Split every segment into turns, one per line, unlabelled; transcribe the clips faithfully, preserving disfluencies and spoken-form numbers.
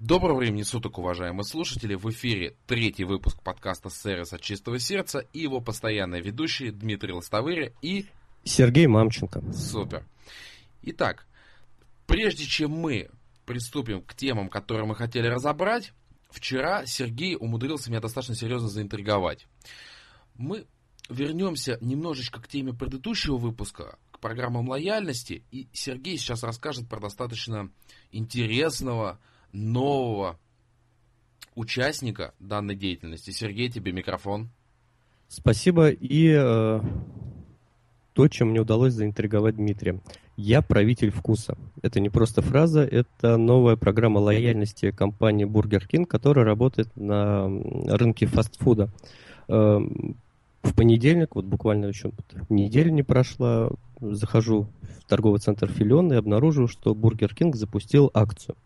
Доброго времени суток, уважаемые слушатели. В эфире третий выпуск подкаста «Сервис от чистого сердца» и его постоянные ведущие Дмитрий Лостовыря и
Сергей Мамченко.
Супер. Итак, прежде чем мы приступим к темам, которые мы хотели разобрать, вчера Сергей умудрился меня достаточно серьезно заинтриговать. Мы вернемся немножечко к теме предыдущего выпуска, к программам лояльности, и Сергей сейчас расскажет про достаточно интересного, нового участника данной деятельности. Сергей, тебе микрофон.
Спасибо. И э, то, чем мне удалось заинтриговать Дмитрия. Я правитель вкуса. Это не просто фраза, это новая программа лояльности компании Burger King, которая работает на рынке фастфуда. Э, в понедельник, вот буквально еще неделя не прошла, захожу в торговый центр Филион и обнаружил, что Burger King запустил акцию.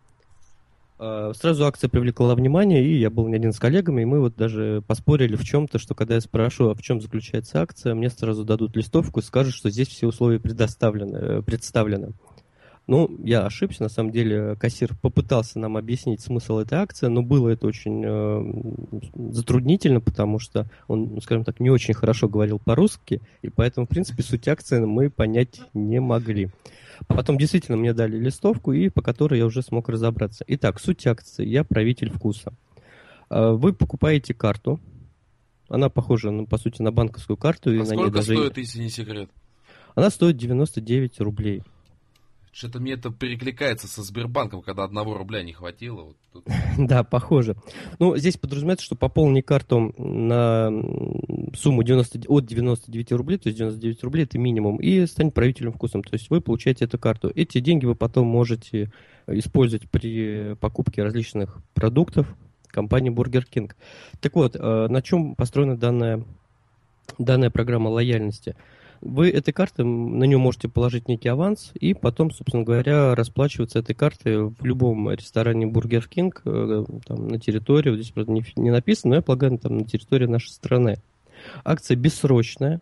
Сразу акция привлекла внимание, и я был не один с коллегами, и мы вот даже поспорили в чем-то, что когда я спрошу, а в чем заключается акция, мне сразу дадут листовку и скажут, что здесь все условия предоставлены, представлены. Ну, я ошибся, на самом деле кассир попытался нам объяснить смысл этой акции, но было это очень э, затруднительно, потому что он, скажем так, не очень хорошо говорил по-русски, и поэтому, в принципе, суть акции мы понять не могли. Потом действительно мне дали листовку, и по которой я уже смог разобраться. Итак, суть акции. Я правитель вкуса. Вы покупаете карту. Она похожа, ну, по сути, на банковскую карту.
А
и
сколько
на ней даже...
стоит, если не секрет?
Она стоит девяносто девять рублей.
Что-то мне это перекликается со Сбербанком, когда одного рубля не хватило. Вот тут.
Да, похоже. Ну, здесь подразумевается, что пополни карту на сумму девяносто, от девяноста девяти рублей, то есть девяносто девять рублей это минимум, и станет правителем вкусом. То есть вы получаете эту карту. Эти деньги вы потом можете использовать при покупке различных продуктов компании Burger King. Так вот, на чем построена данная, данная программа лояльности? Вы этой картой, на нее можете положить некий аванс и потом, собственно говоря, расплачиваться этой картой в любом ресторане Burger King там, на территории, вот здесь, правда, не, не написано, но я полагаю, там, на территории нашей страны. Акция бессрочная.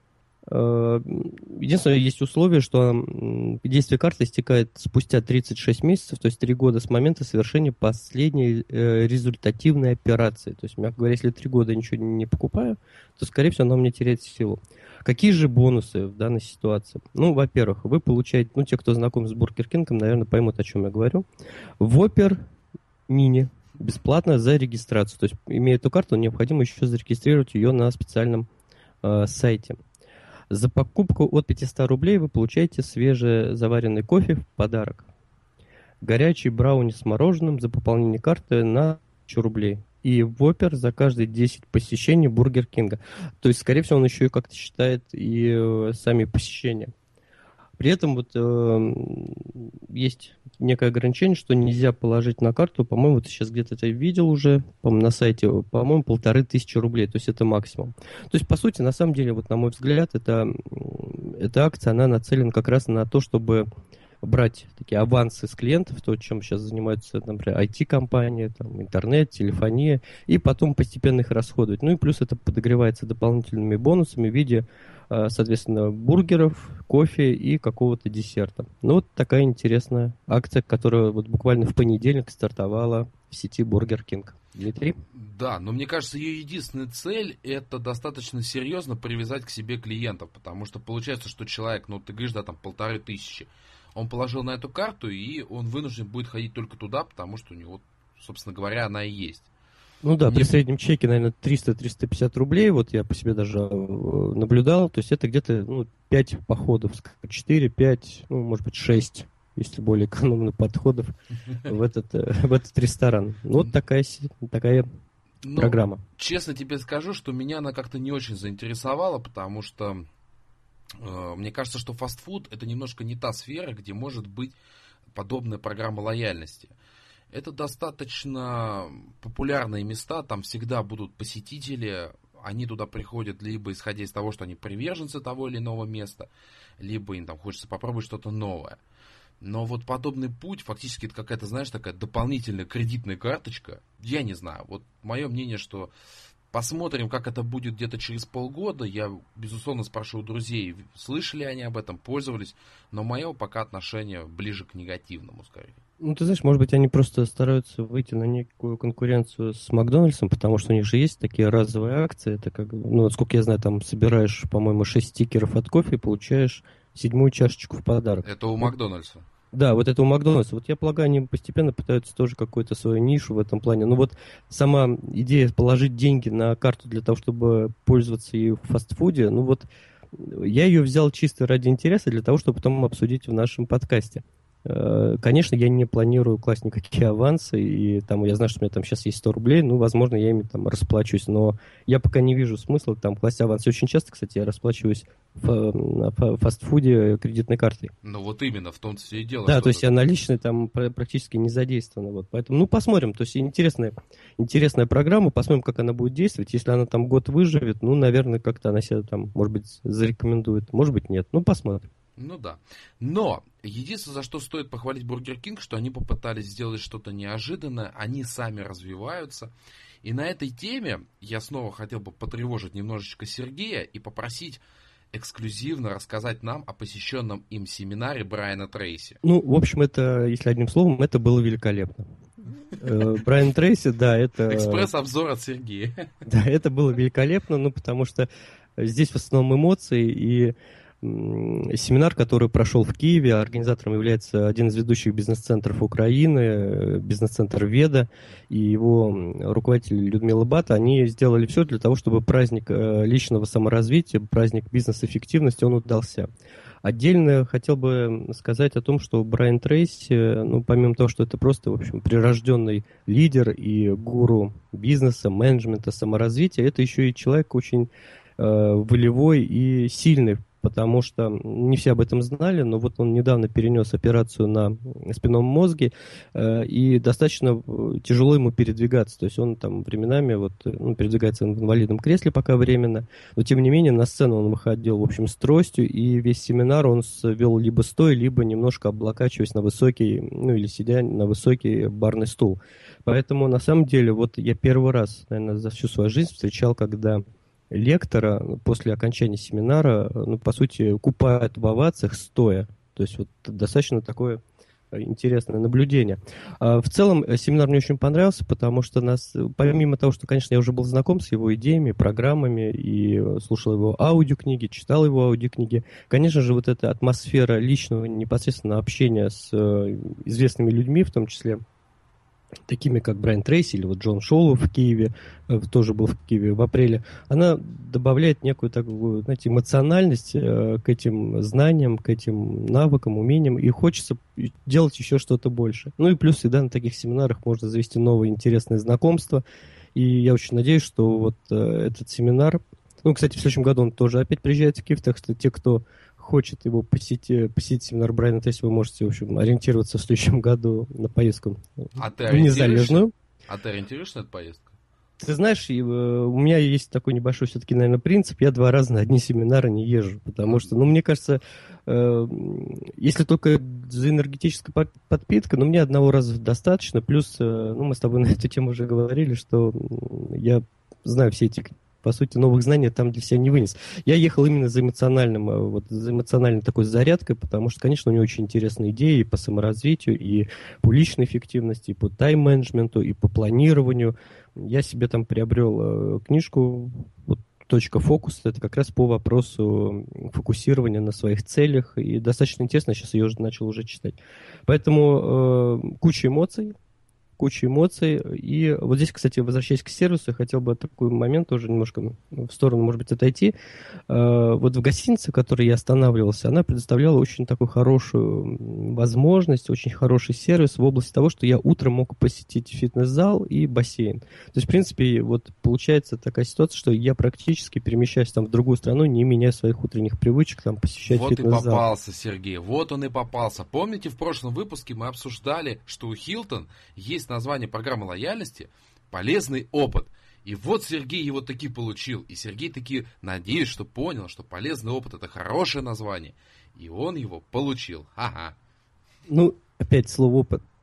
Единственное, есть условие, что действие карты истекает спустя тридцать шесть месяцев, то есть три года с момента совершения последней результативной операции. То есть, мягко говоря, если три года ничего не покупаю, то, скорее всего, оно мне теряет силу. Какие же бонусы в данной ситуации? Ну, во-первых, вы получаете, ну, те, кто знаком с Burger King, наверное, поймут, о чем я говорю. Whopper Mini бесплатно за регистрацию. То есть, имея эту карту, необходимо еще зарегистрировать ее на специальном э, сайте. За покупку от пятьсот рублей вы получаете свежезаваренный кофе в подарок. Горячий брауни с мороженым за пополнение карты на тысячу рублей. И Whopper за каждые десять посещений Бургер Кинга. То есть, скорее всего, он еще и как-то считает и э, сами посещения. При этом вот э, есть некое ограничение, что нельзя положить на карту, по-моему, вот сейчас где-то это видел уже, по-моему, на сайте, по-моему, полторы тысячи рублей, то есть это максимум. То есть, по сути, на самом деле, вот на мой взгляд, это, эта акция, она нацелена как раз на то, чтобы брать такие авансы с клиентов, то, чем сейчас занимаются, например, ай ти-компании, там, интернет, телефония, и потом постепенно их расходовать. Ну и плюс это подогревается дополнительными бонусами в виде, соответственно, бургеров, кофе и какого-то десерта. Ну вот такая интересная акция, которая вот буквально в понедельник стартовала в сети Burger King. Дмитрий?
Да, но мне кажется, ее единственная цель — это достаточно серьезно привязать к себе клиентов, потому что получается, что человек, ну ты говоришь, да, там полторы тысячи, он положил на эту карту, и он вынужден будет ходить только туда, потому что у него, собственно говоря, она и есть.
Ну да,
Не...
при среднем чеке, наверное, триста - триста пятьдесят рублей, вот я по себе даже наблюдал, то есть это где-то ну, пять походов, четыре-пять, ну, может быть, шесть, если более экономных подходов в этот, в этот ресторан. Ну, вот такая, такая
ну,
программа.
Честно тебе скажу, что меня она как-то не очень заинтересовала, потому что мне кажется, что фастфуд — это немножко не та сфера, где может быть подобная программа лояльности. Это достаточно популярные места, там всегда будут посетители, они туда приходят либо исходя из того, что они приверженцы того или иного места, либо им там хочется попробовать что-то новое. Но вот подобный путь, фактически это какая-то, знаешь, такая дополнительная кредитная карточка, я не знаю. Вот мое мнение, что Посмотрим, как это будет где-то через полгода. Я, безусловно, спрошу у друзей, слышали они об этом, пользовались. Но мое пока отношение ближе к негативному, скорее.
Ну, ты знаешь, может быть, они просто стараются выйти на некую конкуренцию с Макдональдсом, потому что у них же есть такие разовые акции. Это как, ну, вот сколько я знаю, там собираешь, по-моему, шесть стикеров от кофе и получаешь седьмую чашечку в подарок.
Это у Макдональдса.
Да, вот это у Макдональдса. Вот я полагаю, они постепенно пытаются тоже какую-то свою нишу в этом плане. Но вот сама идея положить деньги на карту для того, чтобы пользоваться и в фастфуде, ну вот я ее взял чисто ради интереса, для того, чтобы потом обсудить в нашем подкасте. Конечно, я не планирую класть никакие авансы, и там я знаю, что у меня там сейчас есть сто рублей, ну, возможно, я ими там расплачусь, но я пока не вижу смысла там класть авансы. Очень часто, кстати, я расплачиваюсь в, на фастфуде кредитной картой.
Ну, вот именно, в том-то все и дело.
Да, то есть я наличный там практически не задействован, вот, поэтому, ну, посмотрим, то есть интересная, интересная программа, посмотрим, как она будет действовать, если она там год выживет, ну, наверное, как-то она себя там, может быть, зарекомендует, может быть, нет, ну, посмотрим.
Ну да. Но единственное, за что стоит похвалить Burger King, что они попытались сделать что-то неожиданное, они сами развиваются. И на этой теме я снова хотел бы потревожить немножечко Сергея и попросить эксклюзивно рассказать нам о посещенном им семинаре Брайана Трейси.
Ну, в общем, это, если одним словом, это было великолепно. Брайан Трейси, да, это...
Экспресс-обзор от Сергея.
Да, это было великолепно, ну, потому что здесь в основном эмоции и семинар, который прошел в Киеве. Организатором является один из ведущих бизнес-центров Украины, бизнес-центр Веда, и его руководитель Людмила Бата. Они сделали все для того, чтобы праздник личного саморазвития, праздник бизнес-эффективности, он удался. Отдельно хотел бы сказать о том, что Брайан Трейси, ну, помимо того, что это просто, в общем, прирожденный лидер и гуру бизнеса, менеджмента, саморазвития, это еще и человек очень э, волевой и сильный, потому что не все об этом знали, но вот он недавно перенес операцию на спинном мозге, э, и достаточно тяжело ему передвигаться. То есть он там временами вот, ну, передвигается в инвалидном кресле пока временно, но тем не менее на сцену он выходил, в общем, с тростью, и весь семинар он вел либо стоя, либо немножко облокачиваясь на высокий, ну или сидя на высокий барный стул. Поэтому на самом деле вот я первый раз, наверное, за всю свою жизнь встречал, когда лектора после окончания семинара, ну, по сути, купают в овациях стоя. То есть вот достаточно такое интересное наблюдение. В целом, семинар мне очень понравился, потому что нас, помимо того, что, конечно, я уже был знаком с его идеями, программами, и слушал его аудиокниги, читал его аудиокниги, конечно же, вот эта атмосфера личного, непосредственно общения с известными людьми, в том числе такими как Брайан Трейси или вот Джон Шоулу в Киеве, тоже был в Киеве в апреле, она добавляет некую такую, знаете, эмоциональность к этим знаниям, к этим навыкам, умениям, и хочется делать еще что-то больше. Ну и плюс всегда на таких семинарах можно завести новые интересные знакомства, и я очень надеюсь, что вот этот семинар, ну, кстати, в следующем году он тоже опять приезжает в Киев, так что те, кто хочет его посетить, посетить семинар Брайана Трейси, вы можете, в общем, ориентироваться в следующем году на поездку.
А ты ориентируешься? А ты ориентируешься на эту поездку?
Ты знаешь, у меня есть такой небольшой все-таки, наверное, принцип. Я два раза на одни семинары не езжу, потому что, ну, мне кажется, если только за энергетической подпиткой, ну, мне одного раза достаточно. Плюс, ну, мы с тобой на эту тему уже говорили, что я знаю все эти, по сути, новых знаний там для себя не вынес. Я ехал именно за эмоциональным, вот, за эмоциональной такой зарядкой, потому что, конечно, у него очень интересные идеи и по саморазвитию, и по личной эффективности, и по тайм-менеджменту, и по планированию. Я себе там приобрел э, книжку, вот, «Точка фокуса», это как раз по вопросу фокусирования на своих целях, и достаточно интересно, сейчас ее уже начал уже читать. Поэтому э, куча эмоций, куча эмоций. И вот здесь, кстати, возвращаясь к сервису, я хотел бы такой момент тоже немножко в сторону, может быть, отойти. Вот в гостинице, в которой я останавливался, она предоставляла очень такую хорошую возможность, очень хороший сервис в области того, что я утром мог посетить фитнес-зал и бассейн. То есть, в принципе, вот получается такая ситуация, что я практически перемещаюсь там в другую страну, не меняя своих утренних привычек, там, посещать
вот
фитнес-зал.
Вот и попался, Сергей, вот он и попался. Помните, в прошлом выпуске мы обсуждали, что у Hilton есть название программы лояльности «Полезный опыт». И вот Сергей его таки получил. И Сергей таки, надеюсь, что понял, что полезный опыт — это хорошее название. И он его получил. Ага.
Ну, опять слово «опыт».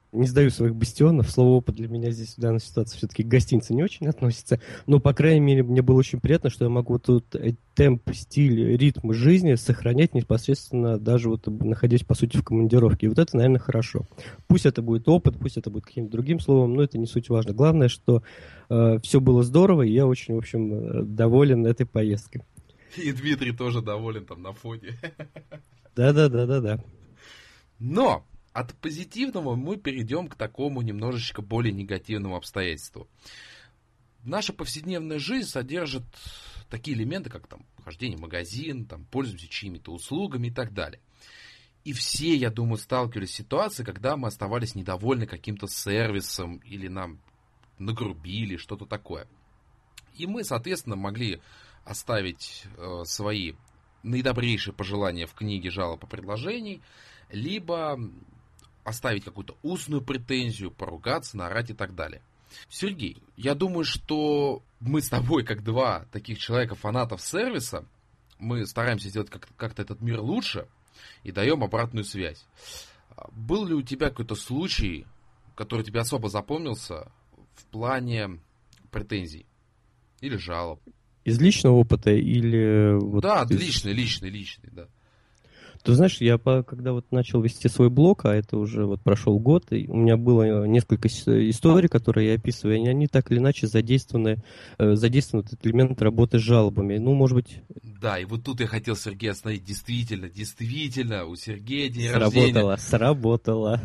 не сдаю своих бастионов. Слово опыт для меня здесь в данной ситуации все-таки к гостинице не очень относится. Но, по крайней мере, мне было очень приятно, что я могу тут темп, стиль, ритм жизни сохранять непосредственно, даже вот находясь, по сути, в командировке. И вот это, наверное, хорошо. Пусть это будет опыт, пусть это будет каким-то другим словом, но это не суть важно. Главное, что э, все было здорово, и я очень, в общем, доволен этой поездкой.
И Дмитрий тоже доволен там на фоне.
Да-да-да-да-да.
Но от позитивного мы перейдем к такому немножечко более негативному обстоятельству. Наша повседневная жизнь содержит такие элементы, как там хождение в магазин, там, пользуемся чьими-то услугами и так далее. И все, я думаю, сталкивались с ситуацией, когда мы оставались недовольны каким-то сервисом или нам нагрубили, что-то такое. И мы, соответственно, могли оставить э, свои наидобрейшие пожелания в книге жалоб и предложений, либо оставить какую-то устную претензию, поругаться, наорать и так далее. Сергей, я думаю, что мы с тобой, как два таких человека, фанатов сервиса, мы стараемся сделать как- как-то этот мир лучше и даем обратную связь. Был ли у тебя какой-то случай, который тебе особо запомнился в плане претензий или жалоб?
Из личного опыта или... Вот
Да,
из...
личный, личный, личный, да.
Ты знаешь, я по, когда вот начал вести свой блог, а это уже вот прошел год, и у меня было несколько историй, которые я описываю, и они так или иначе задействованы, э, задействован этот элемент работы с жалобами. Ну, может быть...
Да, и вот тут я хотел Сергея остановить. Действительно, действительно, у Сергея день
Сработало,
рождения.
сработало.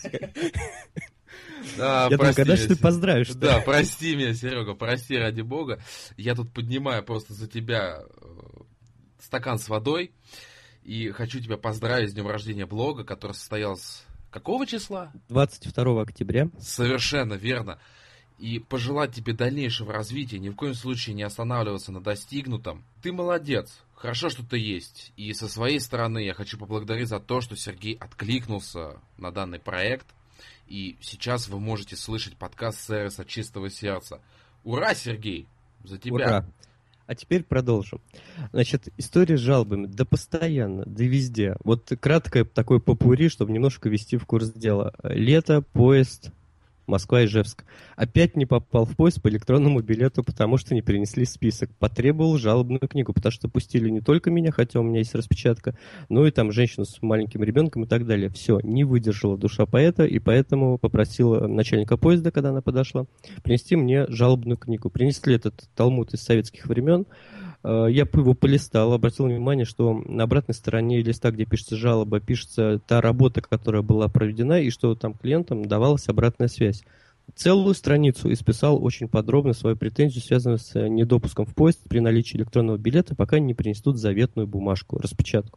Да,
я думаю, когда
меня,
же ты поздравишь?
Да, прости меня, Серега, прости ради бога. Я тут поднимаю просто за тебя стакан с водой. И хочу тебя поздравить с днем рождения блога, который состоялся какого числа?
двадцать второго октября.
Совершенно верно. И пожелать тебе дальнейшего развития, ни в коем случае не останавливаться на достигнутом. Ты молодец, хорошо, что ты есть. И со своей стороны я хочу поблагодарить за то, что Сергей откликнулся на данный проект. И сейчас вы можете слышать подкаст сервиса от чистого сердца. Ура, Сергей! За тебя!
Ура! А теперь продолжим. Значит, история с жалобами. Да постоянно, да везде. Вот краткое такое попурри, чтобы немножко ввести в курс дела. Лето, поезд, Москва-Ижевск. Опять не попал в поезд по электронному билету, потому что не принесли список. Потребовал жалобную книгу, потому что пустили не только меня, хотя у меня есть распечатка, но и там женщину с маленьким ребенком и так далее. Все, не выдержала душа поэта, и поэтому попросила начальника поезда, когда она подошла, принести мне жалобную книгу. Принесли этот талмуд из советских времен. Я его полистал, обратил внимание, что на обратной стороне листа, где пишется жалоба, пишется та работа, которая была проведена, и что там клиентам давалась обратная связь. Целую страницу исписал очень подробно свою претензию, связанную с недопуском в поезд при наличии электронного билета, пока не принесут заветную бумажку, распечатку.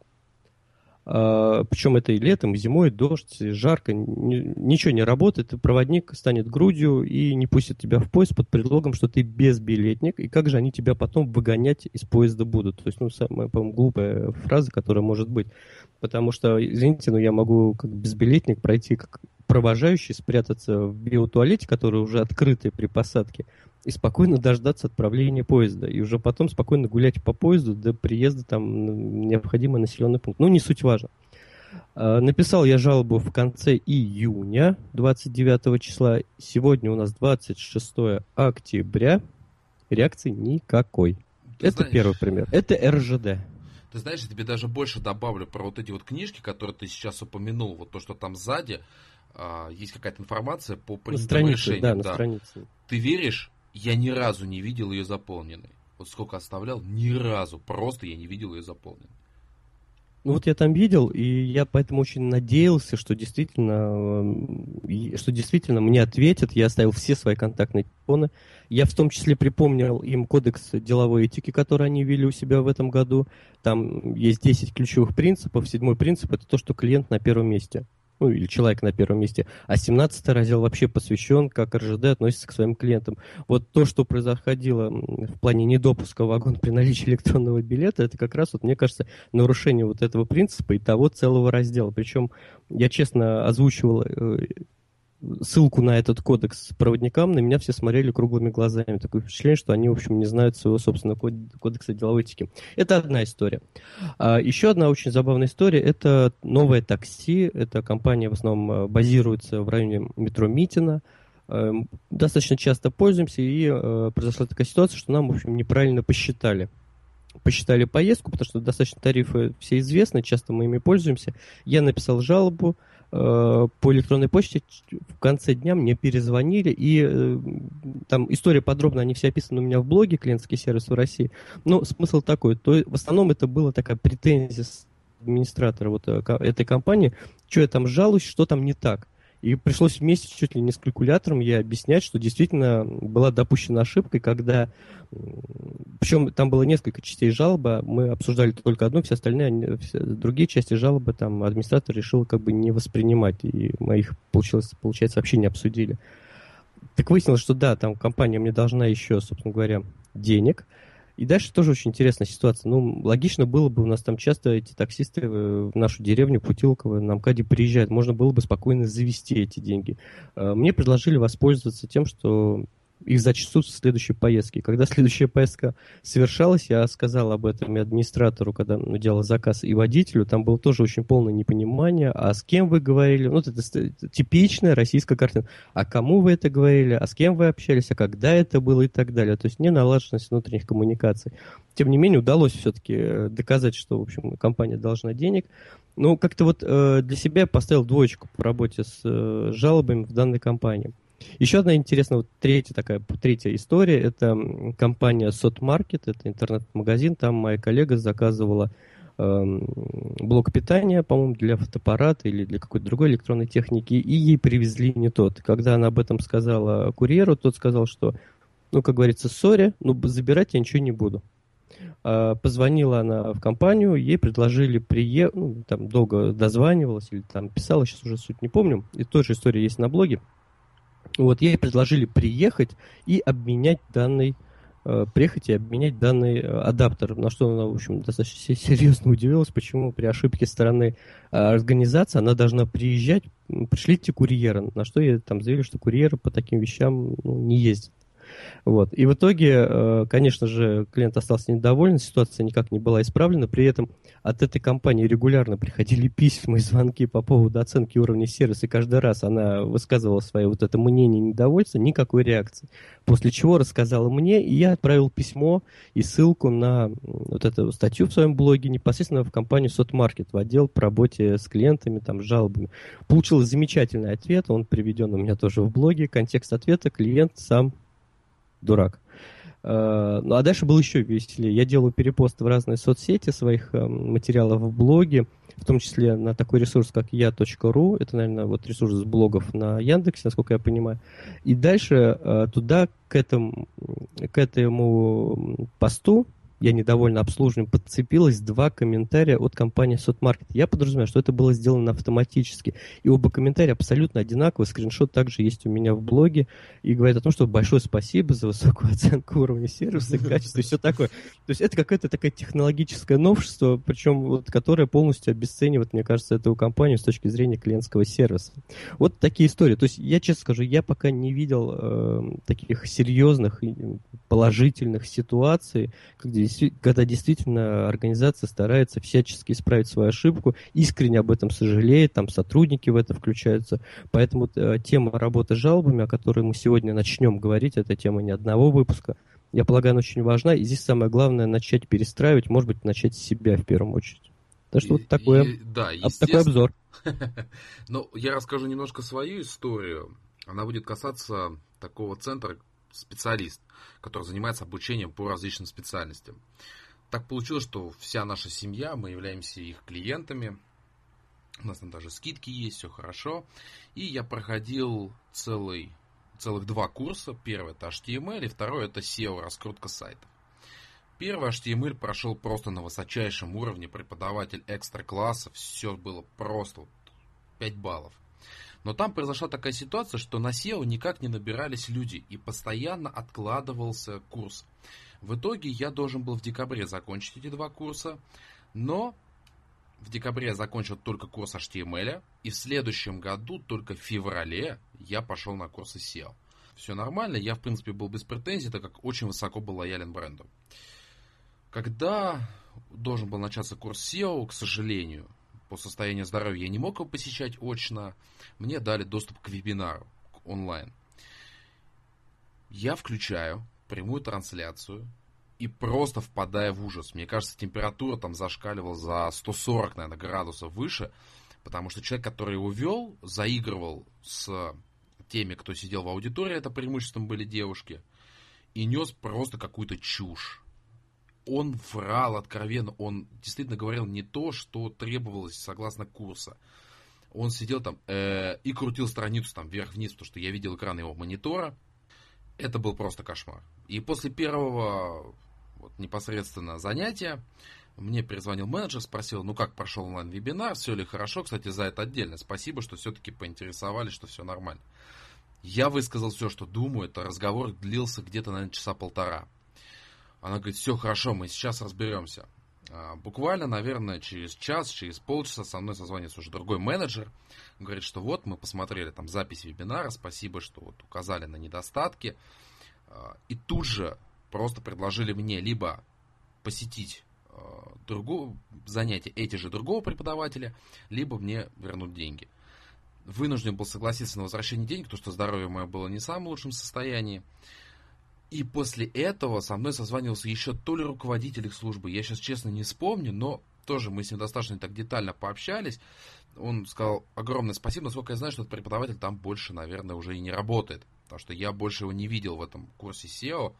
А, причем это и летом, и зимой, дождь, и жарко, ни, ничего не работает, и проводник станет грудью и не пустит тебя в поезд под предлогом, что ты безбилетник, и как же они тебя потом выгонять из поезда будут. То есть, ну, самая, по-моему, глупая фраза, которая может быть. Потому что, извините, но я могу как безбилетник пройти как провожающий, спрятаться в биотуалете, который уже открытый при посадке, и спокойно дождаться отправления поезда. И уже потом спокойно гулять по поезду до приезда там необходимый населенный пункт. Ну, не суть важно. Написал я жалобу в конце июня, двадцать девятого числа. Сегодня у нас двадцать шестое октября. Реакции никакой.
Ты
Это
знаешь,
первый пример. Это эр жэ дэ.
Ты знаешь, я тебе даже больше добавлю про вот эти вот книжки, которые ты сейчас упомянул. Вот то, что там сзади а, есть какая-то информация по принятым решениям.
Да, на
да.
странице.
Ты веришь? Я ни разу не видел ее заполненной. Вот сколько оставлял, ни разу. Просто я не видел ее заполненной.
Ну вот я там видел, и я поэтому очень надеялся, что действительно, что действительно мне ответят. Я оставил все свои контактные телефоны. Я в том числе припомнил им кодекс деловой этики, который они ввели у себя в этом году. Там есть десять ключевых принципов. Седьмой принцип – это то, что клиент на первом месте. Ну, или человек на первом месте. А семнадцатый раздел вообще посвящен, как эр жэ дэ относится к своим клиентам. Вот то, что происходило в плане недопуска в вагон при наличии электронного билета, это как раз, вот, мне кажется, нарушение вот этого принципа и того целого раздела. Причем я честно озвучивал ссылку на этот кодекс проводникам, на меня все смотрели круглыми глазами. Такое впечатление, что они, в общем, не знают своего собственного кодекса деловой этики. Это одна история. А еще одна очень забавная история – это новое такси. Эта компания в основном базируется в районе метро Митина. Достаточно часто пользуемся, и произошла такая ситуация, что нам, в общем, неправильно посчитали. Посчитали поездку, потому что достаточно тарифы все известны, часто мы ими пользуемся. Я написал жалобу э, по электронной почте, в конце дня мне перезвонили, и э, там история подробно, они все описаны у меня в блоге «Клиентский сервис в России». Но смысл такой, то в основном это была такая претензия администратора вот этой компании, что я там жалуюсь, что там не так. И пришлось вместе чуть ли не с калькулятором ей объяснять, что действительно была допущена ошибка, когда... Причем там было несколько частей жалобы, мы обсуждали только одну, все остальные, все другие части жалобы там администратор решил как бы не воспринимать, и мы их, получилось, получается, вообще не обсудили. Так выяснилось, что да, там компания мне должна еще, собственно говоря, денег. И дальше тоже очень интересная ситуация. Ну, логично было бы, у нас там часто эти таксисты в нашу деревню Путилково на МКАДе приезжают. Можно было бы спокойно завести эти деньги. Мне предложили воспользоваться тем, что их зачтут в следующей поездке. Когда следующая поездка совершалась, я сказал об этом и администратору, когда ну, делал заказ, и водителю. Там было тоже очень полное непонимание. А с кем вы говорили? Ну, это, это типичная российская картина. А кому вы это говорили? А с кем вы общались? А когда это было? И так далее. То есть не налаженность внутренних коммуникаций. Тем не менее, удалось все-таки доказать, что, в общем, компания должна денег. Ну, как-то вот э, для себя я поставил двоечку по работе с э, жалобами в данной компании. Еще одна интересная, вот третья такая, третья история, это компания Сотмаркет, это интернет-магазин, там моя коллега заказывала э, блок питания, по-моему, для фотоаппарата или для какой-то другой электронной техники, и ей привезли не тот. Когда она об этом сказала курьеру, тот сказал, что, ну, как говорится, сори, ну, забирать я ничего не буду. А, позвонила она в компанию, ей предложили приехать, ну, там долго дозванивалась или там писала, сейчас уже суть не помню, и тоже история есть на блоге. Вот, ей предложили приехать и обменять данный, э, приехать и обменять данный э, адаптер, на что она, в общем, достаточно серьезно удивилась, почему при ошибке стороны э, организации она должна приезжать, пришлите курьера, на что ей там заявили, что курьеры по таким вещам ну, не ездят. Вот. И в итоге, конечно же, клиент остался недоволен, ситуация никак не была исправлена, при этом от этой компании регулярно приходили письма и звонки по поводу оценки уровня сервиса, и каждый раз она высказывала свое вот это мнение и недовольство, никакой реакции. После чего рассказала мне, и я отправил письмо и ссылку на вот эту статью в своем блоге непосредственно в компанию Сотмаркет, в отдел по работе с клиентами, там, с жалобами. Получил замечательный ответ, он приведен у меня тоже в блоге, контекст ответа: клиент сам дурак. Uh, ну а дальше было еще веселее. Я делаю перепосты в разные соцсети своих uh, материалов в блоге, в том числе на такой ресурс, как я точка ру. Это, наверное, вот ресурс с блогов на Яндексе, насколько я понимаю. И дальше uh, туда, к этому, к этому посту, я недовольна обслуживанием, подцепилось два комментария от компании Сотмаркет. Я подразумеваю, что это было сделано автоматически. И оба комментария абсолютно одинаковые. Скриншот также есть у меня в блоге. И говорит о том, что большое спасибо за высокую оценку уровня сервиса, качества и все такое. То есть это какое-то такое технологическое новшество, причем вот, которое полностью обесценивает, мне кажется, эту компанию с точки зрения клиентского сервиса. Вот такие истории. То есть я, честно скажу, я пока не видел э, таких серьезных положительных ситуаций, когда когда действительно организация старается всячески исправить свою ошибку, искренне об этом сожалеет, там сотрудники в это включаются. Поэтому э, тема работы с жалобами, о которой мы сегодня начнем говорить, это тема не одного выпуска, я полагаю, она очень важна. И здесь самое главное начать перестраивать, может быть, начать с себя в первую очередь. Так что и, вот такое, и, да, такой обзор.
Ну, я расскажу немножко свою историю. Она будет касаться такого центра, специалист, который занимается обучением по различным специальностям. Так получилось, что вся наша семья, мы являемся их клиентами, у нас там даже скидки есть, все хорошо. И я проходил целый, целых два курса. Первый это эйч ти эм эль, и второй это сео, раскрутка сайтов. Первый эйч ти эм эль прошел просто на высочайшем уровне, преподаватель экстра-класса, все было просто вот пять баллов. Но там произошла такая ситуация, что на сео никак не набирались люди, и постоянно откладывался курс. В итоге я должен был в декабре закончить эти два курса, но в декабре я закончил только курс эйч ти эм эл, и в следующем году, только в феврале, я пошел на курсы сео. Все нормально, я, в принципе, был без претензий, так как очень высоко был лоялен бренду. Когда должен был начаться курс сео, к сожалению, по состоянию здоровья я не мог его посещать очно, мне дали доступ к вебинару, к онлайн. Я включаю прямую трансляцию и просто впадаю в ужас. Мне кажется, температура там зашкаливала за сто сорок, наверное, градусов выше, потому что человек, который его вел, заигрывал с теми, кто сидел в аудитории, это преимущественно были девушки, и нес просто какую-то чушь. Он врал откровенно, он действительно говорил не то, что требовалось согласно курса. Он сидел там э, и крутил страницу там вверх-вниз, потому что я видел экран его монитора. Это был просто кошмар. И после первого вот, непосредственно занятия мне перезвонил менеджер, спросил, ну как прошел онлайн-вебинар, все ли хорошо. Кстати, за это отдельно спасибо, что все-таки поинтересовались, что все нормально. Я высказал все, что думаю. Это разговор длился где-то, наверное, часа полтора. Она говорит, все хорошо, мы сейчас разберемся. А, буквально, наверное, через час, через полчаса со мной созвонится уже другой менеджер. Говорит, что вот мы посмотрели там запись вебинара, спасибо, что вот указали на недостатки. А, и тут же просто предложили мне либо посетить а, другого, занятие эти же другого преподавателя, либо мне вернуть деньги. Вынужден был согласиться на возвращение денег, потому что здоровье мое было не в самом лучшем состоянии. И после этого со мной созванивался еще то ли руководитель их службы, я сейчас честно не вспомню, но тоже мы с ним достаточно так детально пообщались. Он сказал огромное спасибо, насколько я знаю, что этот преподаватель там больше, наверное, уже и не работает, потому что я больше его не видел в этом курсе сео.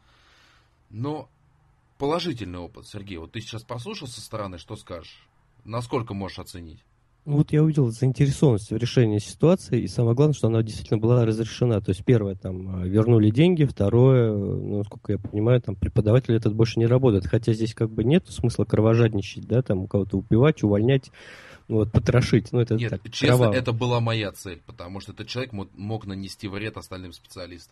Но положительный опыт, Сергей, вот ты сейчас послушал со стороны, что скажешь? Насколько можешь оценить?
Вот я увидел заинтересованность в решении ситуации, и самое главное, что она действительно была разрешена. То есть первое, там, вернули деньги, второе, ну, насколько я понимаю, там, преподаватель этот больше не работает. Хотя здесь как бы нет смысла кровожадничать, да, там, кого-то убивать, увольнять, вот, потрошить. Ну, это
нет,
так,
честно,
кроваво.
Это была моя цель, потому что этот человек мог, мог нанести вред остальным специалистам.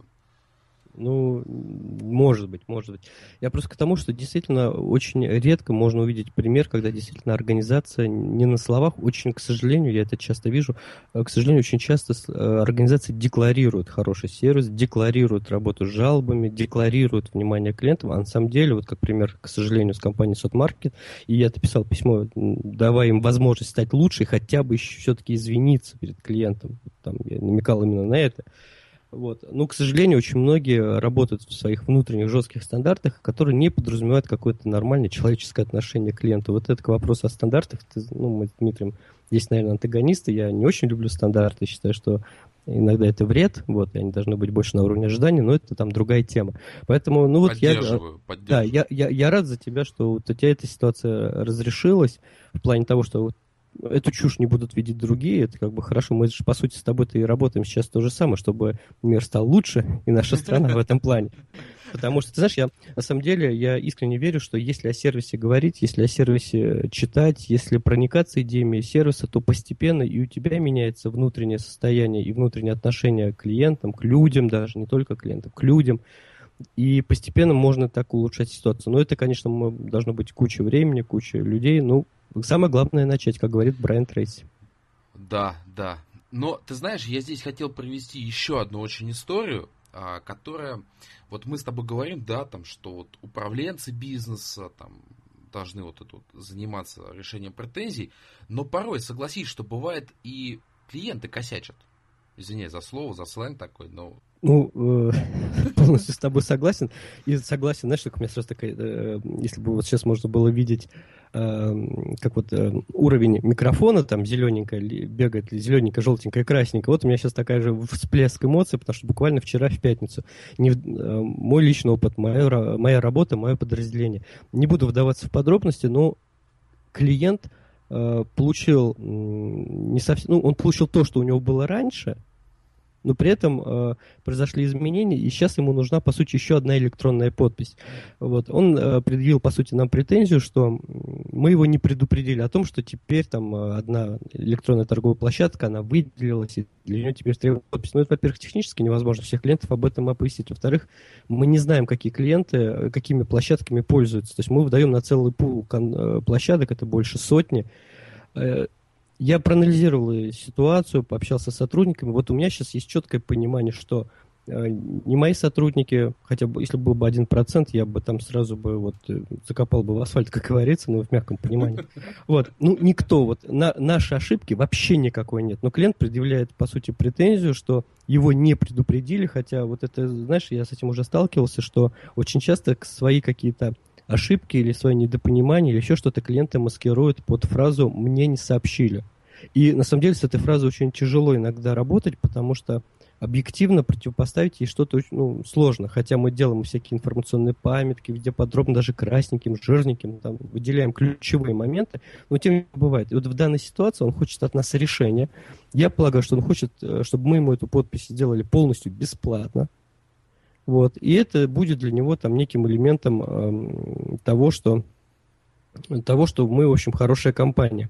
Ну, может быть, может быть. Я просто к тому, что действительно очень редко можно увидеть пример, когда действительно организация не на словах, очень, к сожалению, я это часто вижу, к сожалению, очень часто организация декларирует хороший сервис, декларирует работу с жалобами, декларирует внимание клиентам, а на самом деле, вот как пример, к сожалению, с компанией Сотмаркет, и я написал письмо, давая им возможность стать лучше, хотя бы еще все-таки извиниться перед клиентом. Там я намекал именно на это. Вот. Но, к сожалению, очень многие работают в своих внутренних жестких стандартах, которые не подразумевают какое-то нормальное человеческое отношение к клиенту. Вот это к вопросу о стандартах. Ну, мы с Дмитрием здесь, наверное, антагонисты. Я не очень люблю стандарты. Считаю, что иногда это вред. Вот, и они должны быть больше на уровне ожиданий, но это там другая тема. Поэтому, ну вот я...
Поддерживаю, поддерживаю.
Да, я, я, я рад за тебя, что вот у тебя эта ситуация разрешилась в плане того, что вот эту чушь не будут видеть другие, это как бы хорошо. Мы же, по сути, с тобой-то и работаем сейчас то же самое, чтобы мир стал лучше, и наша страна в этом плане. Потому что, ты знаешь, я на самом деле, я искренне верю, что если о сервисе говорить, если о сервисе читать, если проникаться идеями сервиса, то постепенно и у тебя меняется внутреннее состояние и внутреннее отношение к клиентам, к людям даже, не только к клиентам, к людям. И постепенно можно так улучшать ситуацию. Но это, конечно, должно быть куча времени, куча людей. Ну, самое главное начать, как говорит Брайан Трейси.
Да, да. Но, ты знаешь, я здесь хотел привести еще одну очень историю, которая... Вот мы с тобой говорим, да, там, что вот управленцы бизнеса там, должны вот это вот заниматься решением претензий, но порой, согласись, что бывает и клиенты косячат. Извиняюсь за слово, за сленг такой, но...
Ну, э, полностью с тобой согласен. И согласен, знаешь, как у меня сразу такая, э, если бы вот сейчас можно было видеть, э, как вот э, уровень микрофона, там зелененькая бегает, зелененькая, желтенькая, красненькая. Вот у меня сейчас такая же всплеск эмоций, потому что буквально вчера в пятницу. Не, э, мой личный опыт, моя, моя работа, мое подразделение. Не буду вдаваться в подробности, но клиент э, получил не совсем, ну, он получил то, что у него было раньше, но при этом э, произошли изменения, и сейчас ему нужна, по сути, еще одна электронная подпись. Вот. Он э, предъявил, по сути, нам претензию, что мы его не предупредили о том, что теперь там одна электронная торговая площадка, она выделилась, и для нее теперь требуется подпись. Ну, это, во-первых, технически невозможно всех клиентов об этом оповестить. Во-вторых, мы не знаем, какие клиенты, какими площадками пользуются. То есть мы выдаем на целый пул площадок, это больше сотни. Я проанализировал ситуацию, пообщался с сотрудниками. Вот у меня сейчас есть четкое понимание, что не мои сотрудники, хотя бы, если был бы один процент, я бы там сразу бы вот закопал бы в асфальт, как говорится, но в мягком понимании. Вот, ну, никто, вот, на, наши ошибки вообще никакой нет. Но клиент предъявляет, по сути, претензию, что его не предупредили, хотя вот это, знаешь, я с этим уже сталкивался, что очень часто свои какие-то ошибки или свои недопонимания или еще что-то клиенты маскируют под фразу «мне не сообщили». И на самом деле с этой фразой очень тяжело иногда работать, потому что объективно противопоставить ей что-то ну, сложно. Хотя мы делаем всякие информационные памятки, где подробно даже красненьким, жирненьким там, выделяем ключевые моменты, но тем не менее бывает. И вот в данной ситуации он хочет от нас решения. Я полагаю, что он хочет, чтобы мы ему эту подпись сделали полностью бесплатно. Вот. И это будет для него там неким элементом э, того, что, того, что мы, в общем, хорошая компания.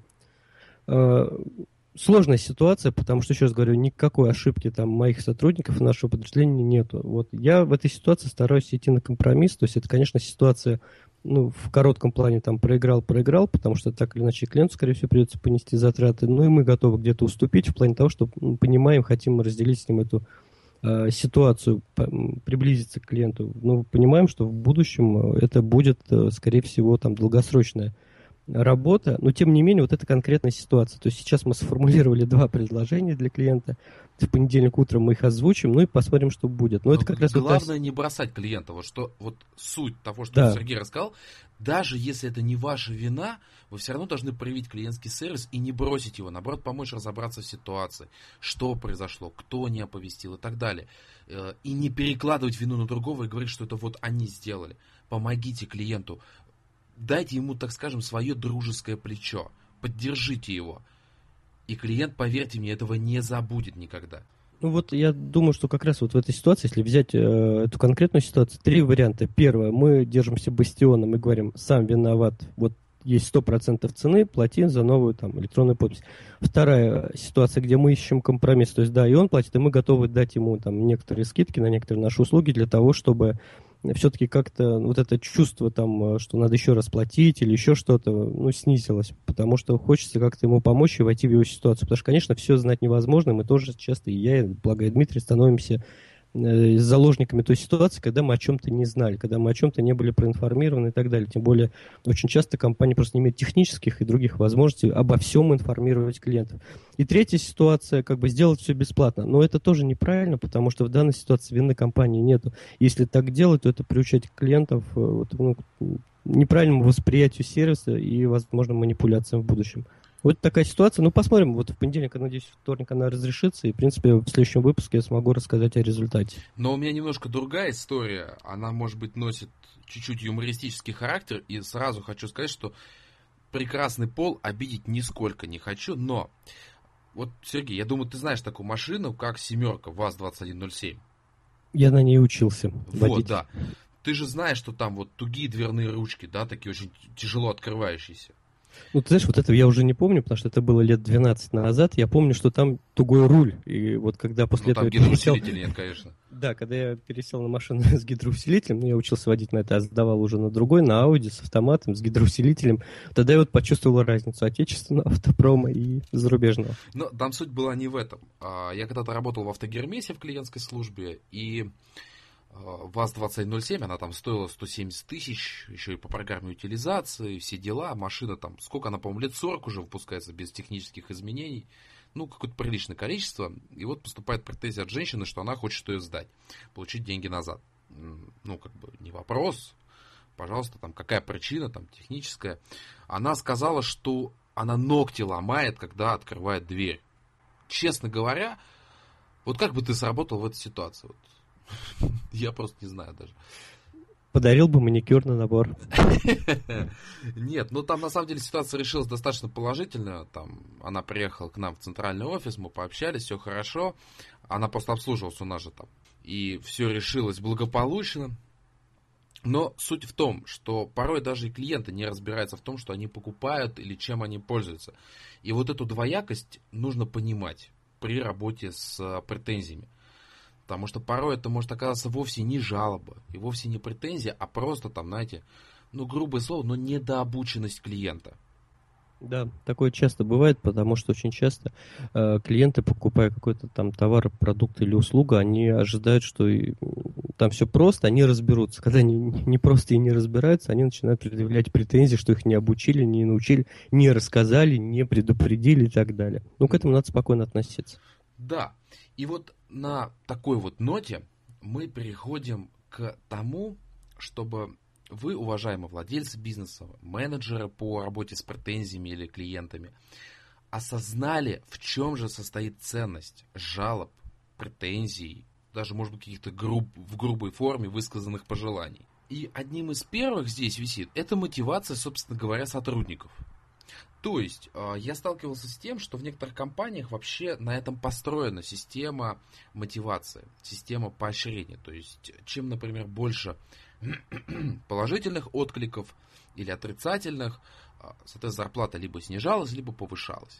Э, сложная ситуация, потому что, еще раз говорю, никакой ошибки там моих сотрудников и нашего подразделения нету. Вот. Я в этой ситуации стараюсь идти на компромисс. То есть это, конечно, ситуация ну, в коротком плане там проиграл-проиграл, потому что так или иначе клиенту, скорее всего, придется понести затраты. Ну и мы готовы где-то уступить в плане того, что ну, понимаем, хотим разделить с ним эту ситуацию, приблизиться к клиенту, но понимаем, что в будущем это будет, скорее всего, там долгосрочная работа, но тем не менее вот это конкретная ситуация. То есть сейчас мы сформулировали два предложения для клиента, в понедельник утром мы их озвучим, ну и посмотрим, что будет. Но, но это как раз
главное вот... не бросать клиента. Вот что вот суть того, что да. Сергей рассказал, даже если это не ваша вина, вы все равно должны проявить клиентский сервис и не бросить его, наоборот, помочь разобраться в ситуации, что произошло, кто не оповестил и так далее. И не перекладывать вину на другого и говорить, что это вот они сделали. Помогите клиенту, дайте ему, так скажем, свое дружеское плечо, поддержите его. И клиент, поверьте мне, этого не забудет никогда.
Ну вот я думаю, что как раз вот в этой ситуации, если взять э, эту конкретную ситуацию, три варианта. Первое, мы держимся бастионом и говорим, сам виноват, вот есть сто процентов цены, плати за новую там электронную подпись. Вторая ситуация, где мы ищем компромисс, то есть да, и он платит, и мы готовы дать ему там некоторые скидки на некоторые наши услуги для того, чтобы все-таки как-то вот это чувство там, что надо еще раз платить или еще что-то, ну, снизилось, потому что хочется как-то ему помочь и войти в его ситуацию, потому что, конечно, все знать невозможно, мы тоже часто, и я, и благо и Дмитрий, становимся э, заложниками той ситуации, когда мы о чем-то не знали, когда мы о чем-то не были проинформированы и так далее, тем более очень часто компания просто не имеет технических и других возможностей обо всем информировать клиентов. И третья ситуация, как бы сделать все бесплатно. Но это тоже неправильно, потому что в данной ситуации вины компании нету. Если так делать, то это приучать клиентов вот, ну, к неправильному восприятию сервиса и, возможно, манипуляциям в будущем. Вот такая ситуация. Ну, посмотрим. Вот в понедельник, я надеюсь, в вторник она разрешится. И, в принципе, в следующем выпуске я смогу рассказать о результате.
Но у меня немножко другая история. Она, может быть, носит чуть-чуть юмористический характер. И сразу хочу сказать, что прекрасный пол обидеть нисколько не хочу. Но... Вот, Сергей, я думаю, ты знаешь такую машину, как «семерка» ВАЗ двадцать один ноль семь.
Я на ней учился
Вот,
водить.
да. Ты же знаешь, что там вот тугие дверные ручки, да, такие очень тяжело открывающиеся.
Ну, ты знаешь, вот это я уже не помню, потому что это было лет двенадцать назад. Я помню, что там тугой руль. И вот когда после
ну,
этого...
там гидроусилитель нет, конечно.
Да, когда я пересел на машину с гидроусилителем, ну, я учился водить на это, а сдавал уже на другой, на Audi с автоматом, с гидроусилителем, тогда я вот почувствовал разницу отечественного автопрома и зарубежного.
Но там суть была не в этом. Я когда-то работал в Автогермесе в клиентской службе, и ВАЗ двадцать один ноль семь, она там стоила сто семьдесят тысяч, еще и по программе утилизации, все дела. Машина там, сколько она, по-моему, лет сорок уже выпускается без технических изменений. Ну, какое-то приличное количество. И вот поступает претензия от женщины, что она хочет ее сдать, получить деньги назад. Ну, как бы, не вопрос. Пожалуйста, там, какая причина, там, техническая. Она сказала, что она ногти ломает, когда открывает дверь. Честно говоря, вот как бы ты сработал в этой ситуации? Вот. Я просто не знаю даже.
Подарил бы маникюр на набор.
Нет, ну там на самом деле ситуация решилась достаточно положительно. Там она приехала к нам в центральный офис, мы пообщались, все хорошо. Она просто обслуживалась у нас же там. И все решилось благополучно. Но суть в том, что порой даже и клиенты не разбираются в том, что они покупают или чем они пользуются. И вот эту двоякость нужно понимать при работе с претензиями. Потому что порой это может оказаться вовсе не жалоба и вовсе не претензия, а просто там, знаете, ну, грубое слово, но недообученность клиента.
Да, такое часто бывает, потому что очень часто э, клиенты, покупая какой-то там товар, продукт или услугу, они ожидают, что и, м, там все просто, они разберутся. Когда они не просто и не разбираются, они начинают предъявлять претензии, что их не обучили, не научили, не рассказали, не предупредили и так далее. Ну, к этому надо спокойно относиться.
Да, и вот на такой вот ноте мы переходим к тому, чтобы вы, уважаемые владельцы бизнеса, менеджеры по работе с претензиями или клиентами, осознали, в чем же состоит ценность жалоб, претензий, даже, может быть, каких-то груб, в грубой форме высказанных пожеланий. И одним из первых здесь висит, это мотивация, собственно говоря, сотрудников. То есть, я сталкивался с тем, что в некоторых компаниях вообще на этом построена система мотивации, система поощрения. То есть, чем, например, больше положительных откликов или отрицательных, соответственно, зарплата либо снижалась, либо повышалась.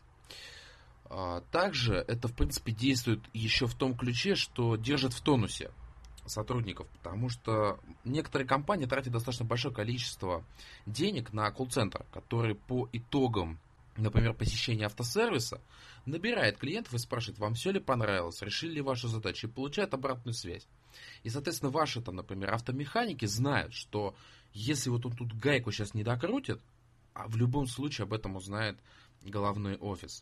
Также это, в принципе, действует еще в том ключе, что держит в тонусе сотрудников, потому что некоторые компании тратят достаточно большое количество денег на колл-центр, который по итогам, например, посещения автосервиса, набирает клиентов и спрашивает, вам все ли понравилось, решили ли вашу задачу, и получает обратную связь. И, соответственно, ваши, там, например, автомеханики знают, что если вот он тут гайку сейчас не докрутит, а в любом случае об этом узнает головной офис.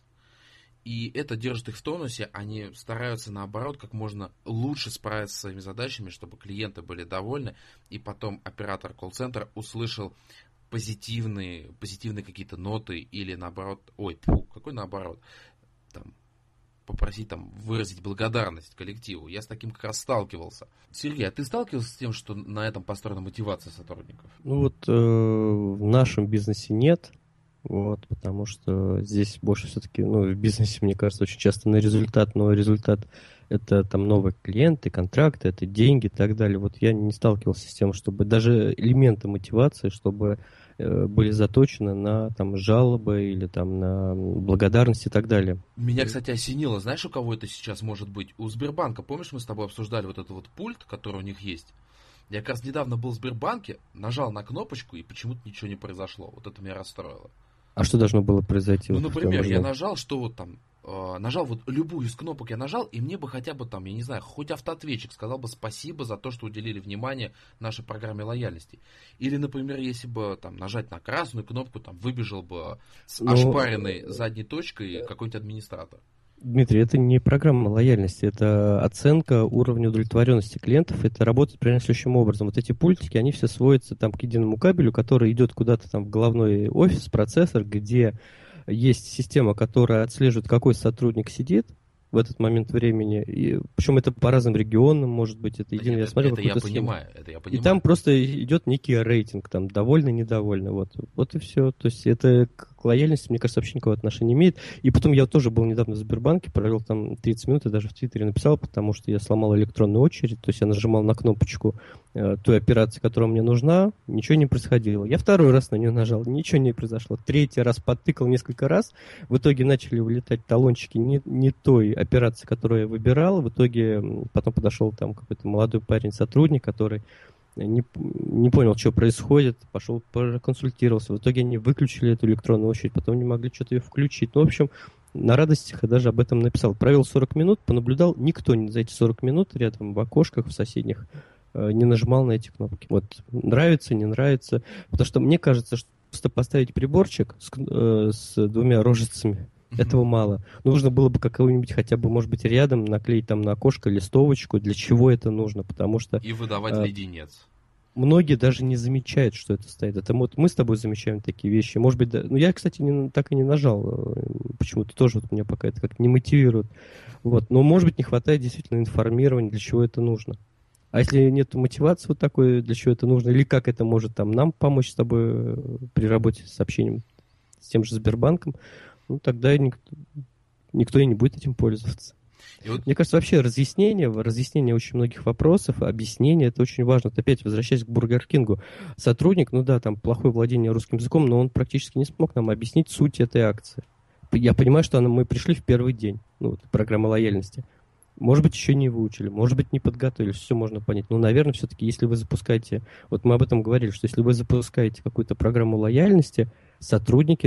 И это держит их в тонусе, они стараются, наоборот, как можно лучше справиться с своими задачами, чтобы клиенты были довольны, и потом оператор колл-центра услышал позитивные, позитивные какие-то ноты, или наоборот, ой, фу, какой наоборот, там, попросить там выразить благодарность коллективу. Я с таким как раз сталкивался. Сергей, а ты сталкивался с тем, что на этом построена мотивация сотрудников?
Ну вот э, в нашем бизнесе нет. Вот, потому что здесь больше все-таки, ну, в бизнесе, мне кажется, очень часто на результат, но результат это там новые клиенты, контракты, это деньги и так далее. Вот я не сталкивался с тем, чтобы даже элементы мотивации, чтобы э, были заточены на там жалобы или там на благодарность и так далее.
Меня, кстати, осенило. Знаешь, у кого это сейчас может быть? У Сбербанка. Помнишь, мы с тобой обсуждали вот этот вот пульт, который у них есть? Я как раз недавно был в Сбербанке, нажал на кнопочку, и почему-то ничего не произошло. Вот это меня расстроило.
А что должно было произойти?
Ну,
вот,
например, я нажал, что вот там, э, нажал вот любую из кнопок я нажал, и мне бы хотя бы там, я не знаю, хоть автоответчик сказал бы спасибо за то, что уделили внимание нашей программе лояльности. Или, например, если бы там нажать на красную кнопку, там выбежал бы с
Но...
ошпаренной задней точкой какой-нибудь администратор.
Дмитрий, это не программа лояльности, это оценка уровня удовлетворенности клиентов. Это работает примерно следующим образом. Вот эти пультики, они все сводятся там к единому кабелю, который идет куда-то там в головной офис, процессор, где есть система, которая отслеживает, какой сотрудник сидит в этот момент времени. И, причем это по разным регионам, может быть, это единый.
Я
смотрел
это я
схему.
понимаю, это я понимаю.
И там просто идет некий рейтинг, там, довольны, недовольны, вот, вот и все. То есть это к лояльности, мне кажется, вообще никакого отношения не имеет. И потом я тоже был недавно в Сбербанке, провел там тридцать минут, и даже в Твиттере написал, потому что я сломал электронную очередь, то есть я нажимал на кнопочку э, той операции, которая мне нужна, ничего не происходило. Я второй раз на нее нажал, ничего не произошло. Третий раз подтыкал несколько раз, в итоге начали вылетать талончики не, не той операции, которую я выбирал, в итоге потом подошел там какой-то молодой парень-сотрудник, который не, не понял, что происходит, пошел проконсультировался. В итоге они выключили эту электронную очередь, потом не могли что-то ее включить. Ну, в общем, на радостях я даже об этом написал. Провел сорок минут, понаблюдал, никто за эти сорок минут рядом в окошках, в соседних, не нажимал на эти кнопки. Вот, нравится, не нравится. Потому что мне кажется, что просто поставить приборчик с, э, с двумя рожицами, этого мало. Нужно было бы какого-нибудь хотя бы, может быть, рядом наклеить там на окошко листовочку. Для чего это нужно? Потому что...
И выдавать
э,
леденец.
Многие даже не замечают, что это стоит. Это вот мы с тобой замечаем такие вещи. Может быть, да... ну я, кстати, не, так и не нажал. Почему-то тоже вот меня пока это как не мотивирует. Вот. Но, может быть, не хватает действительно информирования, для чего это нужно. А если нет мотивации вот такой, для чего это нужно, или как это может там нам помочь с тобой при работе с общением с тем же Сбербанком, ну, тогда никто, никто и не будет этим пользоваться. И вот... Мне кажется, вообще разъяснение, разъяснение очень многих вопросов, объяснение, это очень важно. Вот опять, возвращаясь к Бургер Кингу, сотрудник, ну да, там плохое владение русским языком, но он практически не смог нам объяснить суть этой акции. Я понимаю, что она, мы пришли в первый день, ну, вот, программа лояльности. Может быть, еще не выучили, может быть, не подготовились, все можно понять. Но, наверное, все-таки, если вы запускаете, вот мы об этом говорили, что если вы запускаете какую-то программу лояльности, сотрудники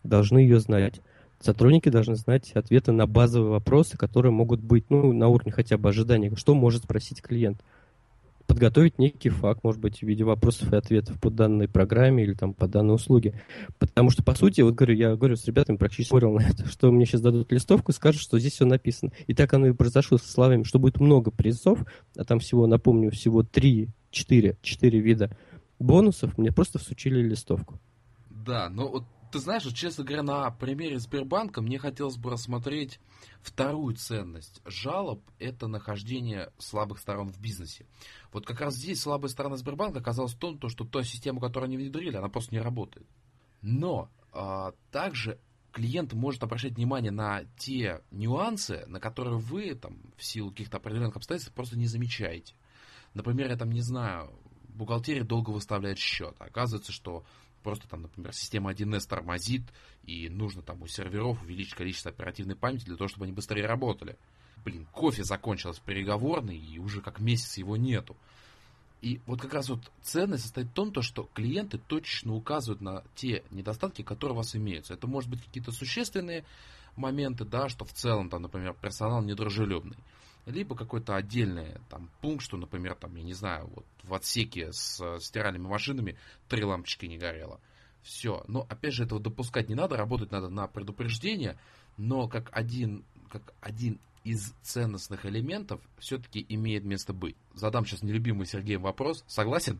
должны ее знать. Сотрудники должны знать ответы на базовые вопросы, которые могут быть, ну, на уровне хотя бы ожидания. Что может спросить клиент? Подготовить некий факт, может быть, в виде вопросов и ответов по данной программе или там по данной услуге. Потому что, по сути, вот говорю, я говорю с ребятами, практически спорил на это, что мне сейчас дадут листовку, скажут, что здесь все написано. И так оно и произошло со словами, что будет много призов, а там всего, напомню, всего три-четыре вида бонусов, мне просто всучили листовку.
Да, но вот ты знаешь, вот, честно говоря, на примере Сбербанка мне хотелось бы рассмотреть вторую ценность жалоб – это нахождение слабых сторон в бизнесе. Вот как раз здесь слабая сторона Сбербанка оказалась в том, что та система, которую они внедрили, она просто не работает. Но а, также клиент может обращать внимание на те нюансы, на которые вы там, в силу каких-то определенных обстоятельств просто не замечаете. Например, я там не знаю, бухгалтерия долго выставляет счет. Оказывается, что просто там, например, система один эс тормозит, и нужно там у серверов увеличить количество оперативной памяти для того, чтобы они быстрее работали. Блин, кофе закончилось в переговорной, и уже как месяц его нету. И вот как раз вот ценность состоит в том, что клиенты точечно указывают на те недостатки, которые у вас имеются. Это может быть какие-то существенные моменты, да, что в целом, там, например, персонал недружелюбный. Либо какой-то отдельный там пункт, что, например, там, я не знаю, вот в отсеке с стиральными машинами три лампочки не горело. Все. Но, опять же, этого допускать не надо, работать надо на предупреждение, но как один, как один из ценностных элементов все-таки имеет место быть. Задам сейчас нелюбимый Сергеем вопрос. Согласен?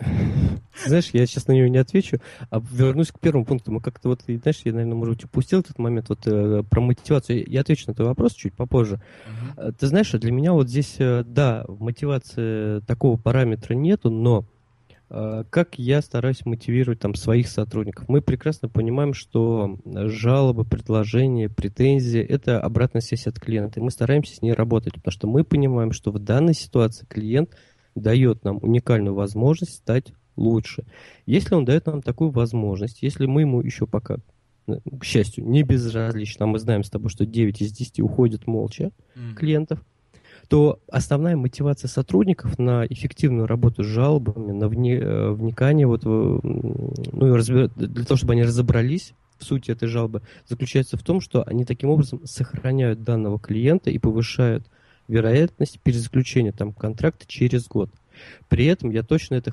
Знаешь, я сейчас на нее не отвечу, а вернусь к первому пункту. Мы как-то вот, знаешь, я, наверное, может быть, упустил этот момент вот э, про мотивацию. Я отвечу на твой вопрос чуть попозже. Uh-huh. Ты знаешь, для меня вот здесь, э, да, мотивации такого параметра нету, но э, как я стараюсь мотивировать там своих сотрудников? Мы прекрасно понимаем, что жалобы, предложения, претензии – это обратная связь от клиента, и мы стараемся с ней работать, потому что мы понимаем, что в данной ситуации клиент дает нам уникальную возможность стать лучше. Если он дает нам такую возможность, если мы ему еще пока, к счастью, не безразлично, а мы знаем с тобой, что девять из десяти уходят молча mm. клиентов, то основная мотивация сотрудников на эффективную работу с жалобами, на вникание, вот, ну, разбер... для того, чтобы они разобрались в сути этой жалобы, заключается в том, что они таким образом сохраняют данного клиента и повышают вероятность перезаключения там, контракта через год. При этом я точно это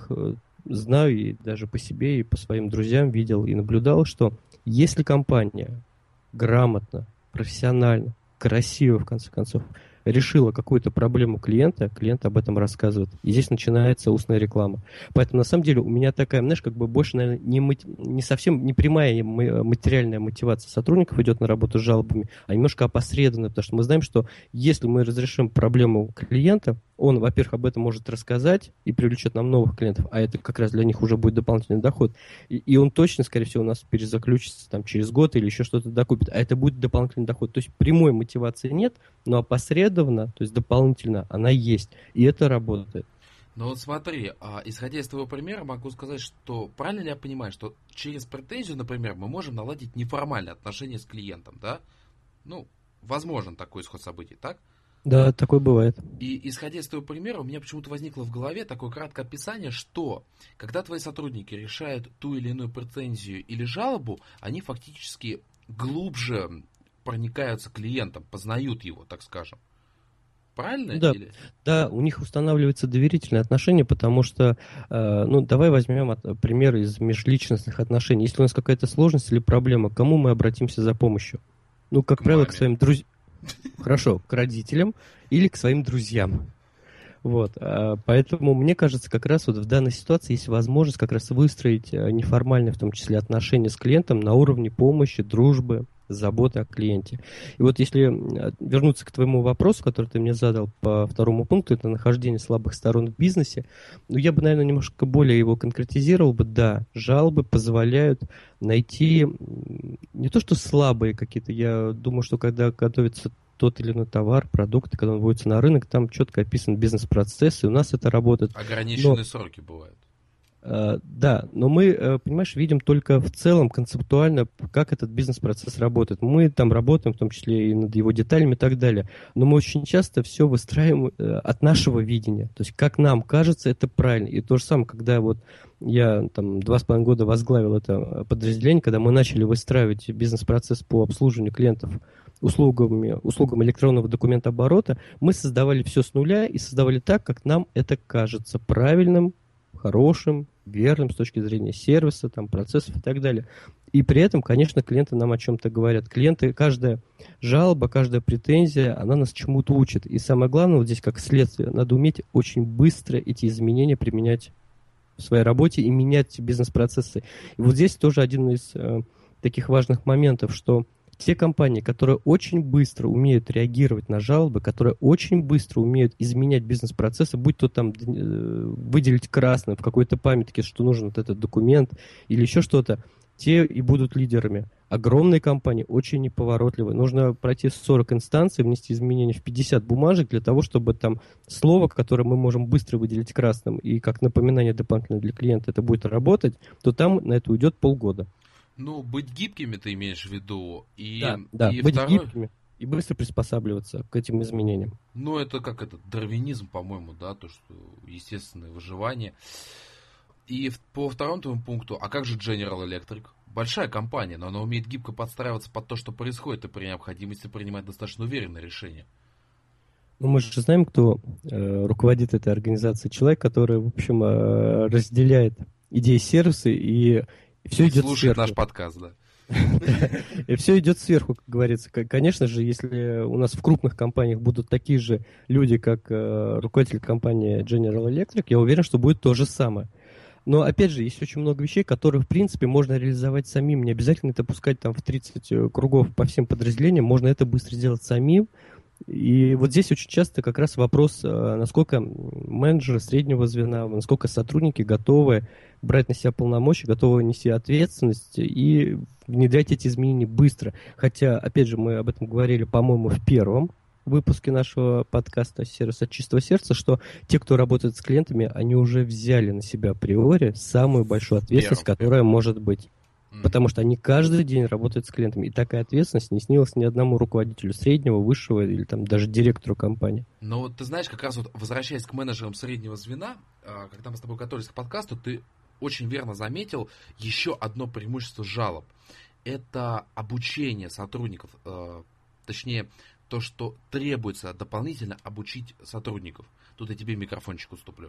знаю и даже по себе, и по своим друзьям видел и наблюдал, что если компания грамотно, профессионально, красиво, в конце концов, решила какую-то проблему клиента, клиент об этом рассказывает. И здесь начинается устная реклама. Поэтому, на самом деле, у меня такая, знаешь, как бы больше, наверное, не, мати... не совсем не прямая материальная мотивация сотрудников идет на работу с жалобами, а немножко опосредованная, потому что мы знаем, что если мы разрешим проблему клиента, он, во-первых, об этом может рассказать и привлечет нам новых клиентов, а это как раз для них уже будет дополнительный доход. И, и он точно, скорее всего, у нас перезаключится там, через год или еще что-то докупит, а это будет дополнительный доход. То есть прямой мотивации нет, но опосредованно, то есть дополнительно, она есть, и это работает.
Ну вот смотри, а, исходя из твоего примера, могу сказать, что правильно ли я понимаю, что через претензию, например, мы можем наладить неформальные отношения с клиентом, да? Ну, возможен такой исход событий, так?
Да, такое бывает.
И исходя из твоего примера, у меня почему-то возникло в голове такое краткое описание, что когда твои сотрудники решают ту или иную претензию или жалобу, они фактически глубже проникаются клиентом, познают его, так скажем. Правильно?
Да,
или?
Да, у них устанавливаются доверительные отношения, потому что, э, ну, давай возьмем от, пример из межличностных отношений. Если у нас какая-то сложность или проблема, к кому мы обратимся за помощью? Ну, как
к
правило,
маме.
К своим друзьям. Хорошо, к родителям или к своим друзьям. Вот, поэтому мне кажется, как раз вот в данной ситуации есть возможность как раз выстроить неформальные, в том числе, отношения с клиентом на уровне помощи, дружбы, заботы о клиенте. И вот если вернуться к твоему вопросу, который ты мне задал по второму пункту, это нахождение слабых сторон в бизнесе, ну, я бы, наверное, немножко более его конкретизировал бы. Да, жалобы позволяют найти не то что слабые какие-то, я думаю, что когда готовится тот или иной товар, продукт, когда он вводится на рынок, там четко описан бизнес-процесс, и у нас это работает.
Ограниченные
Но...
сроки бывают.
Uh, да, но мы, uh, понимаешь, видим только в целом концептуально, как этот бизнес-процесс работает. Мы там работаем, в том числе и над его деталями и так далее. Но мы очень часто все выстраиваем uh, от нашего видения. То есть, как нам кажется, это правильно. И то же самое, когда вот я там два с половиной года возглавил это подразделение, когда мы начали выстраивать бизнес-процесс по обслуживанию клиентов услугами, услугам электронного документооборота, мы создавали все с нуля и создавали так, как нам это кажется правильным, хорошим, верным с точки зрения сервиса, там, процессов и так далее. И при этом, конечно, клиенты нам о чем-то говорят. Клиенты, каждая жалоба, каждая претензия, она нас чему-то учит. И самое главное, вот здесь как следствие, надо уметь очень быстро эти изменения применять в своей работе и менять бизнес-процессы. И вот здесь тоже один из э, таких важных моментов, что те компании, которые очень быстро умеют реагировать на жалобы, которые очень быстро умеют изменять бизнес-процессы, будь то там выделить красным в какой-то памятке, что нужен вот этот документ или еще что-то, те и будут лидерами. Огромные компании очень неповоротливые. Нужно пройти сорок инстанций, внести изменения в пятьдесят бумажек для того, чтобы там слово, которое мы можем быстро выделить красным, и как напоминание дополнительно для клиента это будет работать, то там на это уйдет полгода.
Ну, быть гибкими ты имеешь в виду. И,
да, да,
и
быть
второй...
гибкими и быстро приспосабливаться к этим изменениям.
Ну, это как это, дарвинизм, по-моему, да, то, что естественное выживание. И по второму твоему пункту, а как же General Electric? Большая компания, но она умеет гибко подстраиваться под то, что происходит, и при необходимости принимать достаточно уверенные решения.
Ну, мы же знаем, кто э, руководит этой организацией. Человек, который, в общем, э, разделяет идеи сервиса и все идет
слушает
сверху.
наш подкаст, да.
И все идет сверху, как говорится. Конечно же, если у нас в крупных компаниях будут такие же люди, как э, руководитель компании General Electric, я уверен, что будет то же самое. Но, опять же, есть очень много вещей, которые, в принципе, можно реализовать самим. Не обязательно это пускать там в тридцать кругов по всем подразделениям. Можно это быстро сделать самим. И вот здесь очень часто как раз вопрос, насколько менеджеры среднего звена, насколько сотрудники готовы брать на себя полномочия, готовы нести ответственность и внедрять эти изменения быстро. Хотя, опять же, мы об этом говорили, по-моему, в первом выпуске нашего подкаста «Сервис от чистого сердца», что те, кто работает с клиентами, они уже взяли на себя априори самую большую ответственность, Первым. которая может быть. Потому что они каждый день работают с клиентами. И такая ответственность не снилась ни одному руководителю среднего, высшего или там даже директору компании.
Но вот ты знаешь, как раз вот возвращаясь к менеджерам среднего звена, когда мы с тобой готовились к подкасту, ты очень верно заметил еще одно преимущество жалоб. Это обучение сотрудников, точнее, то, что требуется дополнительно обучить сотрудников. Тут я тебе микрофончик уступлю.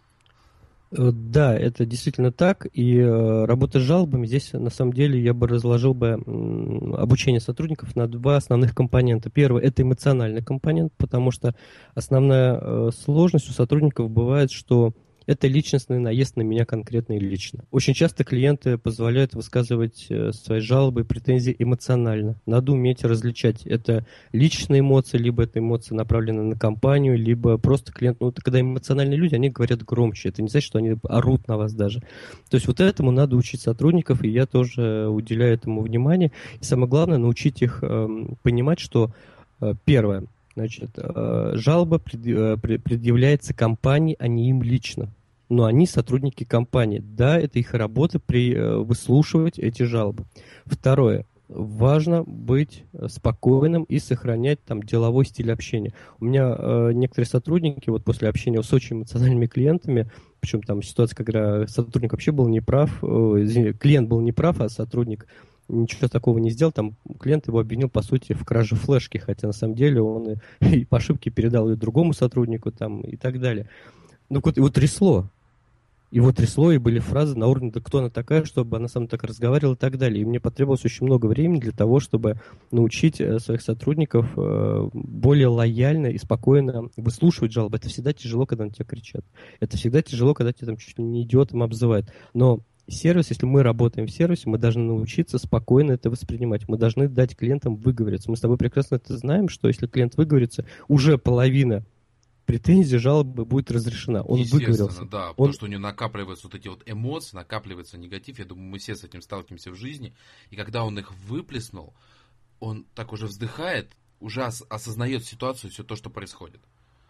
Да, это действительно так, и э, работа с жалобами здесь, на самом деле, я бы разложил бы э, обучение сотрудников на два основных компонента. Первый – это эмоциональный компонент, потому что основная э, сложность у сотрудников бывает, что это личностный наезд на меня конкретно и лично. Очень часто клиенты позволяют высказывать свои жалобы и претензии эмоционально. Надо уметь различать. Это личные эмоции, либо это эмоции направлены на компанию, либо просто клиент... Ну, когда эмоциональные люди, они говорят громче. Это не значит, что они орут на вас даже. То есть вот этому надо учить сотрудников, и я тоже уделяю этому внимание. И самое главное, научить их э, понимать, что э, первое, Значит, жалоба предъявляется компании, а не им лично. Но они сотрудники компании. Да, это их работа при, выслушивать эти жалобы. Второе. Важно быть спокойным и сохранять там деловой стиль общения. У меня э, некоторые сотрудники, вот после общения с очень эмоциональными клиентами, причем там ситуация, когда сотрудник вообще был неправ, э, клиент был неправ, а сотрудник ничего такого не сделал, там клиент его обвинил, по сути, в краже флешки, хотя на самом деле он и, и по ошибке передал ее другому сотруднику там, и так далее. Ну, вот его трясло. Его трясло, и были фразы на уровне, да кто она такая, чтобы она со мной так разговаривала и так далее. И мне потребовалось очень много времени для того, чтобы научить своих сотрудников более лояльно и спокойно выслушивать жалобы. Это всегда тяжело, когда на тебя кричат. Это всегда тяжело, когда тебя там чуть ли не идиотом обзывают. Но сервис, если мы работаем в сервисе, мы должны научиться спокойно это воспринимать. Мы должны дать клиентам выговориться. Мы с тобой прекрасно это знаем, что если клиент выговорится, уже половина претензий, жалобы будет разрешена. Он выговорился.
Да,
он...
потому что у него накапливаются вот эти вот эмоции, накапливается негатив. Я думаю, мы все с этим сталкиваемся в жизни. И когда он их выплеснул, он так уже вздыхает, уже ос- осознает ситуацию, все то, что происходит.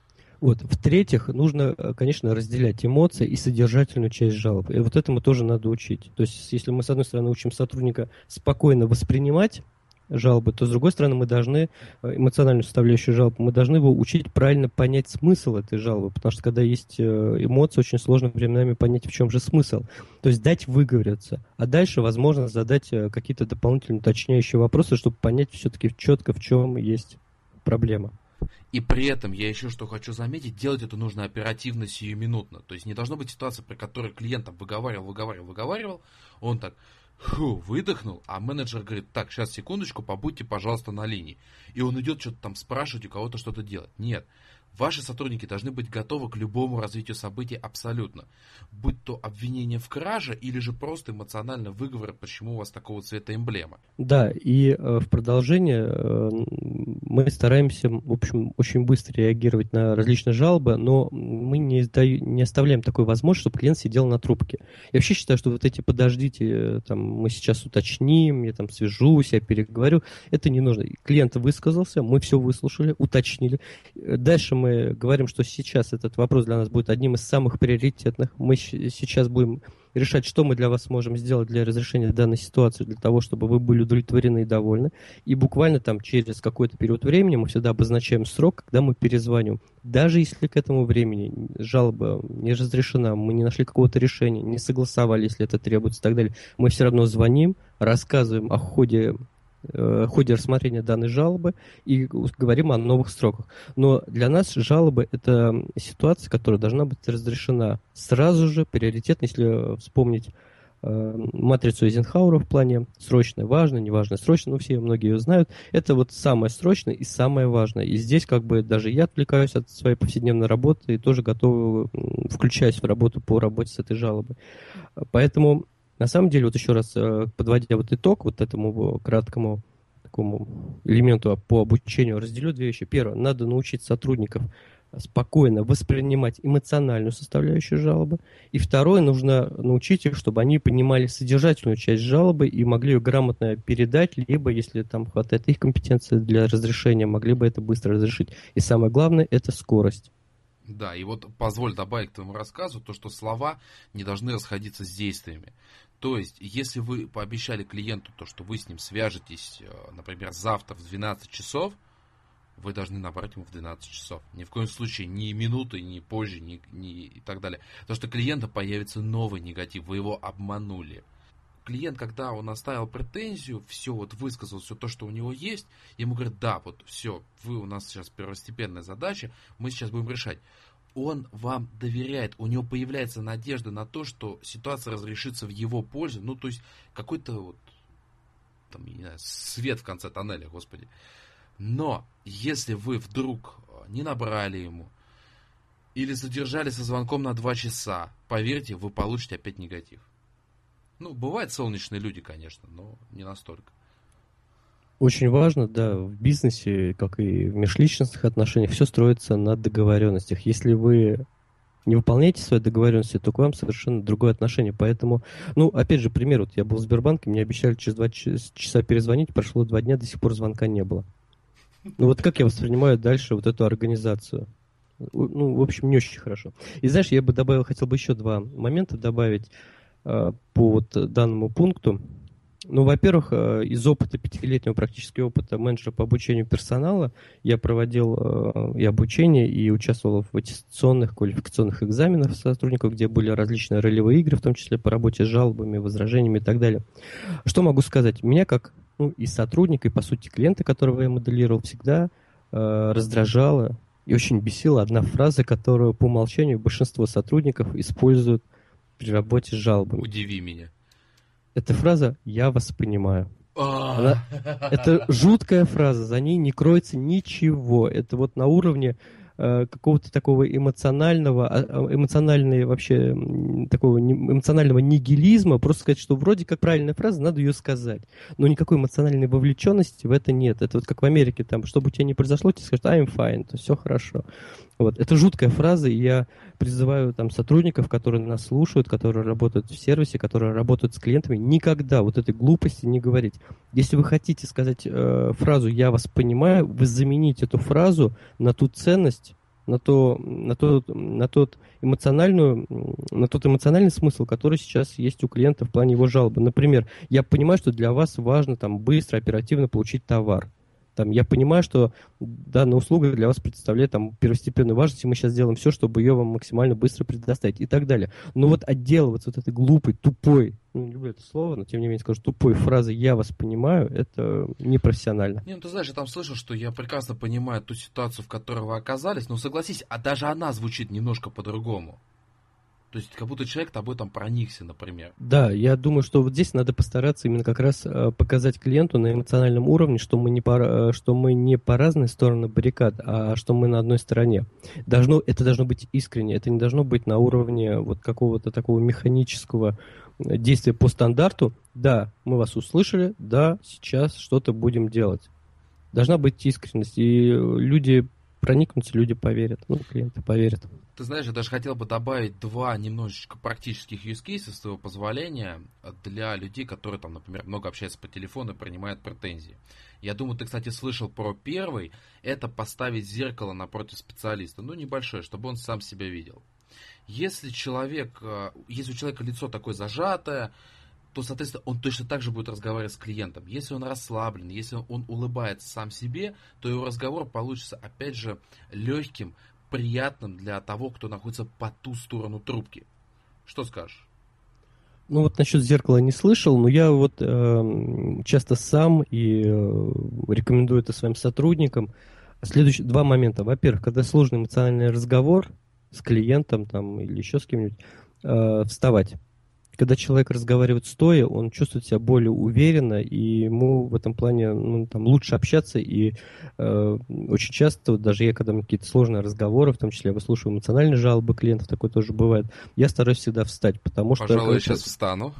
Вот. В-третьих, нужно, конечно, разделять эмоции и содержательную часть жалоб. И вот этому тоже надо учить. То есть, если мы, с одной стороны, учим сотрудника спокойно воспринимать жалобы, то, с другой стороны, мы должны, эмоциональную составляющую жалобы, мы должны его учить правильно понять смысл этой жалобы. Потому что, когда есть эмоции, очень сложно временами понять, в чем же смысл. То есть, дать выговориться. А дальше, возможно, задать какие-то дополнительные уточняющие вопросы, чтобы понять все-таки четко, в чем есть проблема.
И при этом я еще что хочу заметить, делать это нужно оперативно, сиюминутно. То есть не должно быть ситуации, при которой клиент там выговаривал, выговаривал, выговаривал, он так фу, выдохнул, а менеджер говорит: так, сейчас, секундочку, побудьте, пожалуйста, на линии. И он идет что-то там спрашивать, у кого-то что-то делать. Нет. Ваши сотрудники должны быть готовы к любому развитию событий абсолютно. Будь то обвинение в краже или же просто эмоционально выговор, почему у вас такого цвета эмблема.
Да, и э, в продолжение э, мы стараемся, в общем, очень быстро реагировать на различные жалобы, но мы не, сдаю, не оставляем такой возможности, чтобы клиент сидел на трубке. Я вообще считаю, что вот эти подождите, там, мы сейчас уточним, я там свяжусь, я переговорю, это не нужно. Клиент высказался, мы все выслушали, уточнили. Дальше мы говорим, что сейчас этот вопрос для нас будет одним из самых приоритетных. Мы сейчас будем решать, что мы для вас можем сделать для разрешения данной ситуации, для того, чтобы вы были удовлетворены и довольны. И буквально там через какой-то период времени мы всегда обозначаем срок, когда мы перезвоним. Даже если к этому времени жалоба не разрешена, мы не нашли какого-то решения, не согласовали, если это требуется и так далее, мы все равно звоним, рассказываем о ходе в ходе рассмотрения данной жалобы и говорим о новых сроках. Но для нас жалобы – это ситуация, которая должна быть разрешена сразу же, приоритетно, если вспомнить э, матрицу Эйзенхауэра в плане срочное, важное, неважное, срочное, ну все, многие ее знают, это вот самое срочное и самое важное. И здесь как бы даже я отвлекаюсь от своей повседневной работы и тоже готов, включаюсь в работу по работе с этой жалобой. Поэтому на самом деле, вот еще раз, подводя вот итог вот этому краткому такому элементу по обучению, разделю две вещи. Первое, надо научить сотрудников спокойно воспринимать эмоциональную составляющую жалобы. И второе, нужно научить их, чтобы они понимали содержательную часть жалобы и могли ее грамотно передать, либо, если там хватает их компетенции для разрешения, могли бы это быстро разрешить. И самое главное, это скорость.
Да, и вот позволь добавить к твоему рассказу то, что слова не должны расходиться с действиями. То есть, если вы пообещали клиенту то, что вы с ним свяжетесь, например, завтра в двенадцать часов, вы должны набрать ему в двенадцать часов. Ни в коем случае ни минуты, ни позже, ни, ни и так далее. Потому что у клиента появится новый негатив, вы его обманули. Клиент, когда он оставил претензию, все вот высказал, все то, что у него есть, ему говорят: да, вот все, вы у нас сейчас первостепенная задача, мы сейчас будем решать. Он вам доверяет, у него появляется надежда на то, что ситуация разрешится в его пользу, ну, то есть, какой-то вот, там, не знаю, свет в конце тоннеля, господи. Но, если вы вдруг не набрали ему, или задержали со звонком на два часа, поверьте, вы получите опять негатив. Ну, бывают солнечные люди, конечно, но не настолько.
Очень важно, да, в бизнесе, как и в межличностных отношениях, все строится на договоренностях. Если вы не выполняете свои договоренности, то к вам совершенно другое отношение. Поэтому, ну, опять же, пример. Вот я был в Сбербанке, мне обещали через два часа перезвонить, прошло два дня, до сих пор звонка не было. Ну, вот как я воспринимаю дальше вот эту организацию? Ну, в общем, не очень хорошо. И знаешь, я бы добавил, хотел бы еще два момента добавить э, по вот данному пункту. Ну, во-первых, из опыта, пятилетнего практически опыта менеджера по обучению персонала, я проводил э, и обучение, и участвовал в аттестационных, квалификационных экзаменах сотрудников, где были различные ролевые игры, в том числе по работе с жалобами, возражениями и так далее. Что могу сказать? Меня как ну, и сотрудника, и, по сути, клиента, которого я моделировал, всегда э, раздражала и очень бесила одна фраза, которую по умолчанию большинство сотрудников используют при работе с жалобами.
Удиви меня.
Эта фраза «я вас понимаю». Она, это жуткая фраза, за ней не кроется ничего. Это вот на уровне э, какого-то такого эмоционального, эмоционального вообще такого эмоционального нигилизма. Просто сказать, что вроде как правильная фраза, надо ее сказать. Но никакой эмоциональной вовлеченности в это нет. Это вот как в Америке, там, что бы у тебя ни произошло, тебе скажут «I'm fine», то все хорошо. Вот. Это жуткая фраза, и я призываю там сотрудников, которые нас слушают, которые работают в сервисе, которые работают с клиентами, никогда вот этой глупости не говорить. Если вы хотите сказать э, фразу «я вас понимаю», вы замените эту фразу на ту ценность, на, то, на, то, на, тот эмоциональную, на тот эмоциональный смысл, который сейчас есть у клиента в плане его жалобы. Например, я понимаю, что для вас важно там, быстро, оперативно получить товар. Там, я понимаю, что данная услуга для вас представляет там, первостепенную важность, и мы сейчас сделаем все, чтобы ее вам максимально быстро предоставить и так далее. Но вот отделываться вот этой глупой, тупой, ну, не люблю это слово, но тем не менее скажу, тупой фразой «я вас понимаю», это непрофессионально.
Не, ну ты знаешь, я там слышал, что я прекрасно понимаю ту ситуацию, в которой вы оказались, но согласись, а даже она звучит немножко по-другому. То есть, как будто человек тобой там проникся, например.
Да, я думаю, что вот здесь надо постараться именно как раз э, показать клиенту на эмоциональном уровне, что мы не по, э, что мы не по разные стороны баррикад, а что мы на одной стороне. Должно, это должно быть искренне, это не должно быть на уровне вот какого-то такого механического действия по стандарту. Да, мы вас услышали, да, сейчас что-то будем делать. Должна быть искренность, и люди проникнутся, люди поверят, ну, клиенты поверят.
Ты знаешь, я даже хотел бы добавить два немножечко практических use cases, с твоего позволения, для людей, которые там, например, много общаются по телефону и принимают претензии. Я думаю, ты, кстати, слышал про первый. Это поставить зеркало напротив специалиста, ну, небольшое, чтобы он сам себя видел. Если человек, если у человека лицо такое зажатое, то, соответственно, он точно так же будет разговаривать с клиентом. Если он расслаблен, если он улыбается сам себе, то его разговор получится, опять же, легким, приятным для того, кто находится по ту сторону трубки. Что скажешь?
Ну вот насчет зеркала не слышал, но я вот э, часто сам и э, рекомендую это своим сотрудникам. Следующие два момента. Во-первых, когда сложный эмоциональный разговор с клиентом там, или еще с кем-нибудь, э, вставать. Когда человек разговаривает стоя, он чувствует себя более уверенно, и ему в этом плане ну, там, лучше общаться. И э, очень часто, вот даже я, когда у меня какие-то сложные разговоры, в том числе я выслушиваю эмоциональные жалобы клиентов, такое тоже бывает, я стараюсь всегда встать, потому что...
Пожалуй, я сейчас встану.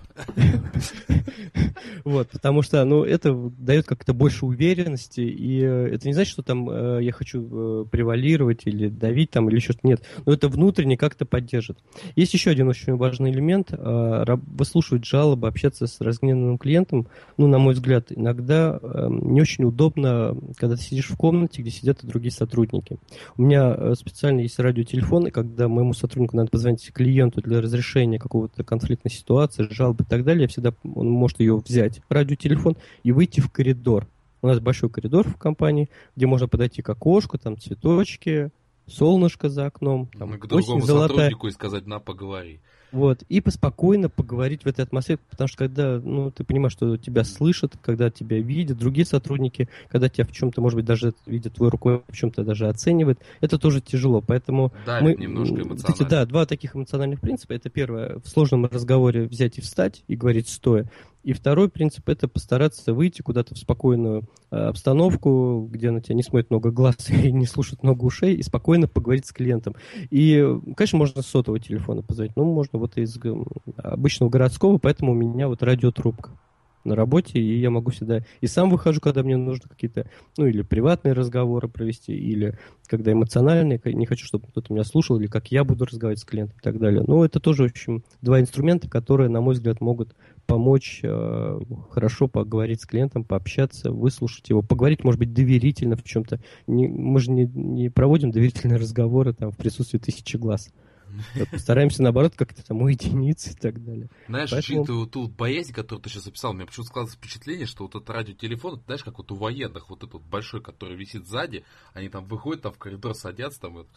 Вот, потому что, ну, это дает как-то больше уверенности, и это не значит, что там э, я хочу э, превалировать или давить там, или что-то, нет, но это внутренне как-то поддержит. Есть еще один очень важный элемент, э, выслушивать жалобы, общаться с разгневанным клиентом, ну, на мой взгляд, иногда э, не очень удобно, когда ты сидишь в комнате, где сидят и другие сотрудники. У меня э, специально есть радиотелефон, и когда моему сотруднику надо позвонить клиенту для разрешения какого-то конфликтной ситуации, жалобы и так далее, я всегда, он может ее взять, радиотелефон, и выйти в коридор. У нас большой коридор в компании, где можно подойти к окошку, там цветочки, солнышко за окном, там
к другому
осень золотая.
Сотруднику и сказать: на, поговори.
Вот, и поспокойно поговорить в этой атмосфере, потому что когда, ну, ты понимаешь, что тебя слышат, когда тебя видят другие сотрудники, когда тебя в чем-то, может быть, даже видят твою руку, в чем-то даже оценивают, это тоже тяжело, поэтому
давит
мы,
немножко эмоционально.
Кстати, да, два таких эмоциональных принципа, это первое, в сложном разговоре взять и встать и говорить стоя, и второй принцип – это постараться выйти куда-то в спокойную э, обстановку, где на тебя не смотрит много глаз и не слушает много ушей, и спокойно поговорить с клиентом. И, конечно, можно с сотового телефона позвонить, но можно вот из обычного городского, поэтому у меня вот радиотрубка на работе, и я могу всегда и сам выхожу, когда мне нужно какие-то, ну, или приватные разговоры провести, или когда эмоциональные, не хочу, чтобы кто-то меня слушал, или как я буду разговаривать с клиентом и так далее. Но это тоже, в общем, два инструмента, которые, на мой взгляд, могут помочь э, хорошо поговорить с клиентом, пообщаться, выслушать его, поговорить, может быть, доверительно в чем-то. Не, мы же не, не проводим доверительные разговоры там, в присутствии тысячи глаз. Стараемся, наоборот, как-то там уединиться и так далее.
Знаешь, Поэтому... учитывая ту боязнь, которую ты сейчас описал, у меня почему-то складывается впечатление, что вот этот радиотелефон, ты знаешь, как вот у военных, вот этот вот большой, который висит сзади, они там выходят, там в коридор садятся, там и,